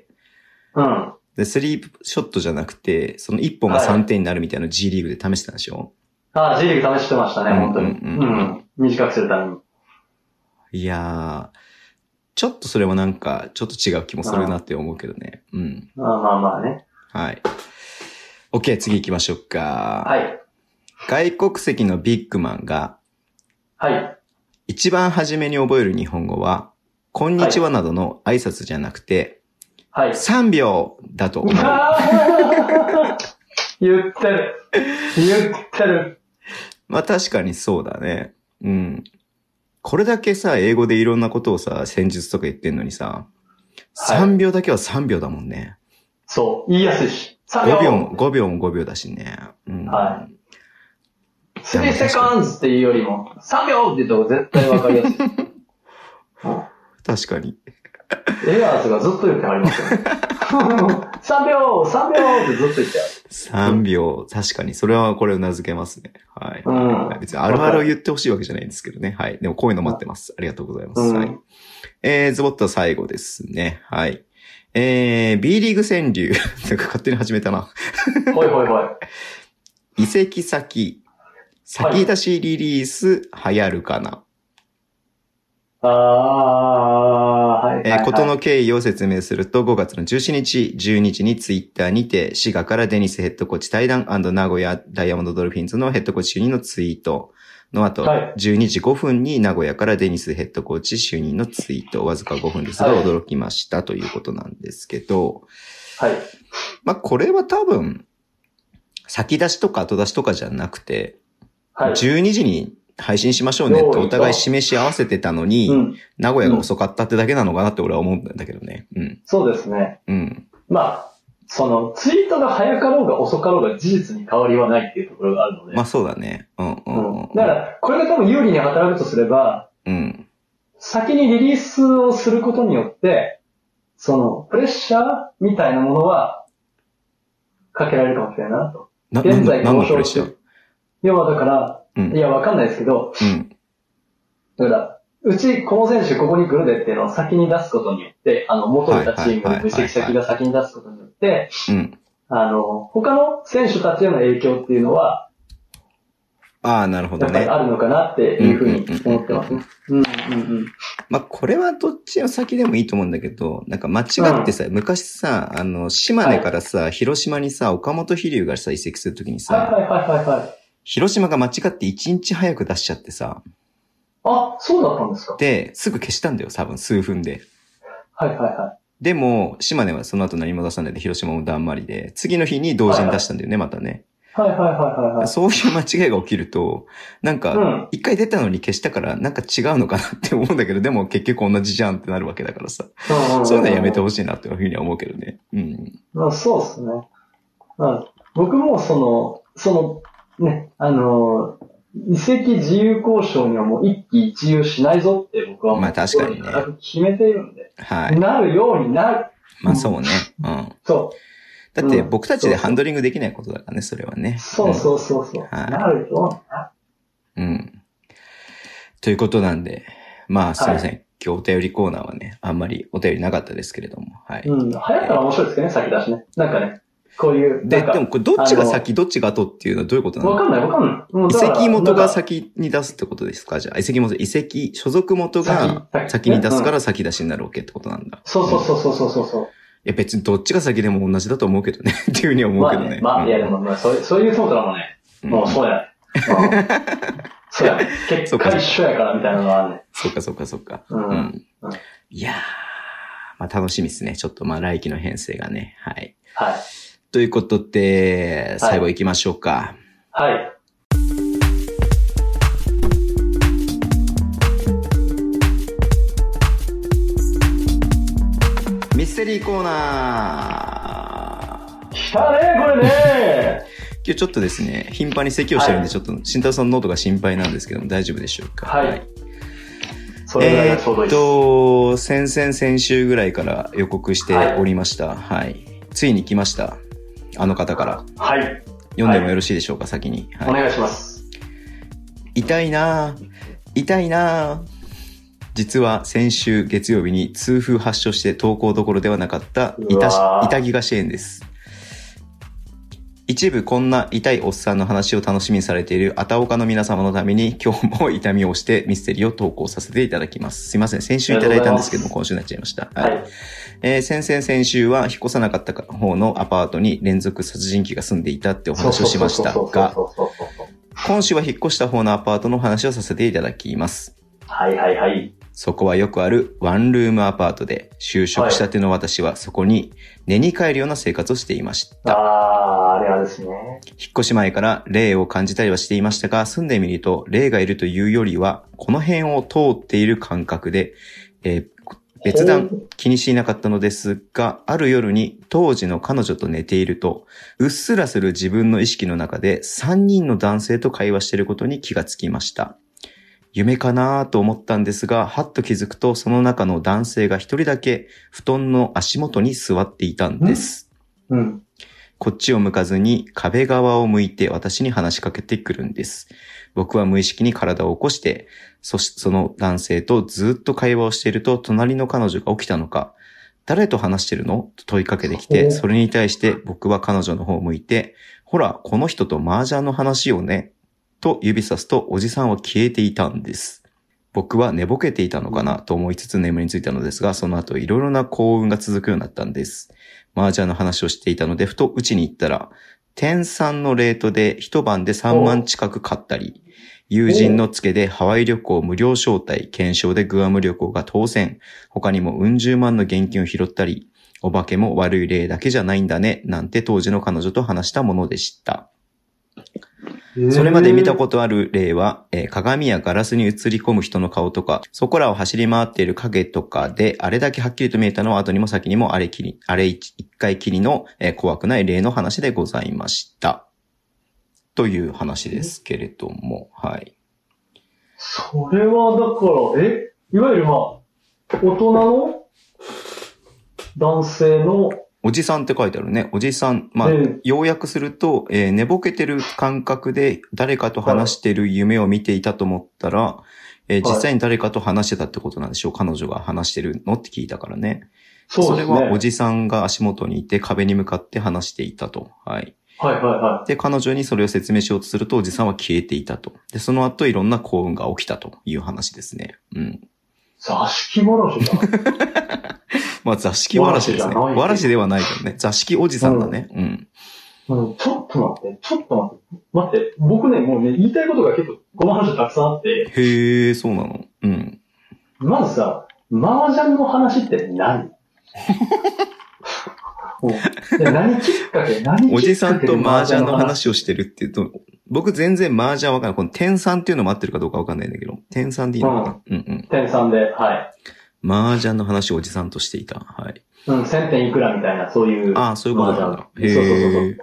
S1: で、スリーショットじゃなくて、その1本が3点になるみたいなのを G リーグで試してたんでしょ
S2: G リーグ試してましたね、本当に。短くするために。
S1: いやー、ちょっとそれもなんか、ちょっと違う気もするなって思うけどね。うん。
S2: まあね。
S1: はい。OK、次行きましょうか。
S2: はい。
S1: 外国籍のビッグマンが、
S2: はい。
S1: 一番初めに覚える日本語は、こんにちはなどの挨拶じゃなくて、
S2: はい。
S1: 3秒だと思う。
S2: 言ってる。
S1: まあ確かにそうだね。うん。これだけさ、英語でいろんなことをさ、戦術とか言ってんのにさ、3秒だけは3秒だもんね。
S2: そう。言いやすいし。
S1: 5秒も5秒だしね。うん。
S2: はい。3 seconds っていうよりも、3秒って言った方が絶対わかりやすい。
S1: 確かに。
S2: エガーズがずっと言ってありますよね。3秒ってずっと言ってある。
S1: 3秒、確かに。それはこれうなずけますね。はい。別にあるあるを言ってほしいわけじゃないんですけどね。はい。でもこういうの待ってます。ありがとうございます。はい。ズボット最後ですね。はい。B リーグ川柳。なんか勝手に始めたな。移籍先。先出しリリース流行るかな。ことの経緯を説明すると、5月の17日、12日にツイッターにて、滋賀からデニスヘッドコーチ対談&名古屋ダイヤモンドドルフィンズのヘッドコーチ就任のツイートの後、12時5分に名古屋からデニスヘッドコーチ就任のツイート、わずか5分ですが驚きましたということなんですけど、
S2: はい。
S1: まあ、これは多分、先出しとか後出しとかじゃなくて、はい、12時に配信しましょうねってお互い示し合わせてたのに、名古屋が遅かったってだけなのかなって俺は思うんだけどね。うん。
S2: そうですね。うん。まあ、そのツイートが早かろうが遅かろうが事実に変わりはないっていうところがあるので。
S1: まあそうだね。
S2: だから、これが多分有利に働くとすれば、先にリリースをすることによって、その、プレッシャーみたいなものは、かけられるかもしれないなと。現在交渉してる。要はだから、いや、わかんないですけど、だから、うち、この選手ここに来るでっていうのを先に出すことによって、元いたチームの分析先が先に出すことによって、他の選手たちへの影響っていうのは、
S1: なるほどね。
S2: やっぱりあるのかなっていうふうに思ってますね。
S1: まあ、これはどっちの先でもいいと思うんだけど、なんか間違ってさ、昔さ、島根からさ、広島にさ、岡本飛龍がさ、移籍するときにさ、広島が間違って1日早く出しちゃってさ。
S2: あ、そうだったんですか？
S1: で、すぐ消したんだよ、多分、数分で。
S2: で
S1: も、島根はその後何も出さないで、広島もだんまりで、次の日に同時に出したんだよね、またね。そういう間違いが起きると、なんか、一回出たのに消したから、なんか違うのかなって思うんだけど、でも結局同じじゃんってなるわけだからさ。そういうのはやめてほしいなっていうふうには思うけどね。
S2: まあ、そうですね。僕もね、移籍自由交渉にはもう一喜一憂しないぞって僕は
S1: まあ確かにね。
S2: 決めているんで。
S1: はい。
S2: なるようになる。
S1: まあそうね。
S2: そう。
S1: だって僕たちでハンドリングできないことだからね、それはね。
S2: そう。はい。なるよ
S1: うになる。ということなんで、まあすいません。今日お便りコーナーはね、あんまりお便りなかったですけれども。はい。
S2: 流行ったら面白いですけどね、先出しね。なんかね。 こういう。
S1: でもこれどっちが先、どっちが後っていうのはどういうことなの？
S2: わかんない。
S1: 移籍元が先に出すってことですか？じゃあ、所属元が先に出すから先出しになるわけってことなんだ。
S2: そう。
S1: いや別にどっちが先でも同じだと思うけどね。っていうふうには思うけどね。
S2: いやでも、そういうそうだもんね。もうそうや。そうや。結果一緒やからみたいなのがあるね。
S1: そっか。いやー、まあ楽しみですね。ちょっとまあ来季の編成がね。はい。ということで、最後行きましょうか。
S2: はい。
S1: ミステリーコーナ
S2: ー。来たね、これね。
S1: 今日ちょっとですね、頻繁に咳をしてるんで、ちょっと慎太郎さんの喉が心配なんですけども、大丈夫でしょうか？
S2: はい。それぐらいがちょうどいいです。
S1: 先週ぐらいから予告しておりました。はい。ついに来ました。あの方から。
S2: はい。
S1: 読んでもよろしいでしょうか、先に。
S2: はい。お願いします。
S1: 痛いなぁ。実は先週月曜日に痛風発症して投稿どころではなかった痛気が支援です。一部こんな痛いおっさんの話を楽しみにされているあたおかの皆様のために今日も痛みを押してミステリーを投稿させていただきます。すいません。先週いただいたんですけども今週になっちゃいました。はい。先週は引っ越さなかった方のアパートに連続殺人鬼が住んでいたってお話をしましたが、今週は引っ越した方のアパートの話をさせていただきます。
S2: はい。
S1: そこはよくあるワンルームアパートで、就職したての私はそこに寝に帰るような生活をしていました。
S2: あれですね。
S1: 引っ越し前から霊を感じたりはしていましたが、住んでみると霊がいるというよりは、この辺を通っている感覚で、別段気にしていなかったのですが、ある夜に当時の彼女と寝ていると、うっすらする自分の意識の中で3人の男性と会話していることに気がつきました。夢かなと思ったんですが、はっと気づくとその中の男性が一人だけ布団の足元に座っていたんです。こっちを向かずに壁側を向いて私に話しかけてくるんです。僕は無意識に体を起こして、その男性とずっと会話をしていると隣の彼女が起きたのか、誰と話してるのと問いかけてきて、それに対して僕は彼女の方を向いて、ほら、この人と麻雀の話をね、と指さすとおじさんは消えていたんです。僕は寝ぼけていたのかなと思いつつ眠りについたのですが、その後いろいろな幸運が続くようになったんです。麻雀の話をしていたので、ふと家に行ったら、天3のレートで一晩で3万近く買ったり、友人の付けでハワイ旅行無料招待、検証でグアム旅行が当選、他にもうん十万の現金を拾ったり、お化けも悪い例だけじゃないんだね、なんて当時の彼女と話したものでした。それまで見たことある例は、鏡やガラスに映り込む人の顔とか、そこらを走り回っている影とかで、あれだけはっきりと見えたのは後にも先にもあれ一回きりの、怖くない例の話でございました。という話ですけれども、はい。
S2: それはだから、いわゆる大人の男性の
S1: おじさんって書いてあるね。おじさん。要約すると、寝ぼけてる感覚で誰かと話してる夢を見ていたと思ったら、実際に誰かと話してたってことなんでしょう。彼女が話してるのって聞いたからね。それはおじさんが足元にいて壁に向かって話していたと。はい。で、彼女にそれを説明しようとするとおじさんは消えていたと。で、その後いろんな幸運が起きたという話ですね。
S2: 座敷わらしだ。
S1: 座敷わらしですね。わらしではないけどね。座敷おじさんだね。
S2: ちょっと待って。僕ね、もうね、言いたいことが結構、この話たくさんあって。
S1: へー、そうなの。
S2: まずさ、麻雀の話って何何きっかけ
S1: おじさんと麻雀の話をしてるっていうと、僕全然麻雀わかんない。この天3っていうのも合ってるかどうかわかんないんだけど、天3でいいのかな？
S2: 天3で、はい。
S1: 麻雀の話をおじさんとしていた。はい。
S2: 1000点いくらみたいな、そういう。
S1: そういうことなんだ。
S2: そう。ちょっ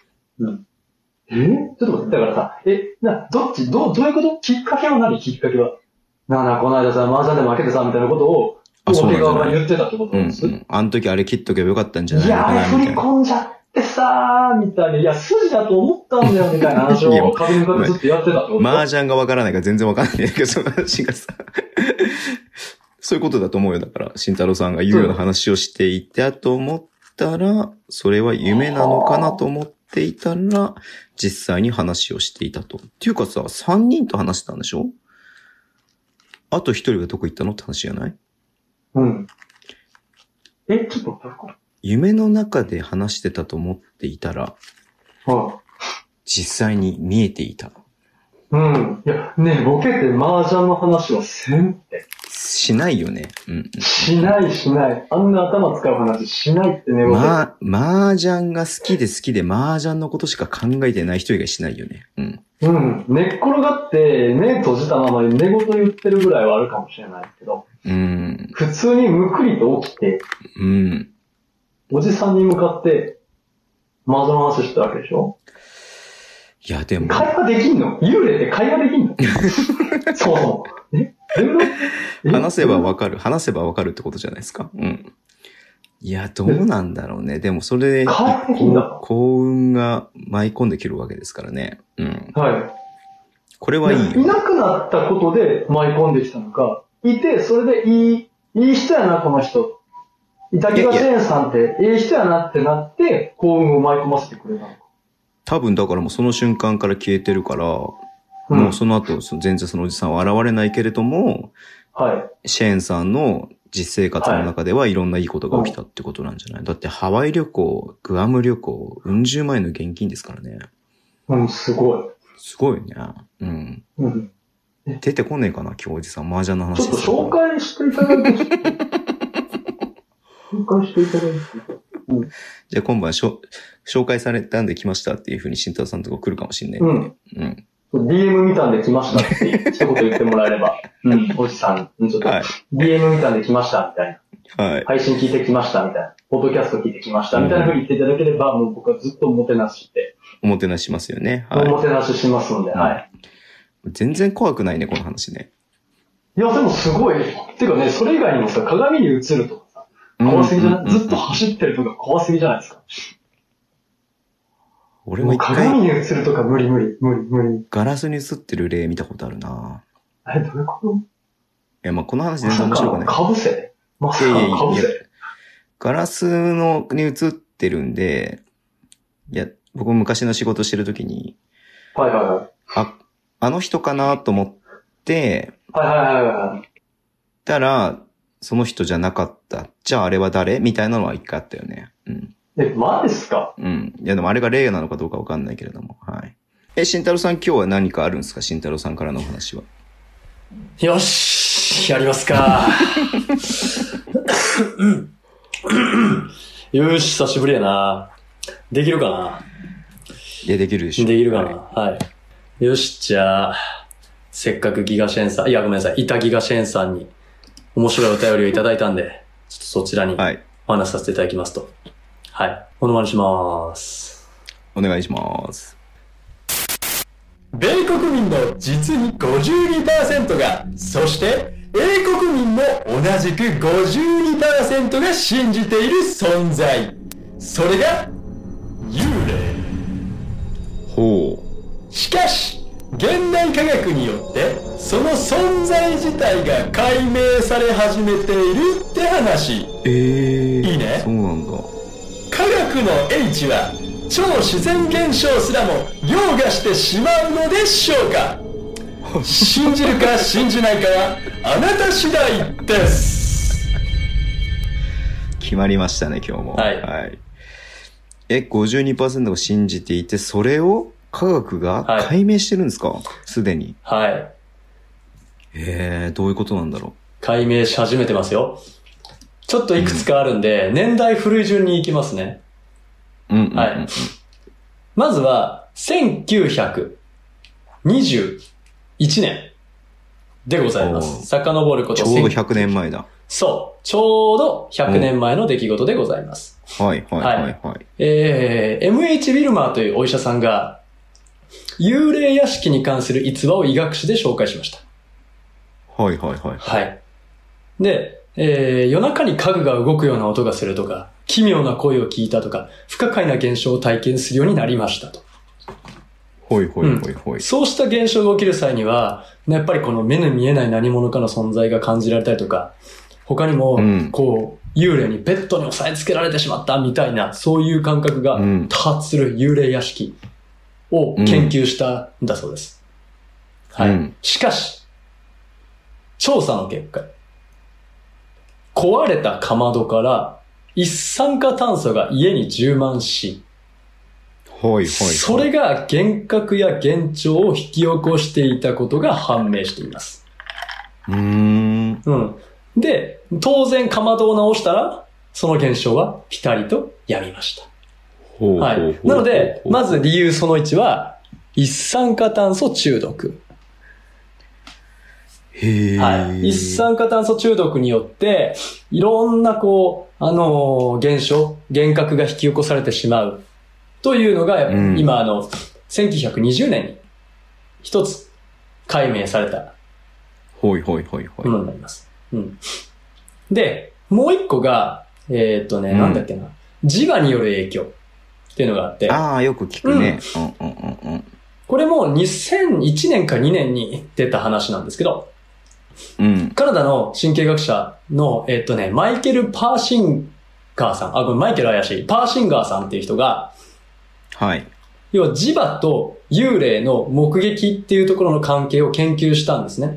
S2: と待って、だからさ、どっち、どういうこときっかけは何きっかけは。この間さ、麻雀で負けてさ、みたいなことを、
S1: そう
S2: 側が言ってたってことなんです。
S1: あの時あれ切っとけばよかったんじゃないのかな、みたいな。
S2: 振り込んじゃってさー、みたいな。筋だと思ったんだよ、みたいな話を壁に向かってずっとやってたってこと。
S1: 麻雀がわからないから全然わかんないけど、その話がさ。そういうことだと思うよ。だから、慎太郎さんが言うような話をしていたと思ったら、それは夢なのかなと思っていたら、実際に話をしていたと。っていうかさ、3人と話してたんでしょ？あと1人はどこ行ったのって話じゃない？
S2: うん。ちょっと待って。
S1: 夢の中で話してたと思っていたら、実際に見えていた。
S2: うん。いや、ね、ボケて麻雀の話はせんって。
S1: しないよね。うん。
S2: しない。あんな頭使う話しないってね、
S1: 麻雀が好きで麻雀のことしか考えてない人以外しないよね。うん。
S2: うん。寝っ転がって目閉じたまま寝言言ってるぐらいはあるかもしれないけど。
S1: うん。
S2: 普通にむくりと起きて。
S1: うん。
S2: おじさんに向かって、麻雀の話してたわけでしょ？
S1: いや、でも。
S2: 会話できんの？幽霊って会話できんの？そう。
S1: 話せばわかるってことじゃないですか。うん。いや、どうなんだろうね。でもそれで、幸運が舞い込んできるわけですからね。うん。はい。これはいいよ。
S2: いなくなったことで舞い込んできたのか、いて、それでいい人やな、この人。板木がシェーンさんっていい人やなってなって、幸運を舞い込ませてくれたのか。
S1: 多分だからもうその瞬間から消えてるから、もうその後、全然そのおじさんは現れないけれども、はい。シェーンさんの実生活の中ではいろんないいことが起きたってことなんじゃない？だってハワイ旅行、グアム旅行、うん十万円の現金ですからね。
S2: うん、すごい。
S1: すごいね。うん。うん。出てこねえかな、今日おじさん。麻雀の話。
S2: ちょっと紹介していただいて。紹介していただいて。うん。
S1: じゃあ今晩紹介されたんで来ましたっていう風に慎太郎さんのとこ来るかもしんないんで。うん。うん。
S2: DM 見たんで来ましたって一言言ってもらえれば。うん、おじさん、ちょっと、はい、DM 見たんで来ましたみたいな。はい。配信聞いてきましたみたいな。ポッドキャスト聞いてきましたみたいな風に言っていただければ、もう僕はずっとおもてなしして。
S1: おもてなししますよね。
S2: はい。おもてなししますので、はい。
S1: 全然怖くないね、この話ね。
S2: いや、でもすごい。てかね、それ以外にもさ、鏡に映るとかさ、怖すぎじゃない？ずっと走ってるとか怖すぎじゃないですか。俺も一回。鏡に映るとか無理。
S1: ガラスに映ってる例見たことあるな。
S2: どういうこと？
S1: いや、まあ、この話全然面白くない。
S2: かぶせ。まさかかぶせ。
S1: ガラスに映ってるんで、いや、僕も昔の仕事してるときに、あの人かなと思って、たら、その人じゃなかった。じゃああれは誰？みたいなのは一回あったよね。うん。
S2: マジっすか？
S1: うん。いや、でもあれが例なのかどうかわかんないけれども。はい。慎太郎さん今日は何かあるんですか？慎太郎さんからのお話は。
S2: よし、やりますか。よし、久しぶりやな。できるかな？
S1: いや、できるでしょ。
S2: できるかな？はい。よし、じゃあ、せっかくギガシェンさん、いや、ごめんなさい、板ギガシェンさんに面白いお便りをいただいたんで、ちょっとそちらにお話しさせていただきますと。はい。お願いします。
S1: お願いします。
S2: 米国民の実に 52% が、そして英国民も同じく 52% が信じている存在。それが、幽霊。
S1: ほ
S2: う。しかし、現代科学によって、その存在自体が解明され始めているって話。いいね。
S1: そうなんだ。
S2: 科学の英知は、超自然現象すらも凌駕してしまうのでしょうか？信じるか信じないかはあなた次第です。
S1: 決まりましたね、今日も。はい。52% が信じていて、それを科学が解明してるんですか？すでに。
S2: はい。
S1: どういうことなんだろう。
S2: 解明し始めてますよ。ちょっといくつかあるんで、年代古い順に行きますね。はい。まずは、1921年でございます。遡ること。
S1: ちょうど100年前だ。
S2: そう。ちょうど100年前の出来事でございます。
S1: はい。
S2: MH ウィルマーというお医者さんが、幽霊屋敷に関する逸話を医学誌で紹介しました。はい。で、夜中に家具が動くような音がするとか、奇妙な声を聞いたとか、不可解な現象を体験するようになりましたと。そうした現象が起きる際には、やっぱりこの目に見えない何者かの存在が感じられたりとか、他にも、 幽霊にベッドに押さえつけられてしまったみたいな、そういう感覚が多発する幽霊屋敷を研究したんだそうです。はい。しかし、調査の結果、壊れたかまどから一酸化炭素が家に充満し、それが幻覚や幻聴を引き起こしていたことが判明しています。で、当然かまどを直したら、その現象はピタリと止みました。はい。なので、まず理由その1は、一酸化炭素中毒。はい。一酸化炭素中毒によって、いろんな現象、幻覚が引き起こされてしまう。というのが、今1920年に一つ解明されたものになります。で、もう一個が、なんだっけな、磁場による影響っていうのがあって。
S1: ああ、よく聞くね。
S2: これも2001年か2年に出た話なんですけど、カナダの神経学者の、マイケル・パーシンガーさん、これマイケル怪しい、パーシンガーさんっていう人が、
S1: はい。
S2: 要は磁場と幽霊の目撃っていうところの関係を研究したんですね。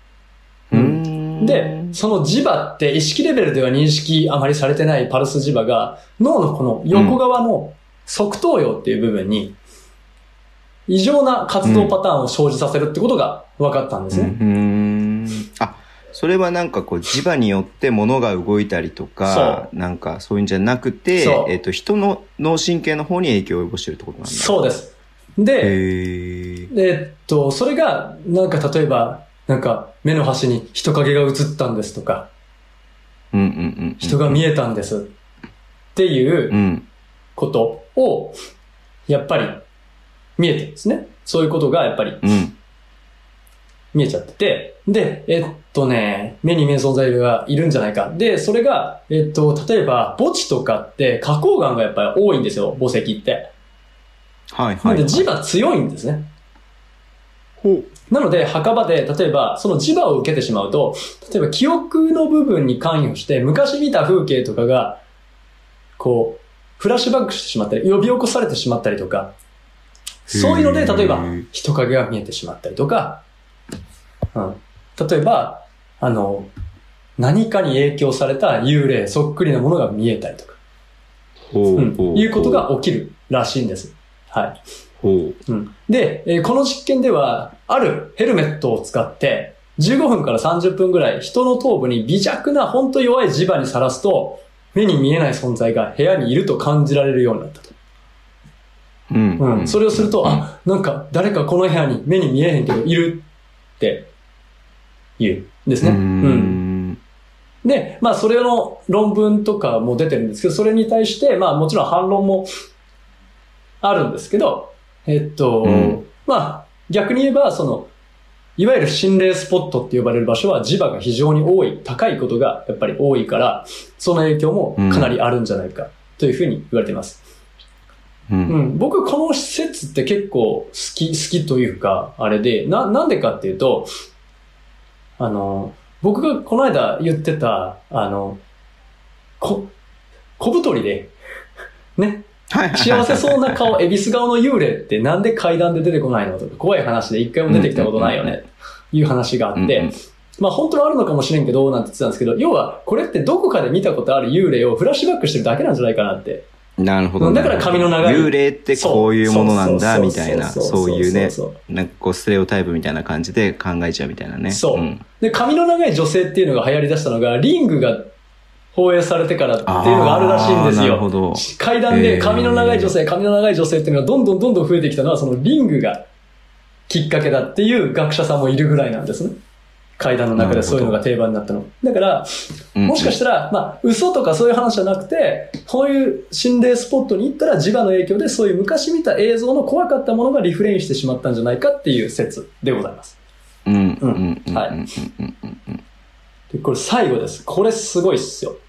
S2: で、その磁場って意識レベルでは認識あまりされてないパルス磁場が脳のこの横側の側頭葉っていう部分に異常な活動パターンを生じさせるってことが分かったんですね。
S1: それはなんか磁場によって物が動いたりとか、なんかそういうんじゃなくて、人の脳神経の方に影響を及ぼしてるってことなんだ。
S2: そうです。で、それがなんか例えばなんか目の端に人影が映ったんですとか、人が見えたんですっていうことをやっぱり見えてるんですね。そういうことがやっぱり見えちゃってて、で、目に見える存在がいるんじゃないか。で、それが、例えば墓地とかって花崗岩がやっぱり多いんですよ、墓石って。なので磁場強いんですね。なので、墓場で、例えば、その磁場を受けてしまうと、例えば記憶の部分に関与して、昔見た風景とかが、フラッシュバックしてしまったり、呼び起こされてしまったりとか、そういうので、例えば、人影が見えてしまったりとか、例えば、何かに影響された幽霊そっくりなものが見えたりとか、いうことが起きるらしいんです。はい。で、この実験では、あるヘルメットを使って、15分から30分ぐらい人の頭部に微弱なほんと弱い磁場にさらすと、目に見えない存在が部屋にいると感じられるようになったと。それをすると、なんか誰かこの部屋に目に見えへんけどいるって言うんですね。で、それの論文とかも出てるんですけど、それに対して、もちろん反論もあるんですけど、逆に言えば、いわゆる心霊スポットって呼ばれる場所は磁場が非常に多い、高いことがやっぱり多いから、その影響もかなりあるんじゃないかというふうに言われています。僕この施設って結構好きというか、あれで、なんでかっていうと、僕がこの間言ってた、小太りで、ね、幸せそうな顔、恵比寿顔の幽霊ってなんで階段で出てこないのとか、怖い話で一回も出てきたことないよね、という話があって、本当はあるのかもしれんけど、なんて言ってたんですけど、要は、これってどこかで見たことある幽霊をフラッシュバックしてるだけなんじゃないかなって。
S1: なるほど。
S2: だから髪の長い。
S1: 幽霊ってこういうものなんだ、みたいな、そういうね、なんかステレオタイプみたいな感じで考えちゃうみたいなね。
S2: で、髪の長い女性っていうのが流行り出したのが、リングが放映されてからっていうのがあるらしいんですよ。
S1: なるほど。
S2: 階段で髪の長い女性っていうのがどんどん増えてきたのは、そのリングがきっかけだっていう学者さんもいるぐらいなんですね。階段の中でそういうのが定番になったの。だから、もしかしたら、嘘とかそういう話じゃなくて、こういう心霊スポットに行ったら磁場の影響でそういう昔見た映像の怖かったものがリフレインしてしまったんじゃないかっていう説でございます。はい。で、これ最後です。これすごいっすよ。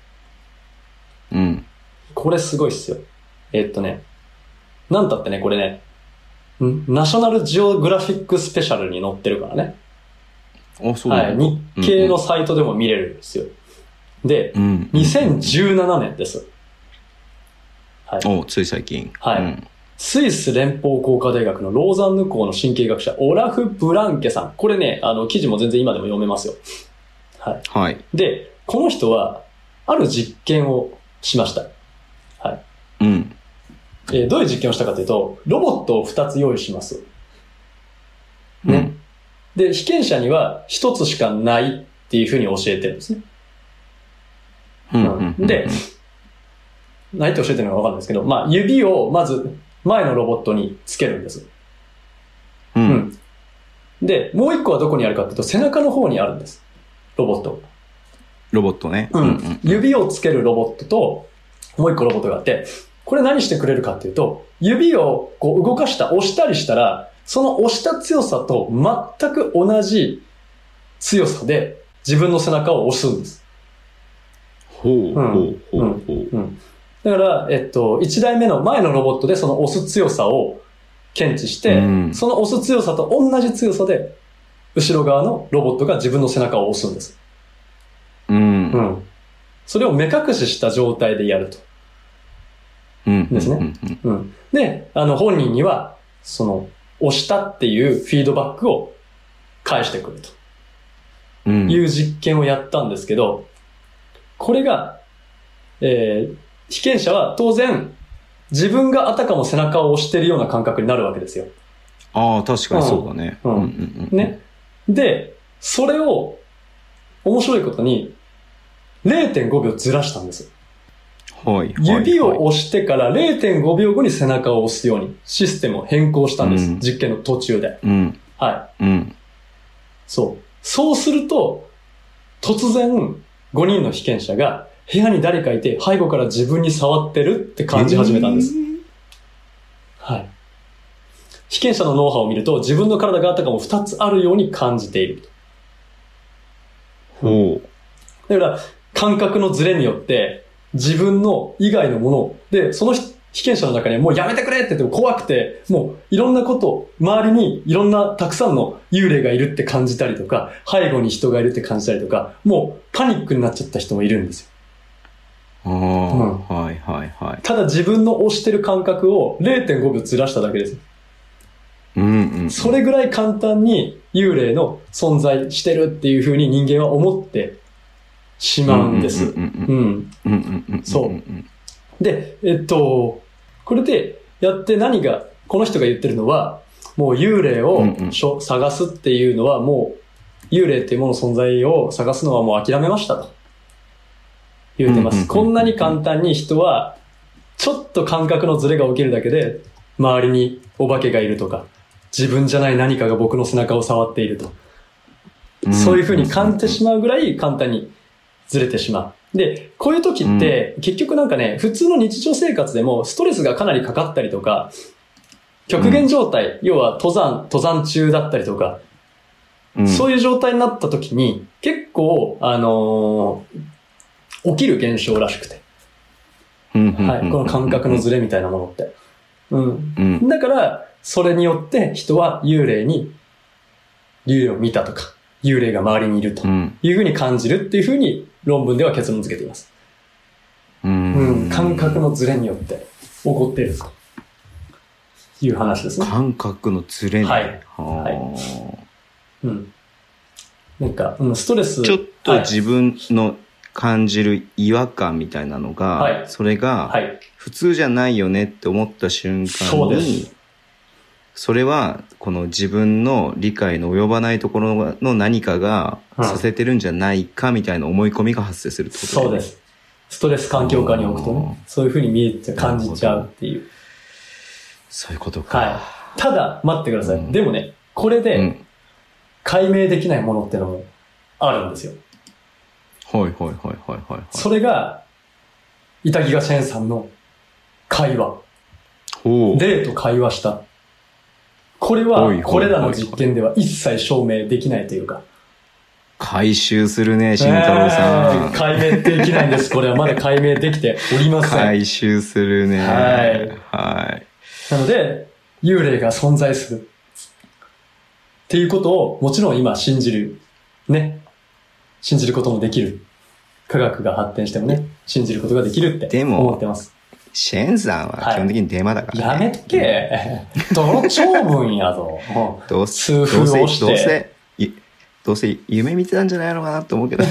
S2: これすごいっすよ。なんたってね、これね、ナショナルジオグラフィックスペシャルに載ってるからね。
S1: そうなんだ。
S2: 日系のサイトでも見れるんですよ。 で、2017年です。
S1: はい。つい最近。
S2: はい。スイス連邦工科大学のローザンヌ校の神経学者、オラフ・ブランケさん。これね、記事も全然今でも読めますよ。はい。
S1: はい。
S2: で、この人は、ある実験をしました。はい。どういう実験をしたかというと、ロボットを2つ用意します。ね。で、被験者には1つしかないっていうふうに教えてるんですね。で、ないって教えてるのかわかんないですけど、まあ、指をまず前のロボットにつけるんです。で、もう一個はどこにあるかっていうと、背中の方にあるんです。ロボット。
S1: ロボットね。
S2: 指をつけるロボットと、もう一個ロボットがあって、これ何してくれるかっていうと、指をこう動かした、押したりしたら、その押した強さと全く同じ強さで自分の背中を押すんです。だから、1台目の前のロボットでその押す強さを検知して、その押す強さと同じ強さで、後ろ側のロボットが自分の背中を押すんです。それを目隠しした状態でやると。ですね。で、本人には、その、押したっていうフィードバックを返してくると。いう実験をやったんですけど、これが、被験者は当然、自分があたかも背中を押しているような感覚になるわけですよ。
S1: ああ、確かにそうだね。
S2: ね。で、それを、面白いことに、0.5 秒ずらしたんです。指を押してから 0.5 秒後に背中を押すようにシステムを変更したんです。実験の途中で。はい。そうすると、突然5人の被験者が部屋に誰かいて背後から自分に触ってるって感じ始めたんです。はい。被験者の脳波を見ると自分の体があたかも2つあるように感じている。だから感覚のズレによって自分の以外のもので、その被験者の中にはもうやめてくれって言っても怖くて、もういろんなこと、周りにいろんなたくさんの幽霊がいるって感じたりとか、背後に人がいるって感じたりとか、もうパニックになっちゃった人もいるんですよ。ただ自分の押してる感覚を 0.5 秒ずらしただけです。それぐらい簡単に幽霊の存在してるっていう風に人間は思ってしまうんです。そう。で、これでやってこの人が言ってるのは、もう幽霊を探すっていうのはもう、幽霊っていうものの存在を探すのはもう諦めましたと言ってます。こんなに簡単に人は、ちょっと感覚のズレが起きるだけで、周りにお化けがいるとか、自分じゃない何かが僕の背中を触っていると。そういう風に感じてしまうぐらい簡単にずれてしまう。で、こういう時って、結局なんかね、普通の日常生活でもストレスがかなりかかったりとか、極限状態、要は登山中だったりとか、そういう状態になった時に、結構、起きる現象らしくて。はい、この感覚のズレみたいなものって。だから、それによって人は幽霊を見たとか、幽霊が周りにいるというふうに感じるっていうふうに論文では結論付けています。感覚のズレによって起こっているという話ですね。
S1: 感覚のズレね。
S2: なんか、ストレス。
S1: ちょっと自分の感じる違和感みたいなのが、それが普通じゃないよねって思った瞬間に、それはこの自分の理解の及ばないところの何かがさせてるんじゃないかみたいな思い込みが発生するってこと
S2: そうです。ストレス環境下に置くとね、そういうふうに見えて感じちゃうっていう。
S1: そういうことか。
S2: ただ、待ってください。でもね、これで解明できないものってのもあるんですよ。それが、板木賀シェンさんの会話。霊と会話した。これは、これらの実験では一切証明できないというか。
S1: 回収するね、慎太郎さん。
S2: 解明できないんです。これはまだ解明できておりません。
S1: 回収するね。
S2: なので、幽霊が存在する。っていうことを、もちろん今信じる。ね。信じることもできる。 科学が発展してもね、信じることができるって思ってます。
S1: シェンさんは基本的にデマだからね。
S2: やめとけ。泥長文やぞ。
S1: どうせ夢見てたんじゃないのかなと思うけど。い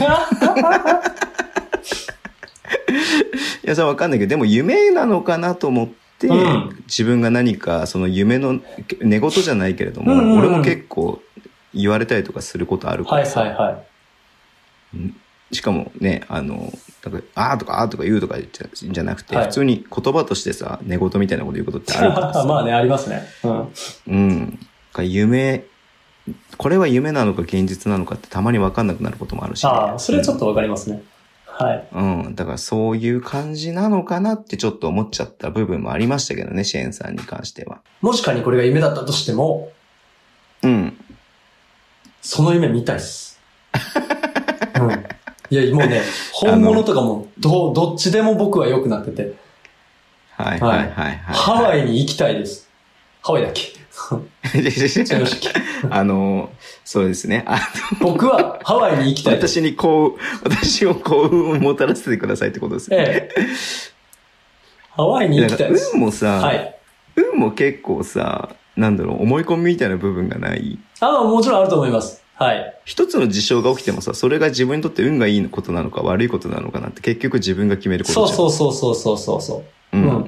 S1: や、それはわかんないけど、でも夢なのかなと思って、自分が何かその夢の寝言じゃないけれども、俺も結構言われたりとかすることあるからさ。しかもね、なんかあーとかあーとか言うとかじゃなくて、普通に言葉としてさ、寝言みたいなこと言うことってあるからさ。
S2: まあね、ありますね。
S1: 夢、これは夢なのか現実なのかってたまに分かんなくなることもあるし、ね。
S2: それはちょっと分かりますね。
S1: だからそういう感じなのかなってちょっと思っちゃった部分もありましたけどね、シェーンさんに関しては。
S2: もし仮にこれが夢だったとしても、その夢見たいっす。いや、もうね、本物とかもどっちでも僕は良くなってて。ハワイに行きたいです。ハワイだっけ
S1: そうですね。
S2: 僕はハワイに行きたい。
S1: 私を幸運をもたらせてくださいってことですね。
S2: ハワイに行きたいです。
S1: 運もさ、運も結構さ、なんだろう、思い込みみたいな部分がない。
S2: もちろんあると思います。
S1: 一つの事象が起きてもさ、それが自分にとって運がいいことなのか悪いことなのかなって結局自分が決めることじゃん。
S2: そう。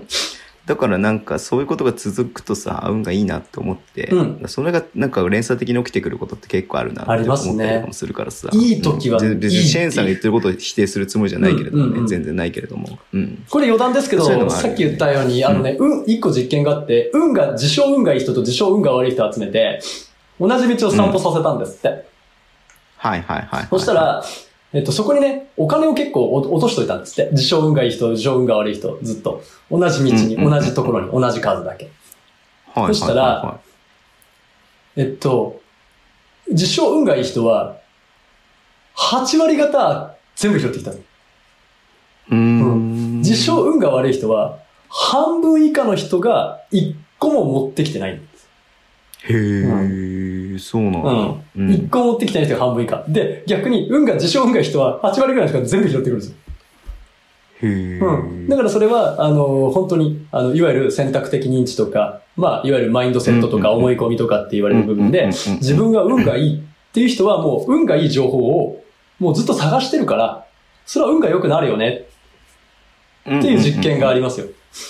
S1: だからなんかそういうことが続くとさ、運がいいなって思って、それがなんか連鎖的に起きてくることって結構あるなって思ったりもするからさ。
S2: いい時は
S1: 別にシェーンさんが言ってることを否定するつもりじゃないけれどもね、全然ないけれども。
S2: これ余談ですけど、さっき言ったように、一個実験があって、自称運がいい人と自称運が悪い人を集めて、同じ道を散歩させたんですって。そしたら、そこにね、お金を結構落としといたんですって。自称運がいい人、自称運が悪い人、ずっと。同じ道に、同じところに、同じ数だけ。そしたら、自称運がいい人は、8割方全部拾ってきた。自称運が悪い人は、半分以下の人が1個も持ってきてないんです。
S1: そうなんだ。
S2: 1個持ってきてない人が半分以下。で、逆に自称運がいい人は8割ぐらいの人が全部拾ってくるんですよ。だからそれは、本当に、いわゆる選択的認知とか、いわゆるマインドセットとか思い込みとかって言われる部分で、自分が運がいいっていう人はもう運がいい情報をもうずっと探してるから、それは運が良くなるよねっていう実験がありますよ。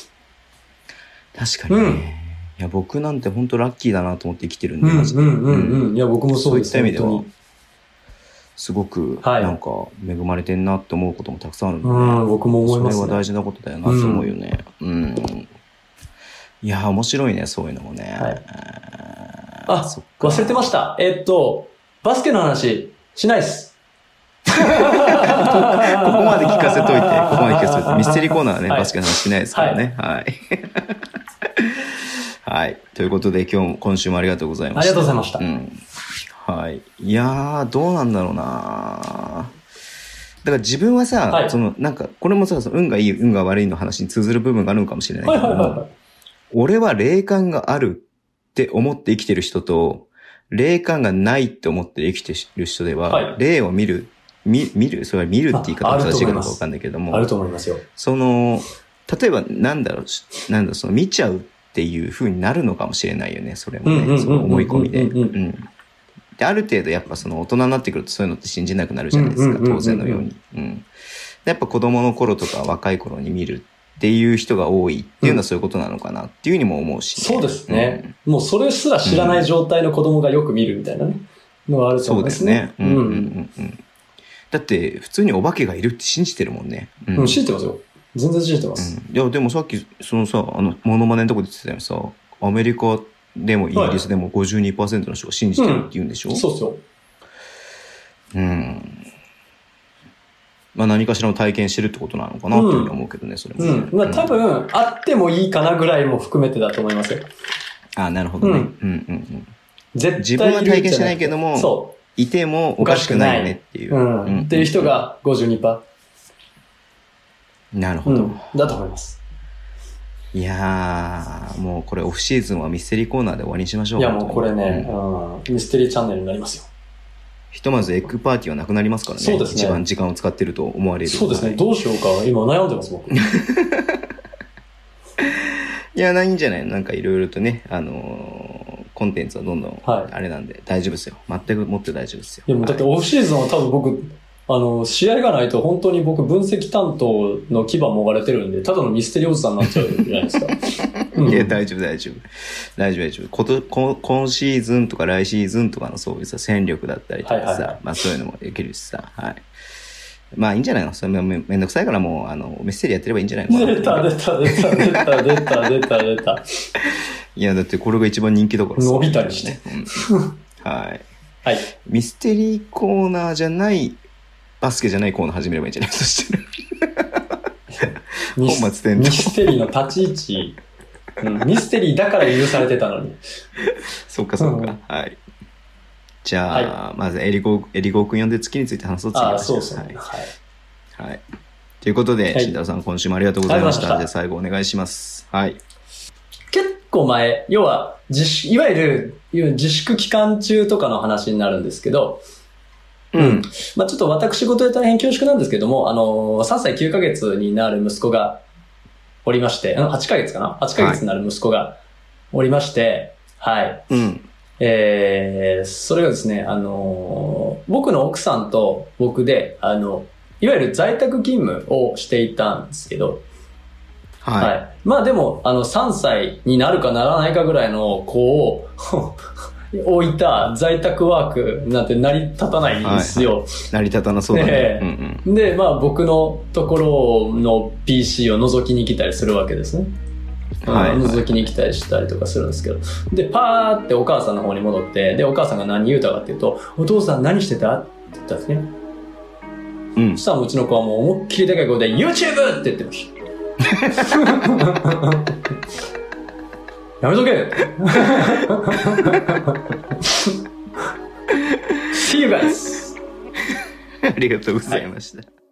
S1: 確かにね。いや、僕なんて本当ラッキーだなと思って生きてるんで、マジで。
S2: いや、僕もそうです。
S1: そういった意味では、すごく、なんか、恵まれてんなって思うこともたくさんあるんで、
S2: 僕も思いますね。
S1: それは大事なことだよなと思うよね。いや、面白いね、そういうのもね。
S2: 忘れてました。バスケの話、しないっす。
S1: ここまで聞かせといて、ミステリーコーナーはね、バスケの話しないですからね。はい。ということで、今週もありがとうございました。
S2: ありがとうございました。
S1: いやー、どうなんだろうな。だから自分はさ、なんか、これもさ、運がいい、運が悪いの話に通ずる部分があるのかもしれないけども、俺は霊感があるって思って生きてる人と、霊感がないって思って生きてる人では、霊を見る、それは見るって言い方が正しいかどうかわかんないけども、
S2: あると思いますよ。
S1: 例えば、その見ちゃうっていう風になるのかもしれないよね、それもね。その思い込みで。で、ある程度やっぱその大人になってくるとそういうのって信じなくなるじゃないですか、当然のように。やっぱ子供の頃とか若い頃に見るっていう人が多いっていうのはそういうことなのかなっていうふうにも思うし、
S2: ね。そうですね。もうそれすら知らない状態の子供がよく見るみたいなね。のがあると思いますね。
S1: そうですね。だって普通にお化けがいるって信じてるもんね。
S2: 信じてますよ。全然信じてます。
S1: いや、でもさっき、そのさ、モノマネのとこで言ってたようにさ、アメリカでもイギリスでも 52% の人が信じてるって言うんでしょ？
S2: そうそう。
S1: 何かしらの体験してるってことなのかなっていうふうに思うけどね、それも。
S2: 多分、あってもいいかなぐらいも含めてだと思いますよ。
S1: なるほどね。自分は体験してないけども、いてもおかしくないよねっていう。
S2: っていう人が 52%。
S1: なるほど。
S2: だと思います。
S1: いやー、もうこれオフシーズンはミステリーコーナーで終わりにしましょう。
S2: いやもうこれね、ミステリーチャンネルになりますよ。
S1: ひとまずエッグパーティーはなくなりますからね。
S2: そうですね。
S1: 一番時間を使ってると思われる。
S2: そうですね。どうしようか。今悩んでます、僕。
S1: いや、ないんじゃないの？なんかいろいろとね、コンテンツはどんどん、あれなんで、大丈夫ですよ。全くもって大丈夫ですよ。
S2: でもだってオフシーズンは多分僕、試合がないと本当に僕分析担当の牙もがれてるんで、ただのミステリーおじさんになっちゃうじゃないですか。
S1: いや、大丈夫。今シーズンとか来シーズンとかのそういうさ、戦力だったりとかさ、まあそういうのもできるしさ、はい。まあいいんじゃないの？それめんどくさいからもう、ミステリーやってればいいんじゃないの？
S2: 出た。
S1: いや、だってこれが一番人気だからさ。
S2: 伸びたりして。
S1: はい。
S2: はい。
S1: ミステリーコーナーじゃない、バスケじゃないコーナー始めればいいんじゃない？そして。本末転倒。
S2: ミステリーの立ち位置、ミステリーだから許されてたのに。
S1: そっか。はい。じゃあ、まずエリゴー君呼んで月について話そう。
S2: そうですね。
S1: はい。ということで、慎太郎さん今週もありがとうございました。じゃあ最後お願いします。はい。
S2: 結構前、要は、いわゆる自粛期間中とかの話になるんですけど、まあちょっと私事で大変恐縮なんですけども、3歳9ヶ月になる息子がおりまして、8ヶ月かな ?8 ヶ月になる息子がおりまして、はい。それがですね、僕の奥さんと僕で、いわゆる在宅勤務をしていたんですけど、はい。まあでも、3歳になるかならないかぐらいの子を置いた在宅ワークなんて成り立たないんですよ。
S1: 成り立たなそうだね。
S2: で、まあ僕のところの PC を覗きに来たりするわけですね。覗きに来たりしたりとかするんですけど。で、パーってお母さんの方に戻って、で、お母さんが何言うたかっていうと、お父さん何してたって言ったんですね。そしたらうちの子はもう思いっきりでかい声で YouTube って言ってました。やめとけSee you guys!
S1: ありがとうございました。